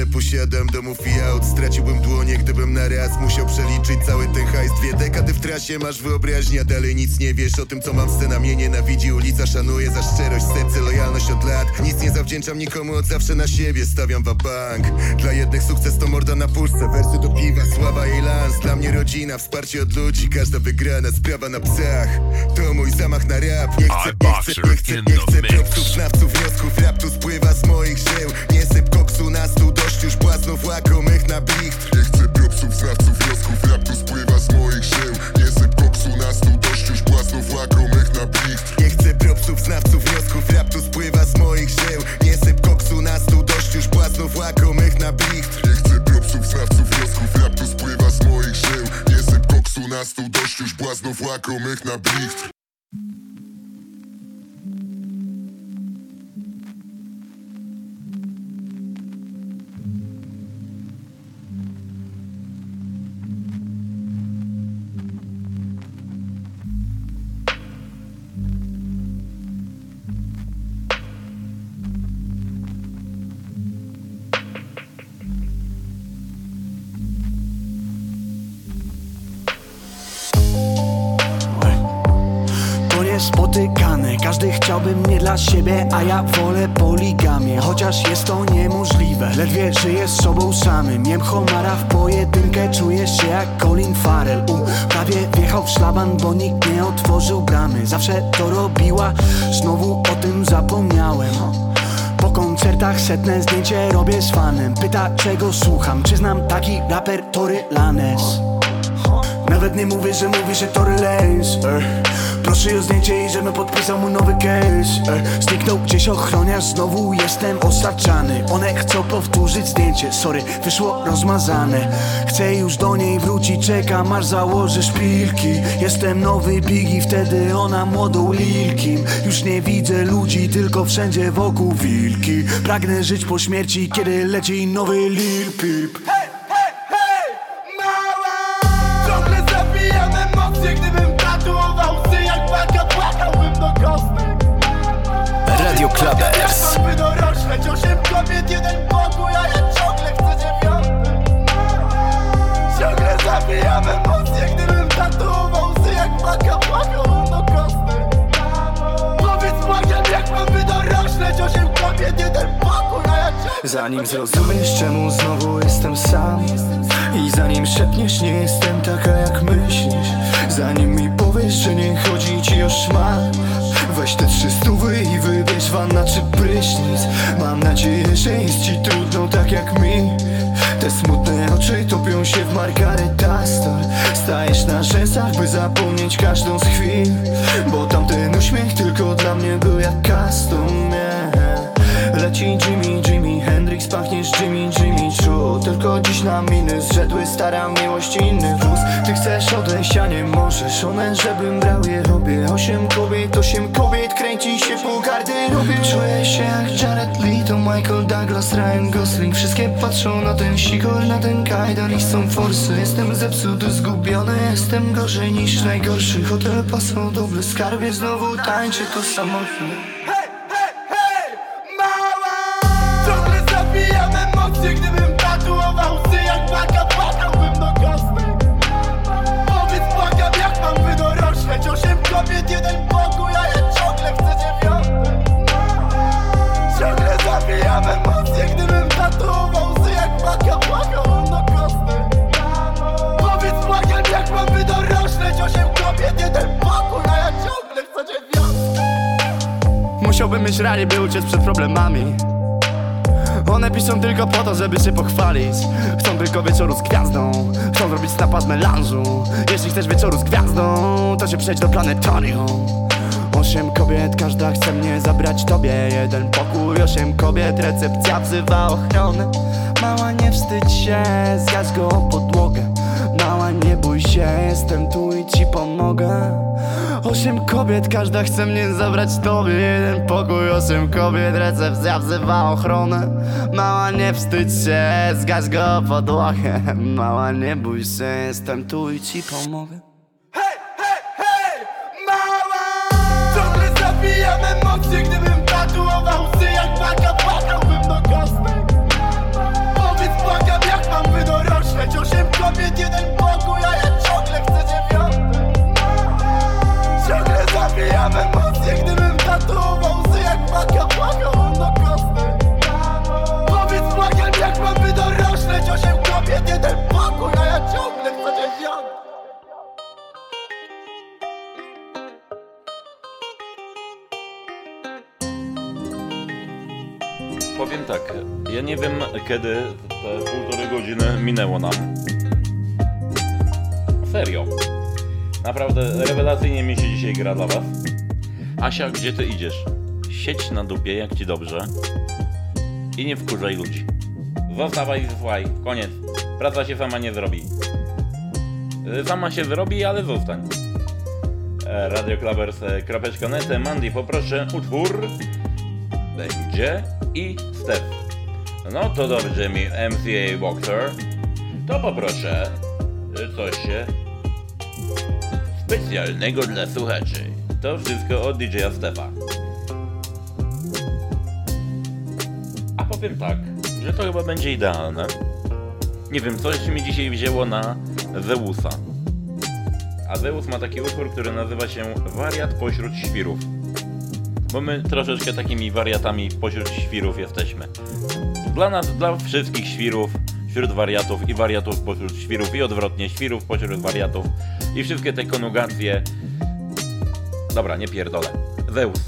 posiadam domów i aut. Straciłbym dłonie, gdybym na raz musiał przeliczyć cały ten hajs. Dwie dekady w trasie, masz wyobraźnia, dalej nic nie wiesz o tym, co mam. Scena mnie nienawidzi, ulica szanuje za szczerość, serce, lojalność od lat. Nic nie zawdzięczam nikomu, od zawsze na siebie stawiam wa-bank. Dla jednych sukces to morda na puszce, wersy do piwa, sława i lans. Dla mnie rodzina, wsparcie od ludzi, każda wygrana sprawa na psach. To mój zamach na rap. Nie chcę, nie chcę, nie chcę, nie chcę propsów, znawców, wniosków. Rap tu spływa z moich żył. Nie syp koksu na stół, dość już błaznów łakomych na blicht. Nie chcę propsów, znawców, wniosków. Rap tu spływa z moich żył. Nie syp koksu na stół, dość już błaznów łakomych na blicht. Nie chcę propsów, znawców, wniosków. Rap tu spływa z moich żył. Nie syp koksu na stół, dość już błaznów łakomych na blicht. Nie chcę propsów, znawców, wniosków. Rap tu spływa z moich żył. Nie syp koksu na stół, dość już błaznów łakomych na blicht. Spotykane, każdy chciałby mnie dla siebie, a ja wolę poligamię. Chociaż jest to niemożliwe, ledwie żyję z sobą samym. Jem homara w pojedynkę, czujesz się jak Colin Farrell. U, prawie wjechał w szlaban, bo nikt nie otworzył bramy. Zawsze to robiła, znowu o tym zapomniałem. Po koncertach setne zdjęcie robię z fanem. Pyta czego słucham, czy znam taki raper Tory Lanez. Nawet nie mówię, że mówi, że Tory Lanez. Proszę o zdjęcie i żebym podpisał mu nowy case. e, Zniknął gdzieś ochroniarz, znowu jestem osaczany. One chcą powtórzyć zdjęcie, sorry, wyszło rozmazane. Chcę już do niej wrócić, czekam aż założę szpilki. Jestem nowy Biggie, wtedy ona młodą Lil Kim. Już nie widzę ludzi, tylko wszędzie wokół wilki. Pragnę żyć po śmierci, kiedy leci nowy Lil Peep. Hej, hej, hej, mała! Ciągle zabijam emocje, gdybym tatuował łzy jak baka, płakałbym do kostek. Radio Klubers. Jak by dorośleć, osiem kobiet, jeden pokój, a ja ciągle chcę dziewiąty. Ciągle zabijam emocje, gdybym tatuował łzy jak baka, płakałbym do kostek. Powiedz, błagam, jak mam by dorośleć, osiem kobiet, jeden pokój, a ja ciągle... Zanim zrozumiesz, czemu znowu jestem sam, i zanim szepniesz, nie jestem taka jak myślisz, zanim mi powiesz, że nie chodzi ci o szmat, weź te trzy stówy i wybierz wanna czy prysznic. Mam nadzieję, że jest ci trudno tak jak mi. Te smutne oczy topią się w Margaret Astor. Stajesz na rzęsach, by zapomnieć każdą z chwil, bo tamten uśmiech tylko dla mnie był jak custom, yeah. Leci Jimmy, Jimi Hendrix, pachniesz Jimmy, Jimmy Choo. Tylko dziś na miny zrzedły stara miłość i inny wóz. Ty chcesz odejść, a nie możesz. One, żebym brał je robię. Osiem kobiet, osiem kobiet, kręci się po garderobie. Czuję się jak Jared Leto, Michael Douglas, Ryan Gosling. Wszystkie patrzą na ten sikor, na ten kajdan i są forsy. Jestem zepsuty, zgubiony, jestem gorzej niż najgorszy. Hotel Paso, doble skarbie, znowu tańczy to samotnie. Zabijam emocje, gdybym tatuował łzy jak baka, płakałbym do kostek. Powiedz, błagam, jak mam by dorośleć, osiem kobiet, jeden pokój, a ja ciągle chcę dziewiąty. Ciągle zabijam emocje, gdybym tatuował łzy jak baka, płakałbym do kostek. Powiedz, błagam, jak mam by dorośleć, osiem kobiet, jeden pokój, a ja ciągle chcę dziewiąty. Musiałbym mieć ranie, by uciec przed problemami. One piszą tylko po to, żeby się pochwalić. Chcą tylko wieczoru z gwiazdą, chcą zrobić snapa z melanżu. Jeśli chcesz wieczoru z gwiazdą, to się przejdź do planetarium. Osiem kobiet, każda chce mnie zabrać tobie. Jeden pokój, osiem kobiet, recepcja wzywa ochronę. Mała, nie wstydź się, zgaś go o podłogę. Mała, nie bój się, jestem tu i ci pomogę. Osiem kobiet, każda chce mnie zabrać tobie. Jeden pokój, osiem kobiet, recepcja wzywa ochronę. Mała, nie wstydź się, zgaś go o podłogę. Mała, nie bój się, jestem tu i ci pomogę. Hej, hej, hej, mała! Ciągle zabijam emocje, gdybym tatuował łzy jak baka, płakałbym do kostek. Powiedz, powiem tak, ja nie wiem kiedy te półtorej godziny minęło nam. Serio. Naprawdę rewelacyjnie mi się dzisiaj gra dla was. Asia, gdzie ty idziesz? Siedź na dupie, jak ci dobrze. I nie wkurzaj ludzi. Zostawaj, słuchaj, koniec. Praca się sama nie zrobi. Sama się zrobi, ale zostań. radio klabers kropka net. Mandy, poproszę utwór. Będzie i Steph. No to dobrze mi, M C A Boxer. To poproszę coś specjalnego dla słuchaczy. To wszystko od D J-a Stefa. A powiem tak, że to chyba będzie idealne. Nie wiem, coś mi dzisiaj wzięło na Zeusa. A Zeus ma taki utwór, który nazywa się Wariat pośród świrów. Bo my troszeczkę takimi wariatami pośród świrów jesteśmy. Dla nas, dla wszystkich świrów, wśród wariatów i wariatów pośród świrów i odwrotnie, świrów pośród wariatów i wszystkie te konugacje. Dobra, nie pierdolę. Zeus.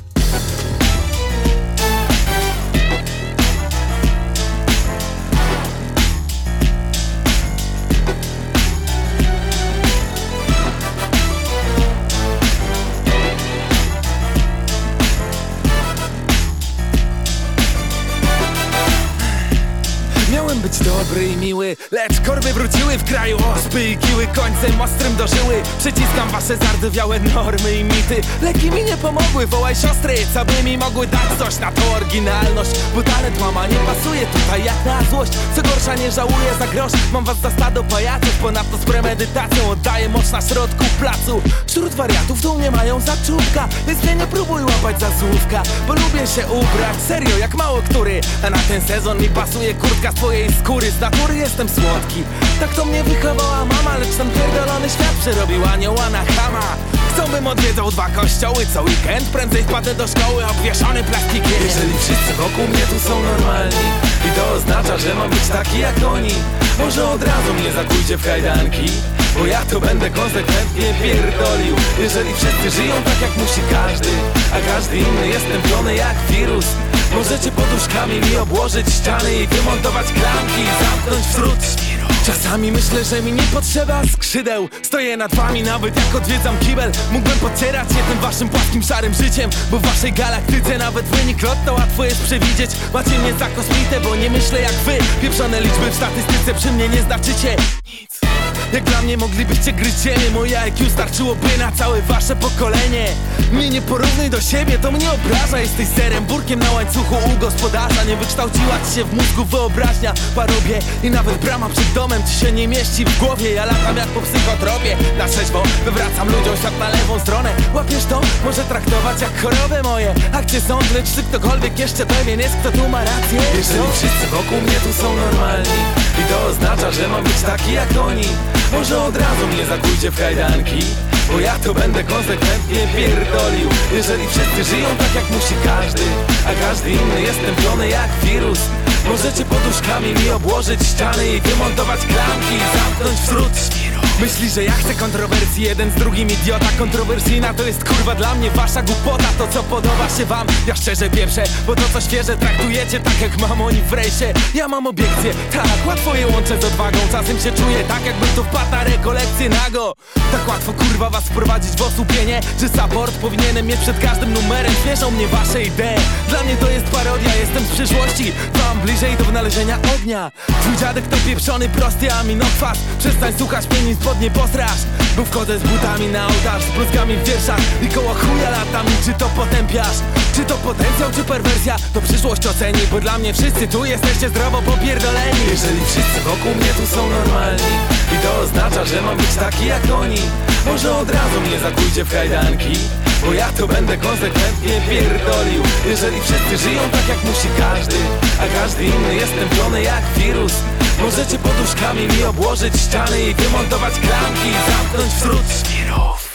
Być dobry i miły, lecz korby wróciły w kraju ospy i kiły końcem ostrym dożyły. Przyciskam wasze zardzewiałe normy i mity. Leki mi nie pomogły, wołaj siostry, co by mi mogły dać coś na tą oryginalność. Bo talent mama nie pasuje tutaj jak na złość. Co gorsza nie żałuję za grosz, mam was za stado pajaców. Ponadto z premedytacją oddaję moc na środku placu. Wśród wariatów tu mnie mają za czubka, więc mnie nie próbuj łapać za słówka. Bo lubię się ubrać, serio jak mało który. A na ten sezon mi pasuje kurtka z twojej skóry, z natury jestem słodki. Tak to mnie wychowała mama, lecz ten pierdolony świat przerobił anioła na chama. Chcą bym odwiedzał dwa kościoły co weekend, prędzej wpadę do szkoły obwieszony plastikiem. Jeżeli wszyscy wokół mnie tu są normalni i to oznacza, że mam być taki jak oni, może od razu mnie zakujcie w kajdanki, bo ja to będę konsekwentnie pierdolił. Jeżeli wszyscy żyją tak jak musi każdy, a każdy inny jest tępiony jak wirus, możecie poduszkami mi obłożyć ściany i wymontować klamki i zamknąć wśród świrów. Czasami myślę, że mi nie potrzeba skrzydeł. Stoję nad wami nawet jak odwiedzam kibel. Mógłbym podcierać się tym waszym płaskim szarym życiem, bo w waszej galaktyce nawet wynik lotto łatwo jest przewidzieć. Macie mnie za kosmitę, bo nie myślę jak wy. Pieprzone liczby w statystyce przy mnie nie znaczycie nic. Jak dla mnie moglibyście gryźć ziemię, moje I Q starczyłoby na całe wasze pokolenie. Mnie nie porównuj do siebie, to mnie obraża. Jesteś serem, burkiem na łańcuchu u gospodarza. Nie wykształciła ci się w mózgu wyobraźnia. Parobie i nawet brama przed domem ci się nie mieści w głowie. Ja latam jak po psychotropie, na trzeźwo wywracam ludziom świat na lewą stronę. Łapiesz to? Może traktować jak choroby moje akcje sąd, lecz czy ktokolwiek jeszcze pewien jest, kto tu ma rację? Jeżeli wszyscy wokół mnie tu są normalni i to oznacza, że mam być taki jak oni, może od razu mnie zakujcie w kajdanki, bo ja to będę konsekwentnie pierdolił. Jeżeli wszyscy żyją tak jak musi każdy, a każdy inny jest tępiony jak wirus, możecie poduszkami mi obłożyć ściany i wymontować klamki i zamknąć wśród świrów. Myśli, że ja chcę kontrowersji, jeden z drugim idiota. Kontrowersyjna to jest kurwa dla mnie wasza głupota. To co podoba się wam, ja szczerze pieprzę, bo to co świeże traktujecie tak jak mam oni w rejsie. Ja mam obiekcje, tak, łatwo je łączę z odwagą. Czasem się czuję tak jakbym tu wpadł na rekolekcję nago. Tak łatwo kurwa was wprowadzić w osłupienie, że support powinienem mieć przed każdym numerem. Śmieszą mnie wasze idee, dla mnie to jest parodia. Jestem z przyszłości, wam bliżej do wynalezienia ognia. Twój dziadek to pieprzony prosty aminokwas. Przestań słuchać mnie, nim spodnie posraż. Bo wchodzę z butami na ołtarz, z bluzkami w wierszach i koło chuja latam. I czy to potępiasz? Czy to potencjał, czy perwersja? To przyszłość oceni, bo dla mnie wszyscy tu jesteście zdrowo popierdoleni. Jeżeli wszyscy wokół mnie tu są normalni i to oznacza, że mam być taki jak oni, może od razu mnie zakujcie w kajdanki, bo ja to będę konsekwentnie pierdolił. Jeżeli wszyscy żyją tak jak musi każdy, a każdy inny jest tępiony jak wirus, możecie poduszkami mi obłożyć ściany i wymontować klamki i zamknąć wśród świrów.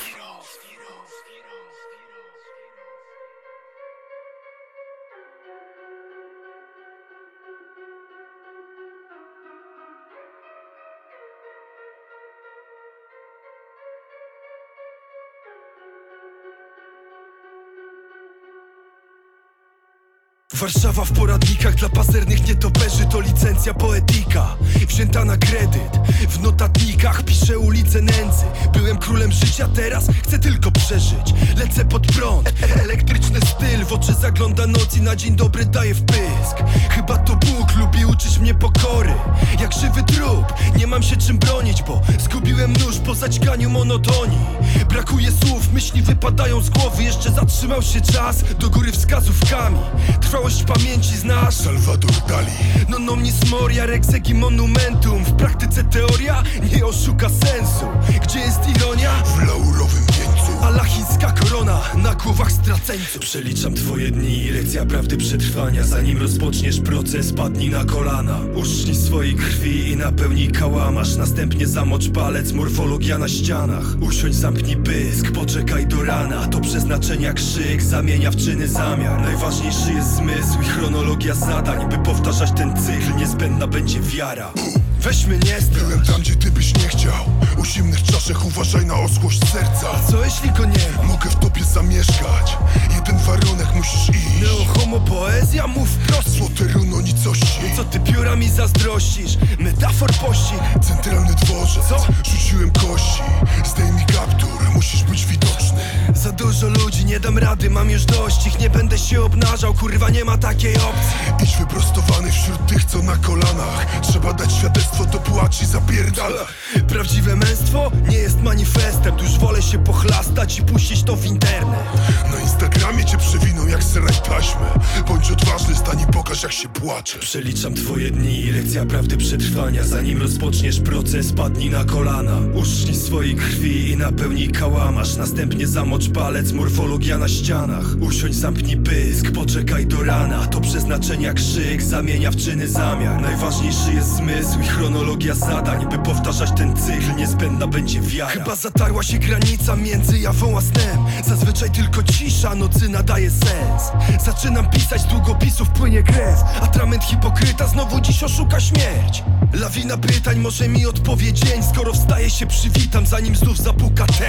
Warszawa w poradnikach dla pazernych nietoperzy to licencja poetyka, wzięta na kredyt. W notatnikach piszę ulice nędzy. Byłem królem życia, teraz chcę tylko przeżyć. Lecę pod prąd, elektryczny styl. W oczy zagląda noc i na dzień dobry daje wpysk. Chyba to Bóg lubi uczyć mnie pokory. Jak żywy trup, nie mam się czym bronić, bo zgubiłem nóż po zaćganiu monotonii. Brakuje słów, myśli wypadają z głowy. Jeszcze zatrzymał się czas, do góry wskazówkami. Trwałość pamięci znasz? Salvador Dali. No no mnie smoria, reksegi monumentum. W praktyce teoria nie oszuka sensu. Gdzie jest ironia? W laurowym wieńcu. Ala chińska korona na głowach straceńców. Przeliczam twoje dni, lekcja prawdy przetrwania. Zanim rozpoczniesz proces, padnij na kolana. Uszcznij swojej krwi i napełnij kałamarz. Następnie zamocz palec, morfologia na ścianach. Usiądź, zamknij pysk, poczekaj do rana. To przeznaczenia krzyk zamienia w czyny zamiar. Najważniejszy jest zmysł i chronologia zadań. By powtarzać ten cykl, niezbędna będzie wiara. Weź mnie nie strasz. Byłem tam, gdzie ty byś nie chciał. U zimnych czaszek uważaj na oschłość serca. A co jeśli go nie ma? Mogę w tobie zamieszkać. Jeden warunek, musisz iść. Neo homo poezja, mów wprost. Złote runo nicości. Co ty pióra mi zazdrościsz? Metafor pościg. Centralny dworzec. Co? Rzuciłem kości. Zdejmij kaptur, musisz być widoczny. Za dużo ludzi, nie dam rady, mam już dość ich. Nie będę się obnażał, kurwa nie ma takiej opcji. Idź wyprostowany wśród tych, co na kolanach. Trzeba dać świadectwo do płaczy i zapierdala. Prawdziwe męstwo nie jest manifestem. Już wolę się pochlastać i puścić to w internet. Na Instagramie cię przewiną jak seraj taśmę. Bądź odważny, stań i pokaż jak się płacze. Przeliczam twoje dni, lekcja prawdy przetrwania. Zanim rozpoczniesz proces, padnij na kolana. Uszcznij swojej krwi i napełnij kałamarz. Następnie zamocz palec, morfologia na ścianach. Usiądź, zamknij pysk, poczekaj do rana. To przeznaczenia krzyk zamienia w czyny zamiar. Najważniejszy jest zmysł i chronologia zadań. By powtarzać ten cykl, niezbędna będzie wiara. Chyba zatarła się granica między jawą a snem. Zazwyczaj tylko cisza nocy nadaje sens. Zaczynam pisać, z długopisów płynie krew. Atrament hipokryta znowu dziś oszuka śmierć. Lawina pytań może mi odpowie dzień. Skoro wstaję się przywitam, zanim znów zapuka ten.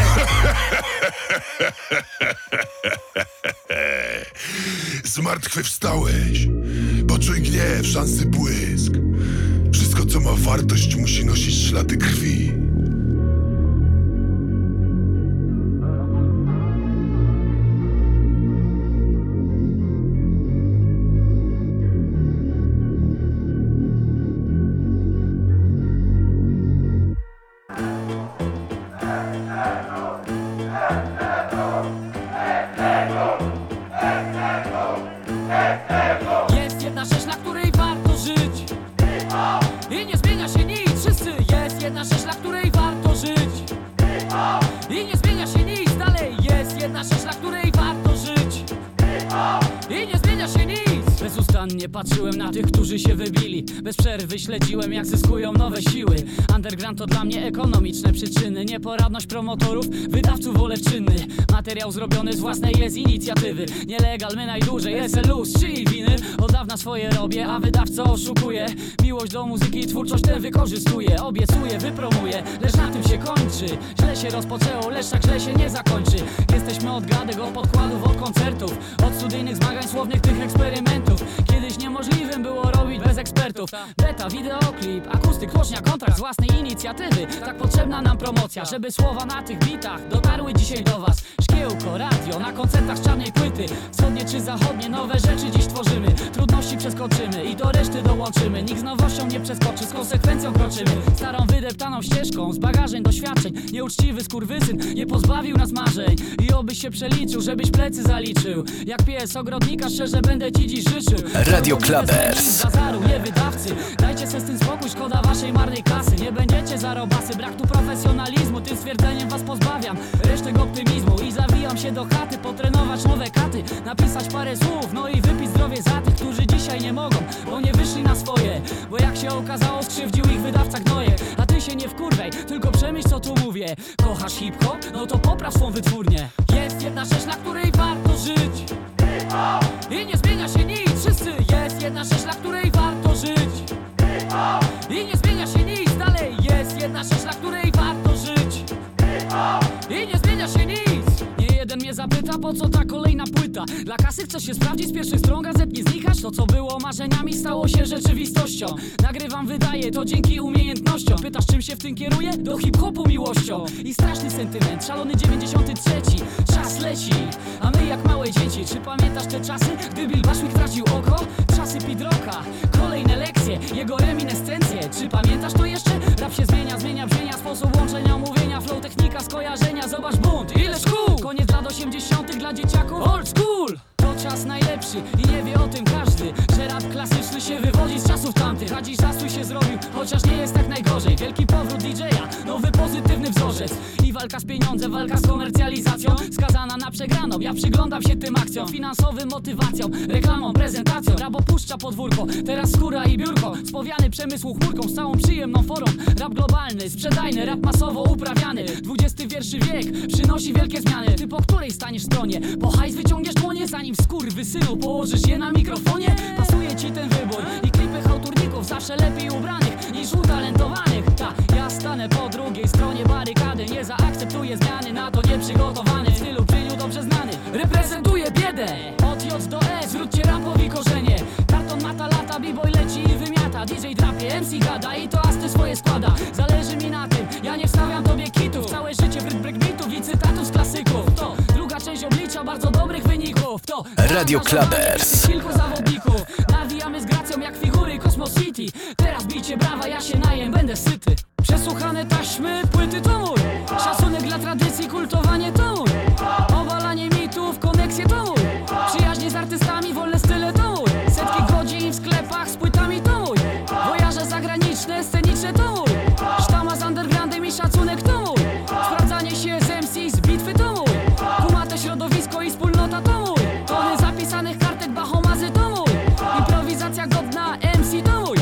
Zmartwychwstałeś. Poczuj gniew, szansy błysk. Wszystko co ma wartość musi nosić ślady krwi. Jest jedna rzecz, na której warto żyć i nie zmienia się nic. Wszyscy jest jedna rzecz, na której warto żyć i nie zmienia się nic. Dalej jest jedna rzecz, na której warto żyć i nie zmienia się nic. Bezustannie patrzyłem na tych, którzy się wybili. Bez przerwy śledziłem, jak zyskują nowe siły. Underground to dla mnie ekonomiczne przyczyny. Nieporadność promotorów, wydawców wolę czynny. Materiał zrobiony z własnej jest inicjatywy. Nielegal, my najdłużej, S L U z czyjej winy? Od dawna swoje robię, a wydawca oszukuje. Miłość do muzyki i twórczość tę wykorzystuje. Obiecuję, wypromuję, lecz na tym się kończy. Źle się rozpoczęło, lecz tak źle się nie zakończy. Jesteśmy od gadek, od podkładów, od koncertów, od studyjnych zmagań słownych, tych eksperymentów. Kiedyś niemożliwym było robić bez ekspertów. Beta, wideoklip, akustyk, tłocznia, kontrakt z własnej inicjatywy. Tak potrzebna nam promocja, żeby słowa na tych bitach dotarły dzisiaj do was. Szkiełko, radio, na koncertach z czarnej płyty. Wschodnie czy zachodnie, nowe rzeczy dziś tworzymy. Trudności przeskoczymy i do reszty dołączymy. Nikt z nowością nie przeskoczy, z konsekwencją kroczymy. Starą wydeptaną ścieżką, z bagażem doświadczeń. Nieuczciwy skurwysyn nie pozbawił nas marzeń. I obyś się przeliczył, żebyś plecy zaliczył. Jak pies ogrodnika, szczerze będę ci dziś życzył. Radio Klubers. Bazaru, nie wydawcy. Dajcie se z tym spokój, szkoda waszej marnej kasy. Nie będziecie zarobasy, brak tu profesjonalizmu. Tym stwierdzeniem was pozbawiam resztek optymizmu. I zawijam się do chaty, potrenować nowe katy. Napisać parę słów, no i wypić zdrowie za tych, którzy dzisiaj nie mogą, bo nie wyszli na swoje. Bo jak się okazało, skrzywdził ich wydawca gnoje. A ty się nie wkurwej, tylko przemyśl co tu mówię. Kochasz hip-hop? No to popraw swą wytwórnię. Jest jedna rzecz, na której warto żyć i nie zmienia się nic. Wszyscy jest jedna rzecz, na której warto żyć i nie zmienia się nic. Dalej jest jedna rzecz, na której warto żyć i nie zmienia się nic. Nie jeden mnie zapyta, po co ta kolejna płyta. buta. Dla kasy chcesz się sprawdzić z pierwszych stron gazet, nie znikasz. To co było marzeniami stało się rzeczywistością. Nagrywam, wydaję to dzięki umiejętnościom. Pytasz czym się w tym kieruję? Do hip-hopu miłością. I straszny sentyment, szalony dziewięćdziesiąty trzeci. Czas leci, a my jak małe dzieci. Czy pamiętasz te czasy, gdy Bill Bashwick tracił oko? Czasy Pidrocka, kolejne lekcje, jego reminiscencje. Czy pamiętasz to jeszcze? Rap się zmienia, zmienia brzmienia, sposób łączenia, mówienia, flow, technika, skojarzenia. Zobacz bunt, ile szkół! Koniec lat osiemdziesiątych dla dzieciaków, old school! To czas najlepszy i nie wie o tym każdy, że rap klasyczny się wywodzi z czasów tamtych. A dziś zastój się zrobił, chociaż nie jest tak najgorzej. Wielki powrót D J-a, nowy pozytywny wzorzec. I walka z pieniądzem, walka z komercjalizacją, skazana na przegraną. Ja przyglądam się tym akcjom, finansowym motywacją, reklamą, prezentacją. Rap opuszcza podwórko, teraz skóra i biurko. Spowiany przemysłu chmurką, z całą przyjemną forą. Rap globalny, sprzedajny, rap masowo uprawiany. dwudziesty pierwszy wiek przynosi wielkie zmiany. Ty po której staniesz stronie? Po hajs wyciągniesz dłonie, zanim skurwysynu położysz je na mikrofonie? Pasuje ci ten wybór i klipy chałturników, zawsze lepiej ubranych niż utalentowanych. Ta, ja stanę po drugiej stronie barykady, nie zaakceptuję zmiany, na to nieprzygotowany. W stylu czyniu dobrze znany, reprezentuję biedę. Od J do E, zwróćcie rapowi korzenie. Karton mata lata, b-boy leci i wymiata. D J drapie, M C gada i to asty swoje składa. Zależy mi na tym, ja nie wstawiam tobie kitów. Całe życie w breakbeatów i cytatów z klasyków. To druga część oblicza bardzo dobrych wyników. To Radio Clubbers. Kilku zawodników, nawijamy z gracją jak figury Cosmos City. Teraz bijcie brawa, ja się najem, będę syty. Przesłuchane taśmy, płyty to mój. Szacunek dla tradycji, kultowanie to mój. Obalanie mitów, koneksje to mój. Przyjaźnie z artystami, wolne style to mój. Setki godzin w sklepach z płytami to mój. Wojaże zagraniczne, sceniczne to mój. Sztama z undergroundem i szacunek to mój. Sprawdzanie się z M C z bitwy to mój. Kumate środowisko i wspólnota to mój. Tony zapisanych kartek, bahomazy to mój. Improwizacja godna M C to mój.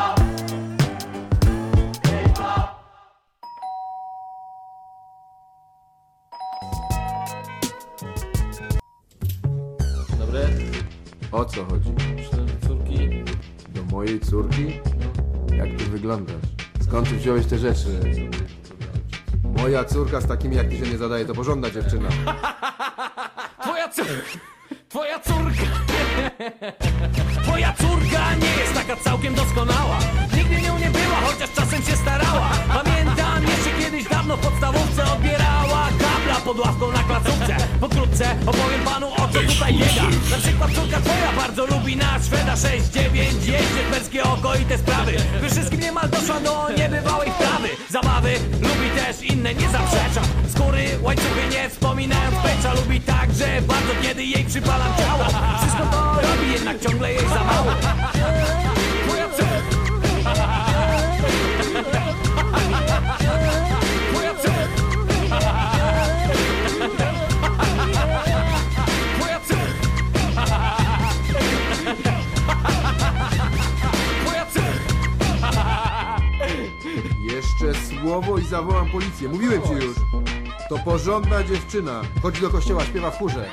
Dobre? O co chodzi? Córki? Do mojej córki? Jak ty wyglądasz? Skąd ty wziąłeś te rzeczy? Moja córka z takimi jak ty się nie zadaje, to porządna dziewczyna. Twoja córka, twoja córka, twoja córka nie jest taka całkiem doskonała. Nigdy nią nie była, chociaż czasem się starała. Pamiętam jeszcze kiedyś dawno w podstawówce odbierała kabla pod ławką na placówce. Pokrótce opowiem panu o co tutaj biega. Na przykład córka twoja bardzo lubi na Szweda sześć dziewięć, jeździ perskie oko i te sprawy. We wszystkim niemal doszła do niebywałej wprawy. Zabawy lubi też inne, nie zaprzecza. Skóry, łańcuchy nie wspominając pecza. Lubi także bardzo kiedy jej przypalam ciało. Wszystko to robi, jednak ciągle jej za mało. Moja córka, moja córka, moja córka, moja córka. Jeszcze słowo i zawołam policję. Mówiłem ci już. To porządna dziewczyna. Chodzi do kościoła, śpiewa w chórze.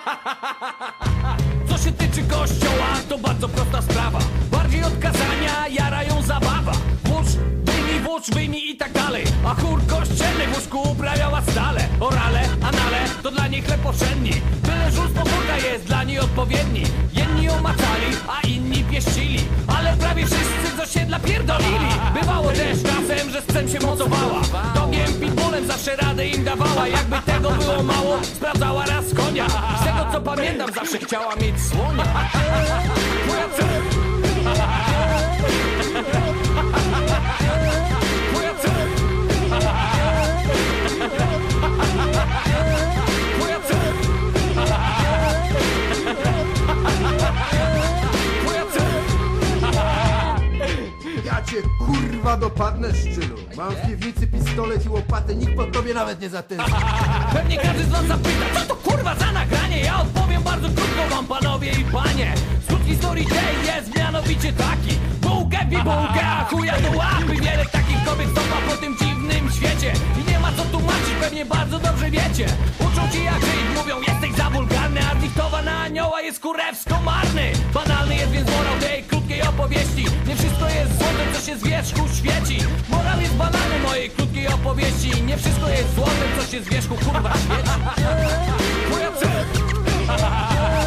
Co się tyczy kościoła, to bardzo prosta sprawa. Bardziej od kazania jara ją zabawa. Włócz, wyjmij, włócz, wyjmij i tak dalej. A chór kościelny w łóżku uprawiała stale. Orale, anale, to dla niej chleb powszedni. Byle żul z podwórka jest dla niej odpowiedni. Jedni ją macali, a inni pieścili. Ale prawie wszyscy z osiedla pierdolili. Bywało też czasem, że z psem się mocowała. Dogiem, pitbullem zawsze radę im dawała. Jakby tego było mało, sprawdzała raz konia. Z tego co pamiętam, zawsze chciała mieć słonia. Moja córka, moja córka, moja córka, moja córka. Ja cię kurwa dopadnę, szczylu. Mam w piwnicy pistolet i łopatę, nikt po tobie nawet nie zatęskni. Pewnie każdy z was zapyta, co to kurwa za nagranie? Ja odpowiem bardzo krótko wam, panowie i panie. Skrót historii tej jest mianowicie taki. Bułkę, bibułkę, a chuja do łapy. Wiele takich kobiet stopa po tym dziwnym świecie. I nie ma co tłumaczyć, pewnie bardzo dobrze wiecie. Uczą ci jak żyć, mówią jesteś za wulgarny. A dyktowa na anioła jest kurewsko marny. Banalny jest więc morał tej krótkiej opowieści. Nie wszystko jest złotem, co się z wierzchu świeci. Morał jest banalny mojej krótkiej opowieści. Nie wszystko jest złotem, co się z wierzchu kurwa świeci. Moja córka,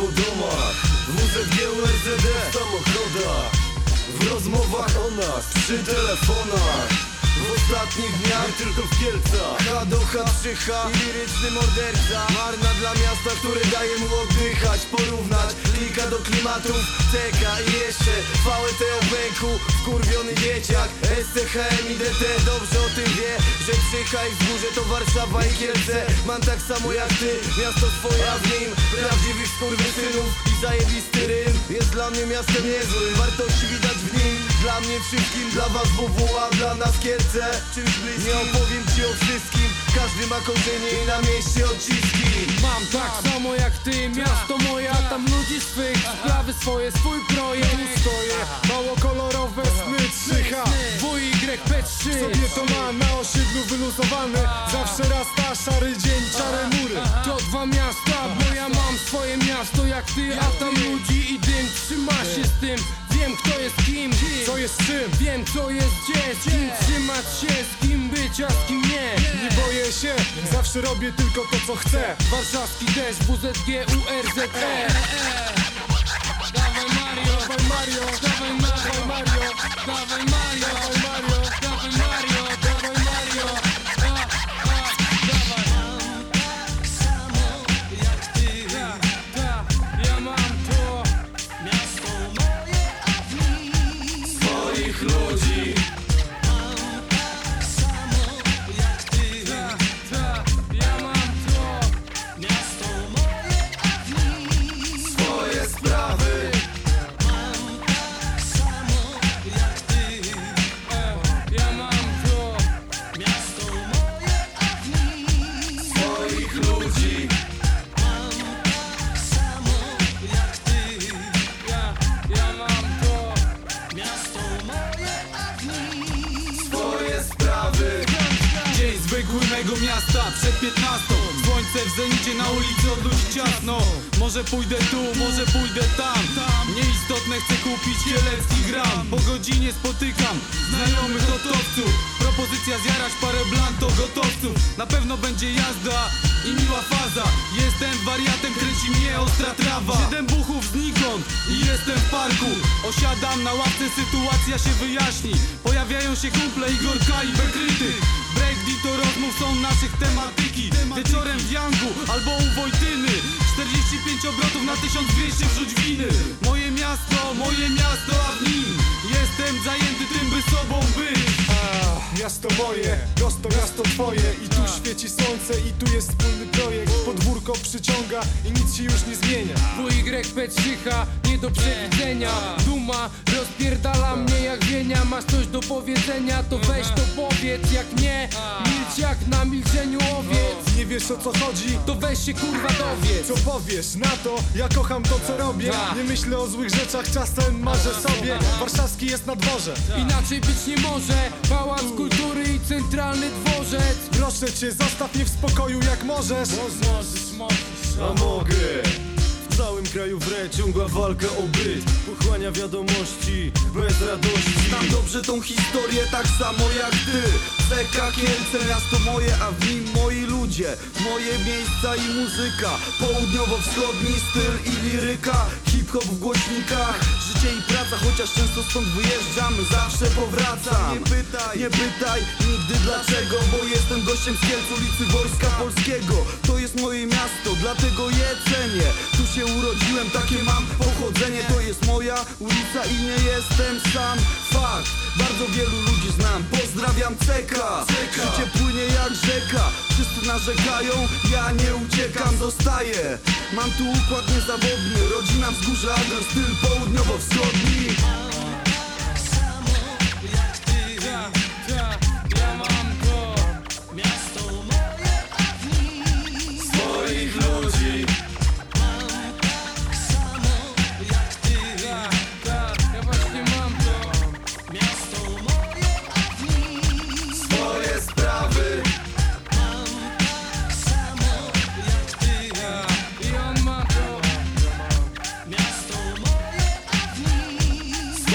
po domach, w U Z G, U R Z D, w samochodach, w rozmowach o nas, przy telefonach, w ostatnich dniach, nie tylko w Kielcach. H do H trzy H i liryczny morderca. Marna dla miasta, które daje mu oddychać. Porównać klika do klimatów C K i jeszcze V E T o bęku, wkurwiony dzieciak. S C H M i D T dobrze o tym wie, że Psycha i Wzgórze to Warszawa i Kielce. Mam tak samo jak ty, miasto swoje, a w nim prawdziwych skurwysynów i zajebisty rym. Jest dla mnie miastem niezłym, wartości widać w nim. Dla mnie wszystkim, dla was W W, a dla nas Kielce czymś bliskim. Nie opowiem ci o wszystkim, każdy ma korzenie i na mieście odciski. Mam tak samo jak ty, miasto moje, a tam ludzi swych, sprawy swoje, swój projekt. Tu stoję, mało kolorowe sny trzy H W Y P trzy sobie to ma na osiedlu wyluzowane. Zawsze raz ta szary dzień, czarne mury. To dwa miasta, bo ja mam swoje miasto jak ty, a tam ludzi i dym. Trzyma się z tym, wiem kto jest kim, co jest czym, wiem co jest gdzie, z kim trzymać się, z kim być, a z kim nie. Nie boję się, zawsze robię tylko to co chcę. Warszawski deszcz, W Z G, U R Z E. Dawaj Mario, dawaj Mario, dawaj Mario, Mario, dawaj Mario, dawaj Mario, dawaj Mario, dawaj Mario, a, a, dawaj. Tak samo jak ty, Ta, ta, ja mam to miasto moje, a w nim swoich ludzi. mam tak samo jak ty, Ta, ta, ja mam to miasto moje, a w nim Swoje sprawy. mam tak samo jak ty, ja mam to miasto moje, a w nim Swoich ludzi. mam tak samo jak ty, ja, ja mam to miasto moje, a w nim Swoje sprawy. Dzień zwykły mego miasta przed piętnastą. Słońce w zenicie, na ulicy od ludzi ciasno. Może pójdę tu, może pójdę tam. Nieistotne, chcę kupić kielecki gram. Po godzinie spotykam znajomych gotowców. Propozycja zjarać parę blanto gotowców. Na pewno będzie jazda i miła faza. Jestem wariatem, kręci mnie ostra trawa. Siedem buchów znikąd i jestem w parku. Osiadam na ławce, sytuacja się wyjaśni. Pojawiają się kumple Igorka i Bekryty. Breakbeat to rozmów są naszych tematyki. Wieczorem w Jangu albo u Wojtyny. czterdzieści pięć obrotów na tysiąc dwieście wrzuć winy. Moje miasto, moje miasto, a w nim jestem zajęty tym, by sobą być. A, miasto moje, prosto miasto twoje. I tu świeci słońce i tu jest wspólny projekt. Podwórko przyciąga i nic się już nie zmienia. W Y P trzy H, nie do przewidzenia. Duma rozpierdala mnie jak wienia. Masz coś do powiedzenia, to weź to powiedz. Jak nie, milcz jak na milczeniu owiec. Nie wiesz o co chodzi, to weź się kurwa dowiedz. Co powiesz na to? Ja kocham to co robię. Nie myślę o złych rzeczach, czasem marzę sobie. Warszawski jest na dworze, inaczej być nie może. Pałac Kultury i Centralny Dworzec. Proszę cię, zostaw mnie w spokoju jak możesz. Możesz, możesz, a mogę. W całym kraju wre ciągła walka o byt. Pochłania wiadomości bez radości. Znam dobrze tą historię tak samo jak ty. C K Kielce, miasto moje, a w nim moi ludzie. Moje miejsca i muzyka. Południowo-wschodni styl i liryka. Hip-hop w głośnikach. Życie i praca, chociaż często stąd wyjeżdżam, zawsze powracam. Nie pytaj, nie pytaj nigdy dlaczego, bo jestem gościem z Kielc, ulicy Wojska Polskiego. To jest moje miasto, dlatego je cenię. Tu się urodziłem, takie mam pochodzenie. To jest moja ulica i nie jestem sam. Fakt, bardzo wielu ludzi znam. Pozdrawiam C K. Życie płynie jak rzeka. Wszyscy narzekają, ja nie uciekam, zostaję. Mam tu układ niezawodny. Rodzina wzgórza, agro, styl południowo-wschodni. tak samo jak ty, ja, ja, ja mam to miasto moje, a w nim swoich ludzi. mam tak samo jak ty, ja, ja, ja właśnie mam to miasto moje, a w nim swoje sprawy. mam tak samo jak ty, ja, i on ma to miasto moje, a w nim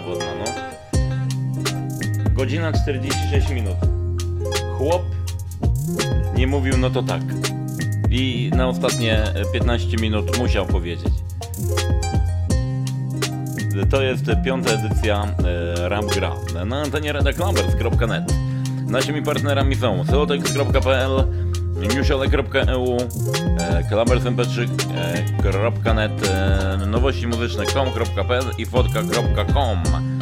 zawodna, no. Godzina czterdzieści sześć minut. Chłop nie mówił, no to tak. I na ostatnie piętnaście minut musiał powiedzieć. To jest piąta edycja e, Rap Gra na antenie radia klambers kropka net. Naszymi partnerami są celotex kropka p l, newsiole kropka e u, e, klambers m p trzy kropka net, e, nowości muzyczne kropka com kropka p l i fotka kropka com.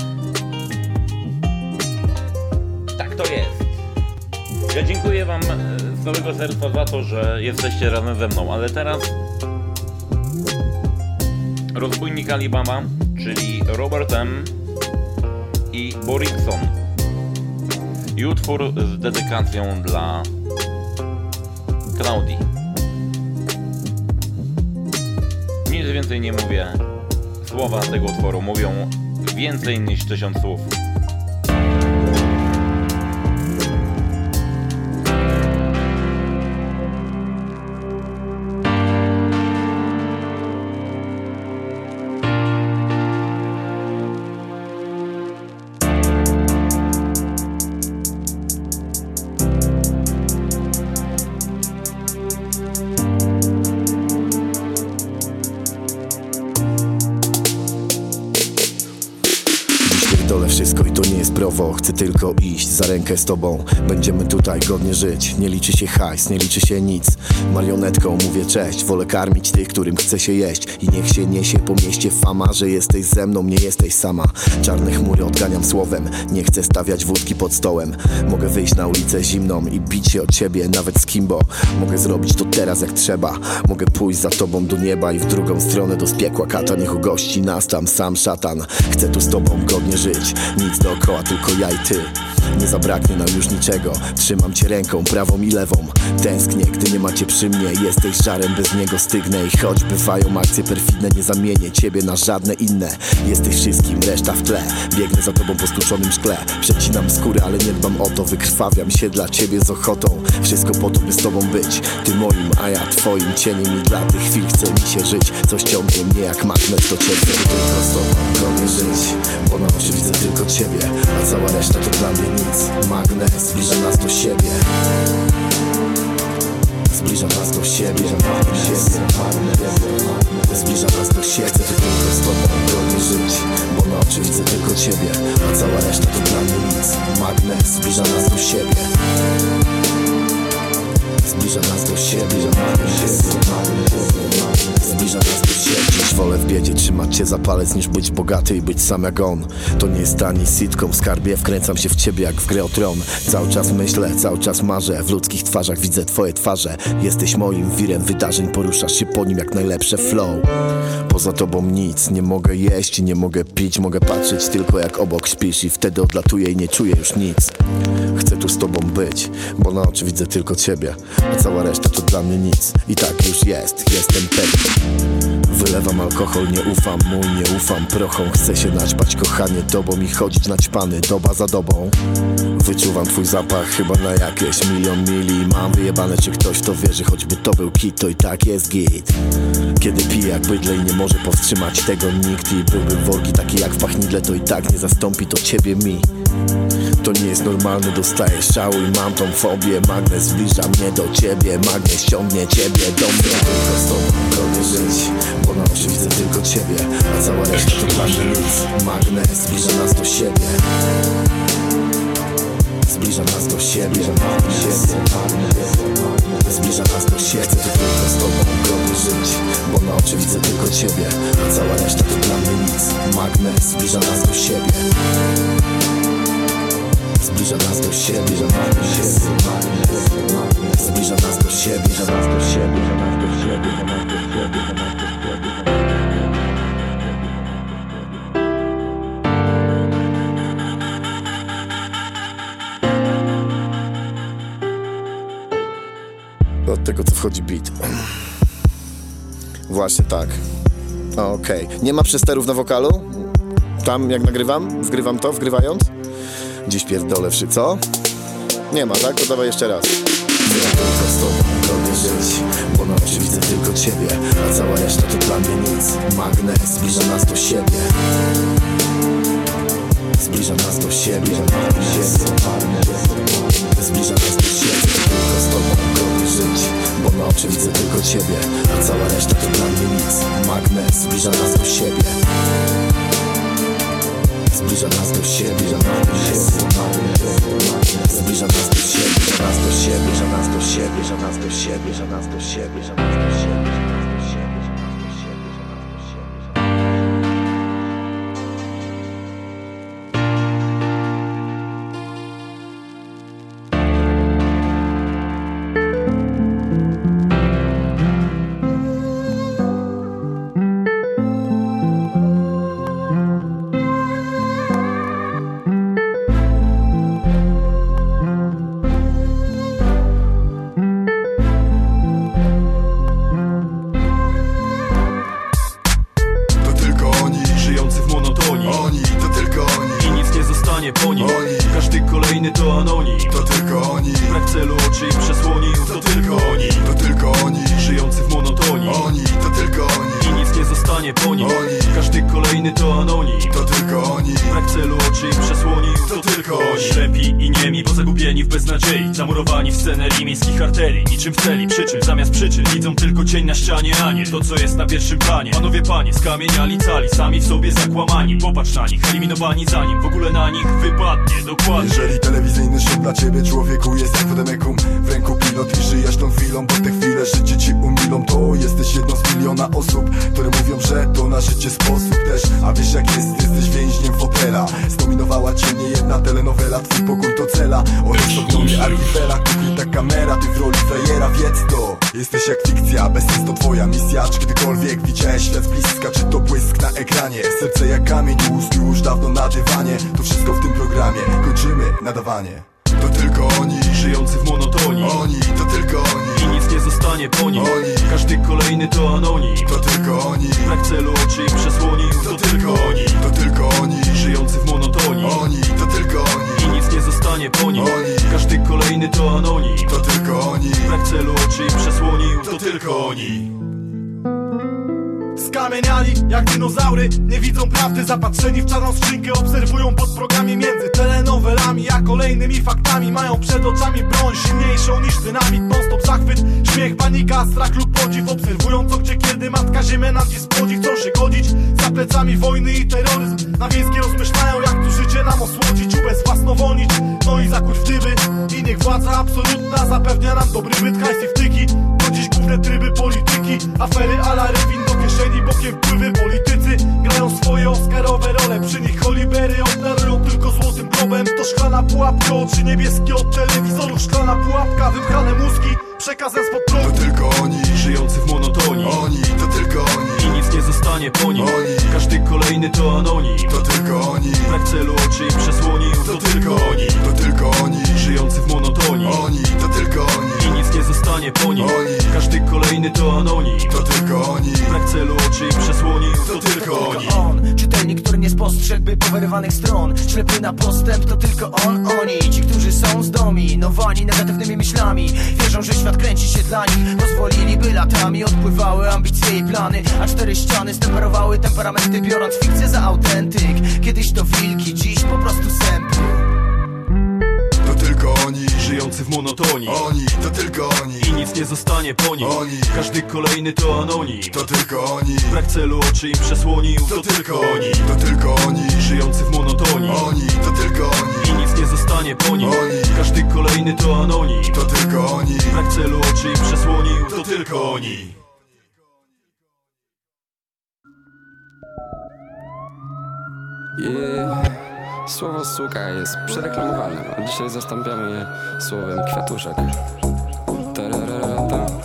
Tak to jest. Ja dziękuję wam z całego serca za to, że jesteście razem ze mną, ale teraz Rozbójnik Alibaba, czyli Robert M. i Borikson. I utwór z dedykacją dla Klaudii. Nic więcej nie mówię. Słowa tego utworu mówią więcej niż tysiąc słów. Wszystko i to nie jest prowo. Chcę tylko iść za rękę z tobą. Będziemy tutaj godnie żyć. Nie liczy się hajs, nie liczy się nic. Marionetką mówię cześć. Wolę karmić tych, którym chce się jeść. I niech się niesie po mieście fama, że jesteś ze mną, nie jesteś sama. Czarne chmury odganiam słowem. Nie chcę stawiać wódki pod stołem. Mogę wyjść na ulicę zimną i bić się o ciebie, nawet z kimbo. Mogę zrobić to teraz jak trzeba. Mogę pójść za tobą do nieba i w drugą stronę do spiekła kata. Niech ugości nas tam sam szatan. Chcę tu z tobą godnie żyć. Nic dookoła, tylko ja i ty. Nie zabraknie nam już niczego. Trzymam cię ręką, prawą i lewą. Tęsknię, gdy nie macie przy mnie. Jesteś żarem, bez niego stygnę. I choć bywają akcje perfidne, nie zamienię ciebie na żadne inne. Jesteś wszystkim, reszta w tle. Biegnę za tobą po stłuczonym szkle. Przecinam skórę, ale nie dbam o to. Wykrwawiam się dla ciebie z ochotą. Wszystko po to, by z tobą być. Ty moim, a ja twoim cieniem. I dla tych chwil chce mi się żyć. Coś ciągnie mnie jak magnes do ciebie. Tylko z tobą godnie żyć, bo na oczy widzę tylko ciebie, a cała reszta to dla mnie nic. Magnes zbliża nas do siebie. Zbliża nas do siebie. Magnes zbliża nas do siebie. Chcę tylko z tobą godnie żyć, bo na oczy widzę tylko ciebie, a cała reszta to dla mnie nic. Magnes zbliża nas do siebie. Zbliża nas do siebie. Zbliża nas do siebie. Dziś wolę w biedzie trzymać cię za palec, niż być bogaty i być sam jak on. To nie jest ani sitcom, skarbie. Wkręcam się w ciebie jak w grę o tron. Cały czas myślę, cały czas marzę. W ludzkich twarzach widzę twoje twarze. Jesteś moim wirem wydarzeń, poruszasz się po nim jak najlepsze flow. Poza tobą nic, nie mogę jeść i nie mogę pić. Mogę patrzeć tylko jak obok śpisz i wtedy odlatuję i nie czuję już nic. Chcę tu z tobą być, bo na oczy widzę tylko ciebie, a cała reszta to dla mnie nic. I tak już jest, jestem pewny. Wylewam alkohol, nie ufam mój, nie ufam prochom. Chcę się naćpać, kochanie, tobą i chodzić naćpany, doba za dobą. Wyczuwam twój zapach chyba na jakieś milion mili. Mam wyjebane, czy ktoś w to wierzy, choćby to był kit, to i tak jest git. Kiedy piję jak bydle i nie może powstrzymać tego nikt. I byłbym worki taki jak w pachnidle, to i tak nie zastąpi to ciebie mi. To nie jest normalne, dostaję szału i mam tą fobię. Magnes zbliża mnie do ciebie, magnes ciągnie ciebie do mnie. Tylko z tobą godnie żyć, bo na oczy widzę tylko ciebie, a cała reszta to dla mnie nic. Magnes zbliża nas do siebie. Zbliża nas do siebie, zbliża nas do siebie. Chcę tylko z tobą godnie żyć, bo na oczy widzę tylko ciebie, a cała reszta to dla mnie nic. Magnes zbliża nas do siebie. Zbliża nas do siebie, zbliża nas do siebie, zbliża nas do siebie, zbliża nas do siebie, zbliża nas do siebie, zbliża nas do siebie. Od tego co wchodzi beat. Właśnie tak. Okej. Okay. Nie ma przesterów na wokalu? Tam jak nagrywam? Wgrywam to, wgrywając? Dziś pierdolę wszy, co? Nie ma, tak? To dawaj jeszcze raz. Chcę tylko z tobą godnie żyć, bo na oczy widzę tylko ciebie, a cała reszta to dla mnie nic. Magnes zbliża nas do siebie. Zbliża nas do siebie, jest zbliża nas do siebie. Tylko z tobą godnie żyć, bo na oczy widzę tylko ciebie, a cała reszta to dla mnie nic. Magnes zbliża nas do siebie, zbliża nas do siebie, zbliża nas do siebie, zbliża nas do siebie, zbliża nas do siebie, zbliża nas do siebie, zbliża nas do siebie, zbliża nas do siebie. Niczym w celi, przyczyn zamiast przyczyn widzą tylko cień na ścianie, a nie to co jest na pierwszym planie. Panowie panie, skamieniali cali, sami w sobie zakłamani. Popatrz na nich, eliminowani zanim w ogóle na nich wypadnie, dokładnie. Jeżeli telewizyjny show dla ciebie człowieku jest jak podemekum, w ręku pilot i żyjesz tą chwilą, bo te chwile życie ci umilą, to jesteś jedną z miliona osób, które mówią, że to na życie sposób też. A wiesz jak jest, jesteś więźniem fotela. Zdominowała cię nie jedna telenowela, twój pokój to cela oraz ogólnie archiwela, ukryta kamera, ty w roli frajera, wiedz to. Jesteś jak fikcja, bez sens to twoja misja. Czy kiedykolwiek widziałeś świat z bliska, czy to błysk na ekranie? Serce jak kamień, mózg już dawno na dywanie. To wszystko w tym programie, kończymy nadawanie. To tylko oni, żyjący w monotonii. Oni, to tylko oni, i nic nie zostanie po nim. Oni, każdy kolejny to anonim. To tylko oni, brak celu oczy im przesłonił. To, to tylko oni, to tylko oni, żyjący w monotonii. Oni, to tylko oni, i nic nie zostanie po nim. Oni, każdy kolejny to anonim. To tylko oni, brak celu oczy im przesłonił. To, to tylko oni. Skamieniali jak dinozaury, nie widzą prawdy, zapatrzeni w czarną skrzynkę, obserwują pod programie między telenowelami a kolejnymi faktami. Mają przed oczami broń silniejszą niż dynamit, non-stop zachwyt, śmiech, panika, strach lub podziw. Obserwują co gdzie kiedy matka ziemię nam gdzieś spłodzi. Chcą się godzić za plecami wojny i terroryzm. Na wiejskie rozmyślają jak tu życie nam osłodzić, ubezwłasnowolnić, no i zakuć w dyby. I niech władza absolutna zapewnia nam dobry byt, hajs i wtyki. To dziś główne tryby polityki, afery a la Rywin do kieszeni, bokiem wpływy. Politycy grają swoje oscarowe role, przy nich Holibery obdarują tylko złotym globem. To szklana pułapka, oczy niebieskie od telewizorów. Szklana pułapka, wypchane mózgi przekazem spod progu. To tylko oni, żyjący w monotonii. Oni, to tylko oni, i nic nie zostanie po nim. Oni, każdy kolejny to anonim. To tylko oni, brak celu oczy im przesłonił. To, to tylko oni, to tylko oni, żyjący w monotonii. Oni, to tylko oni, i nic nie zostanie po nim. Oni, każdy kolejny to anonim. To tylko oni, brak celu oczy im przesłonił. To, to tylko, tylko oni. On, czytelnik, który nie spostrzegłby powyrywanych stron, ślepy na postęp, to tylko on, oni. Ci, którzy są zdominowani negatywnymi myślami, wierzą, że świat kręci się dla nich. Pozwoliliby latami, odpływały ambicje i plany, a cztery ściany stemperowały temperamenty, biorąc fikcję za autentyk. Kiedyś to wilki, dziś po prostu sępy. To tylko oni, żyjący w monotonii. Oni, to tylko oni, i nic nie zostanie po nim. Oni, każdy kolejny to anonim. To tylko oni, brak celu oczy im przesłonił. To, to tylko oni, to tylko oni, żyjący w monotonii. Oni, to tylko oni, i nic nie zostanie po nim. Oni, każdy kolejny to anonim. To tylko oni, brak celu oczy im przesłonił. To, to tylko oni. Yeah. Słowo suka jest przereklamowane, a dzisiaj zastąpiamy je słowem kwiatuszek. Tararara.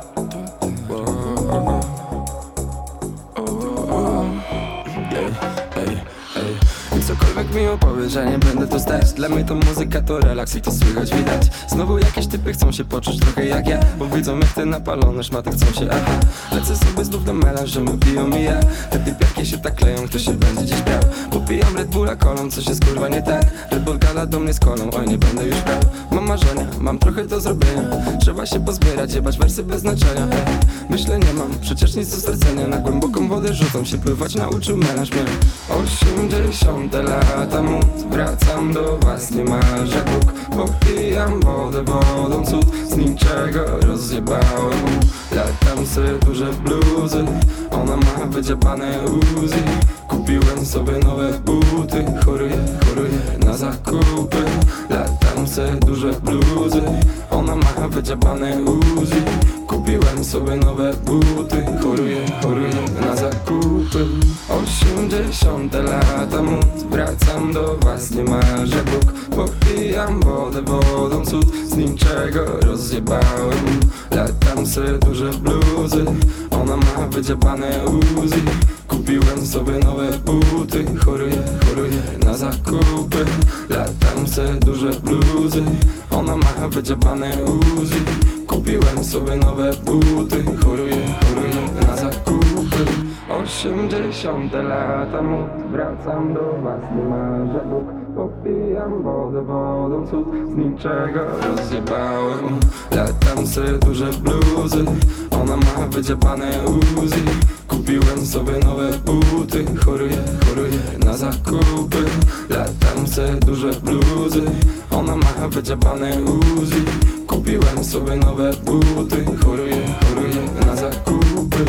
Cokolwiek mi opowie, że nie będę to zdać. Dla mnie to muzyka to relaks i to słychać widać. Znowu jakieś typy chcą się poczuć trochę jak ja, bo widzą jak te napalone szmaty chcą się aha. Lecę sobie znów do mela, że my piją mi ja. Te typiarki się tak kleją, kto się będzie dziś brał. Popijam Red Bulla kolą, coś jest kurwa nie tak. Red Bull gada do mnie z kolą, oj nie będę już brał. Mam marzenia, mam trochę do zrobienia. Trzeba się pozbierać, jebać wersy bez znaczenia. Myślę nie mam, przecież nic do stracenia. Na głęboką wodę rzucą się, pływać nauczył melarz mnie. Osiemdziesiąte lata mu wracam do was, nie marzę Bóg. Popijam wodę wodą, cud z niczego rozjebałem. Latam se duże bluzy, ona ma wydziabane Uzi. Kupiłem sobie nowe buty, choruję, choruję na zakupy. Latam se duże bluzy, ona ma wydziabane Uzi. Kupiłem sobie nowe buty, choruję, choruję na zakupy. Osiemdziesiąte lata móc, wracam do was, nie marzę Bóg. Popijam wodę wodą, cud z niczego rozjebałem. Latam se duże bluzy, ona ma wydziabane Uzi. Kupiłem sobie nowe buty, choruję, choruję na zakupy. Latam se duże bluzy, ona ma wydziabane Uzi. Kupiłem sobie nowe buty, choruję, choruję na zakupy. Osiemdziesiąte lata móc, wracam do was, nie marzę Bóg. Popijam wodę wodą, cud z niczego rozjebałem. Latam se duże bluzy, ona ma wydziabane Uzi. Kupiłem sobie nowe buty, choruję, choruję na zakupy. Latam se duże bluzy, ona ma wydziabane Uzi. Kupiłem sobie nowe buty, choruję, choruję na zakupy.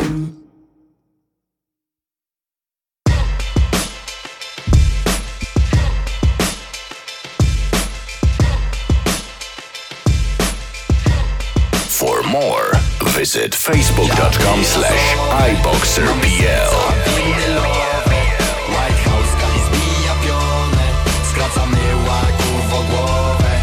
For more, visit facebook.com slash iBoxerPL. White House, Kali zbija pionę, skracamy łaków o głowę.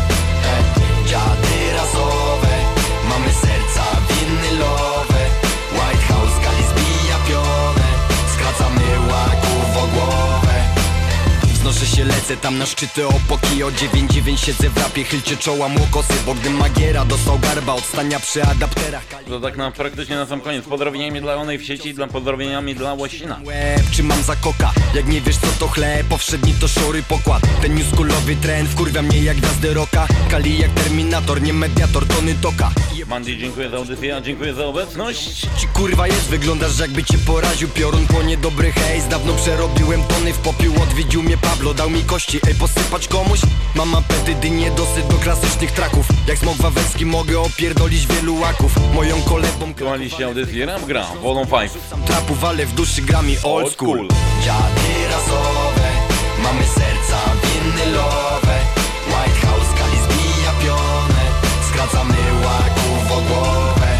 E, dziady rasowe, mamy serca winylowe. White House, Kali zbija pionę, skracamy łaków o głowę. Wznoszę się, lecę tam na szczyty opoki. O dziewięć dziewięć siedzę w rapie, chylcie czoła młokosy. Bo gdy Magiera dostał garba od stania przy adapterach. To tak na praktycznie na sam koniec. Pozdrowieniami dla onej w sieci, dla pozdrowieniami dla Łosina. Łeb, czy mam za koka? Jak nie wiesz co to chleb, powszedni to szory pokład. Ten newschoolowy trend wkurwia mnie jak gwiazdy rocka. Kali jak Terminator, nie mediator, tony toka. Mandy, dziękuję za audycję, a dziękuję za obecność. Ci kurwa jest, wyglądasz jakby cię poraził piorun po niedobry hejs. Dawno przerobiłem tony w popiół, odwiedził mnie Pablo, dał mi kości. Ej, posypać komuś? Mam apetyt i niedosyt do klasycznych traków. Jak Smok Wawelski mogę opierdolić wielu łaków. Moją kolebą Słuchaliście audycji Rap Gra, Volume pięć. Trapów, ale w duszy grami old school. Dziady rasowe, mamy serca winylowe. White House, Kali zbija pionę, skracamy łaków o głowę.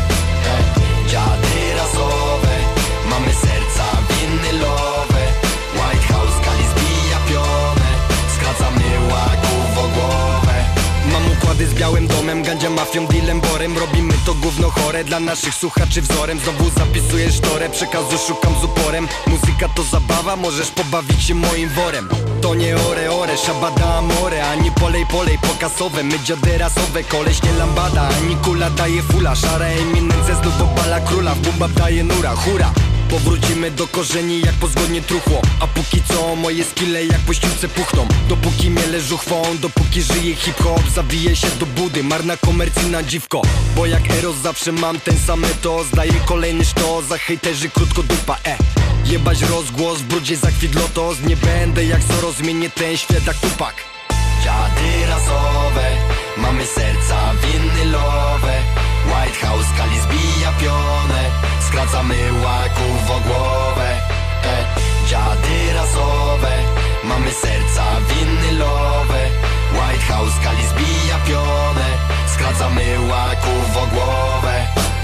E, dziady rasowe, mamy serca winylowe. White House, Kali zbija pionę, skracamy łaków o głowę. Mam układy z Białym Domem, gandzia mafią, dealem, borem. Robimy to gówno chore, dla naszych słuchaczy wzorem. Znowu zapisuję sztorę, przekazu szukam z uporem. Muzyka to zabawa, możesz pobawić się moim worem. To nie ore ore, szabada amore, ani polej polej pokasowe. My dziady rasowe, koleś nie lambada, ani kula daje fula. Szara eminencja znów obala króla, w bumba daje nura, hura. Powrócimy do korzeni jak po zgodnie truchło. A póki co moje skille jak po ściółce puchną. Dopóki miele żuchwą, dopóki żyje hip-hop, zawiję się do budy, marna komercyjna dziwko. Bo jak Eros zawsze mam ten sam to, zdaję kolejny sztos, za hejterzy krótko dupa, e jebać rozgłos, w brudzie zakwit lotos. Nie będę jak Soros, zmienię ten świat jak Tupak. Dziady rasowe, mamy serca winylowe. White House, Kali zbija pionę, skracamy łaków o głowę. E, dziady rasowe, mamy serca winylowe. White House, Kali zbija pionę, skracamy łaków o głowę.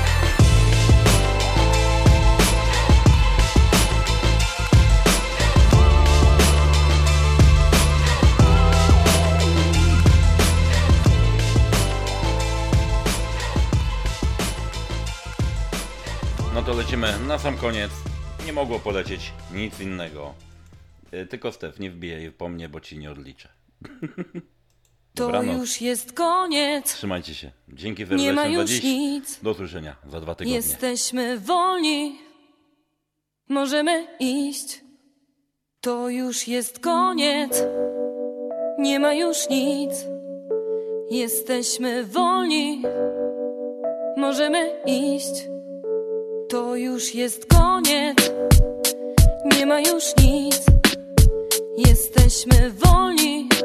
No to lecimy na sam koniec. Nie mogło polecieć nic innego. Yy, tylko Stef, nie wbijaj po mnie, bo ci nie odliczę. To Dobranoc. już jest koniec. Trzymajcie się. Dzięki Nie serdecznie ma za już dziś. nic. Do usłyszenia za dwa tygodnie. Jesteśmy wolni. Możemy iść. To już jest koniec. Nie ma już nic. Jesteśmy wolni. Możemy iść. To już jest koniec. Nie ma już nic. Jesteśmy wolni.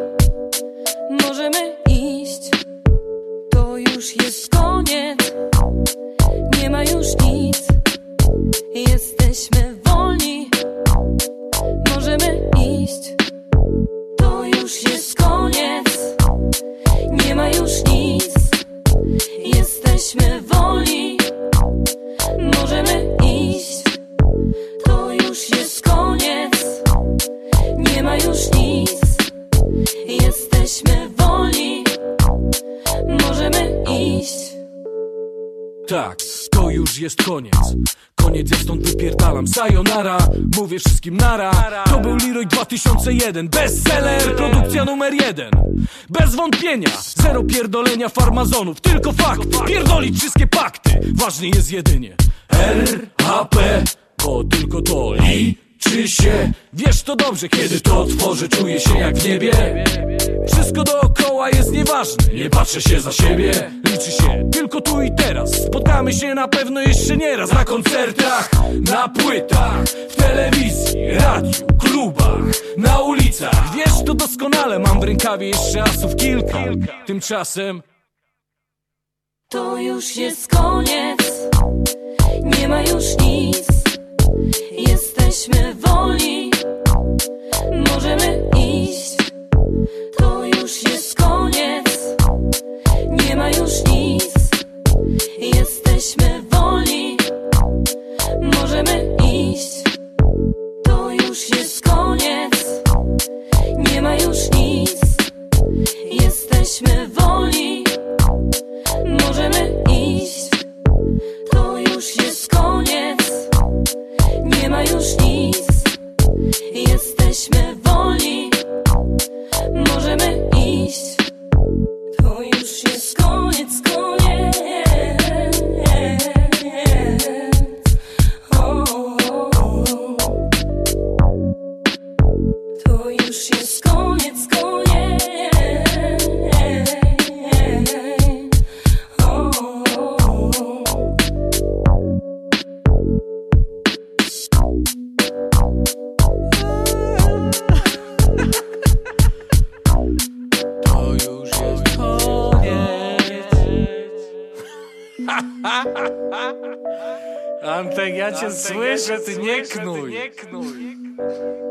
jest koniec. Nie ma już nic. Jesteśmy wolni. Możemy iść. To już jest koniec. Nie ma już nic. Jesteśmy wolni. Możemy iść. Tak, to już jest koniec. Koniec, ja stąd wypierdalam, sayonara. Mówię wszystkim nara. To był Leroy dwa tysiące jeden, bestseller, produkcja numer jeden. Bez wątpienia, zero pierdolenia farmazonów, tylko fakty, pierdolić wszystkie pakty. Ważny jest jedynie R H P, bo tylko to liczy się. Wiesz to dobrze, kiedy to tworzę, czuję się jak w niebie. Wszystko dookoła jest nieważne, nie patrzę się za siebie. Liczy się tylko tu i teraz. Spotkamy się na pewno jeszcze nieraz. Na koncertach, na płytach, w telewizji, radiu, klubach, na ulicach. Wiesz to doskonale, mam w rękawie jeszcze asów kilka. Tymczasem to już jest koniec. Nie ma już nic. Jesteśmy wolni. Możemy iść. To już jest koniec. Nie ma już nic. Jesteśmy wolni. Możemy iść. To już jest koniec. Nie ma już nic. Jesteśmy wolni. Możemy iść. To już jest koniec. Nie ma już nic. Jesteśmy wolni. Możemy iść. To już jest koniec, koniec. O, o, o. To już jest koniec, koniec. O, o, o. to już jest koniec. Antek, ja cię słyszę, ty nie knuj.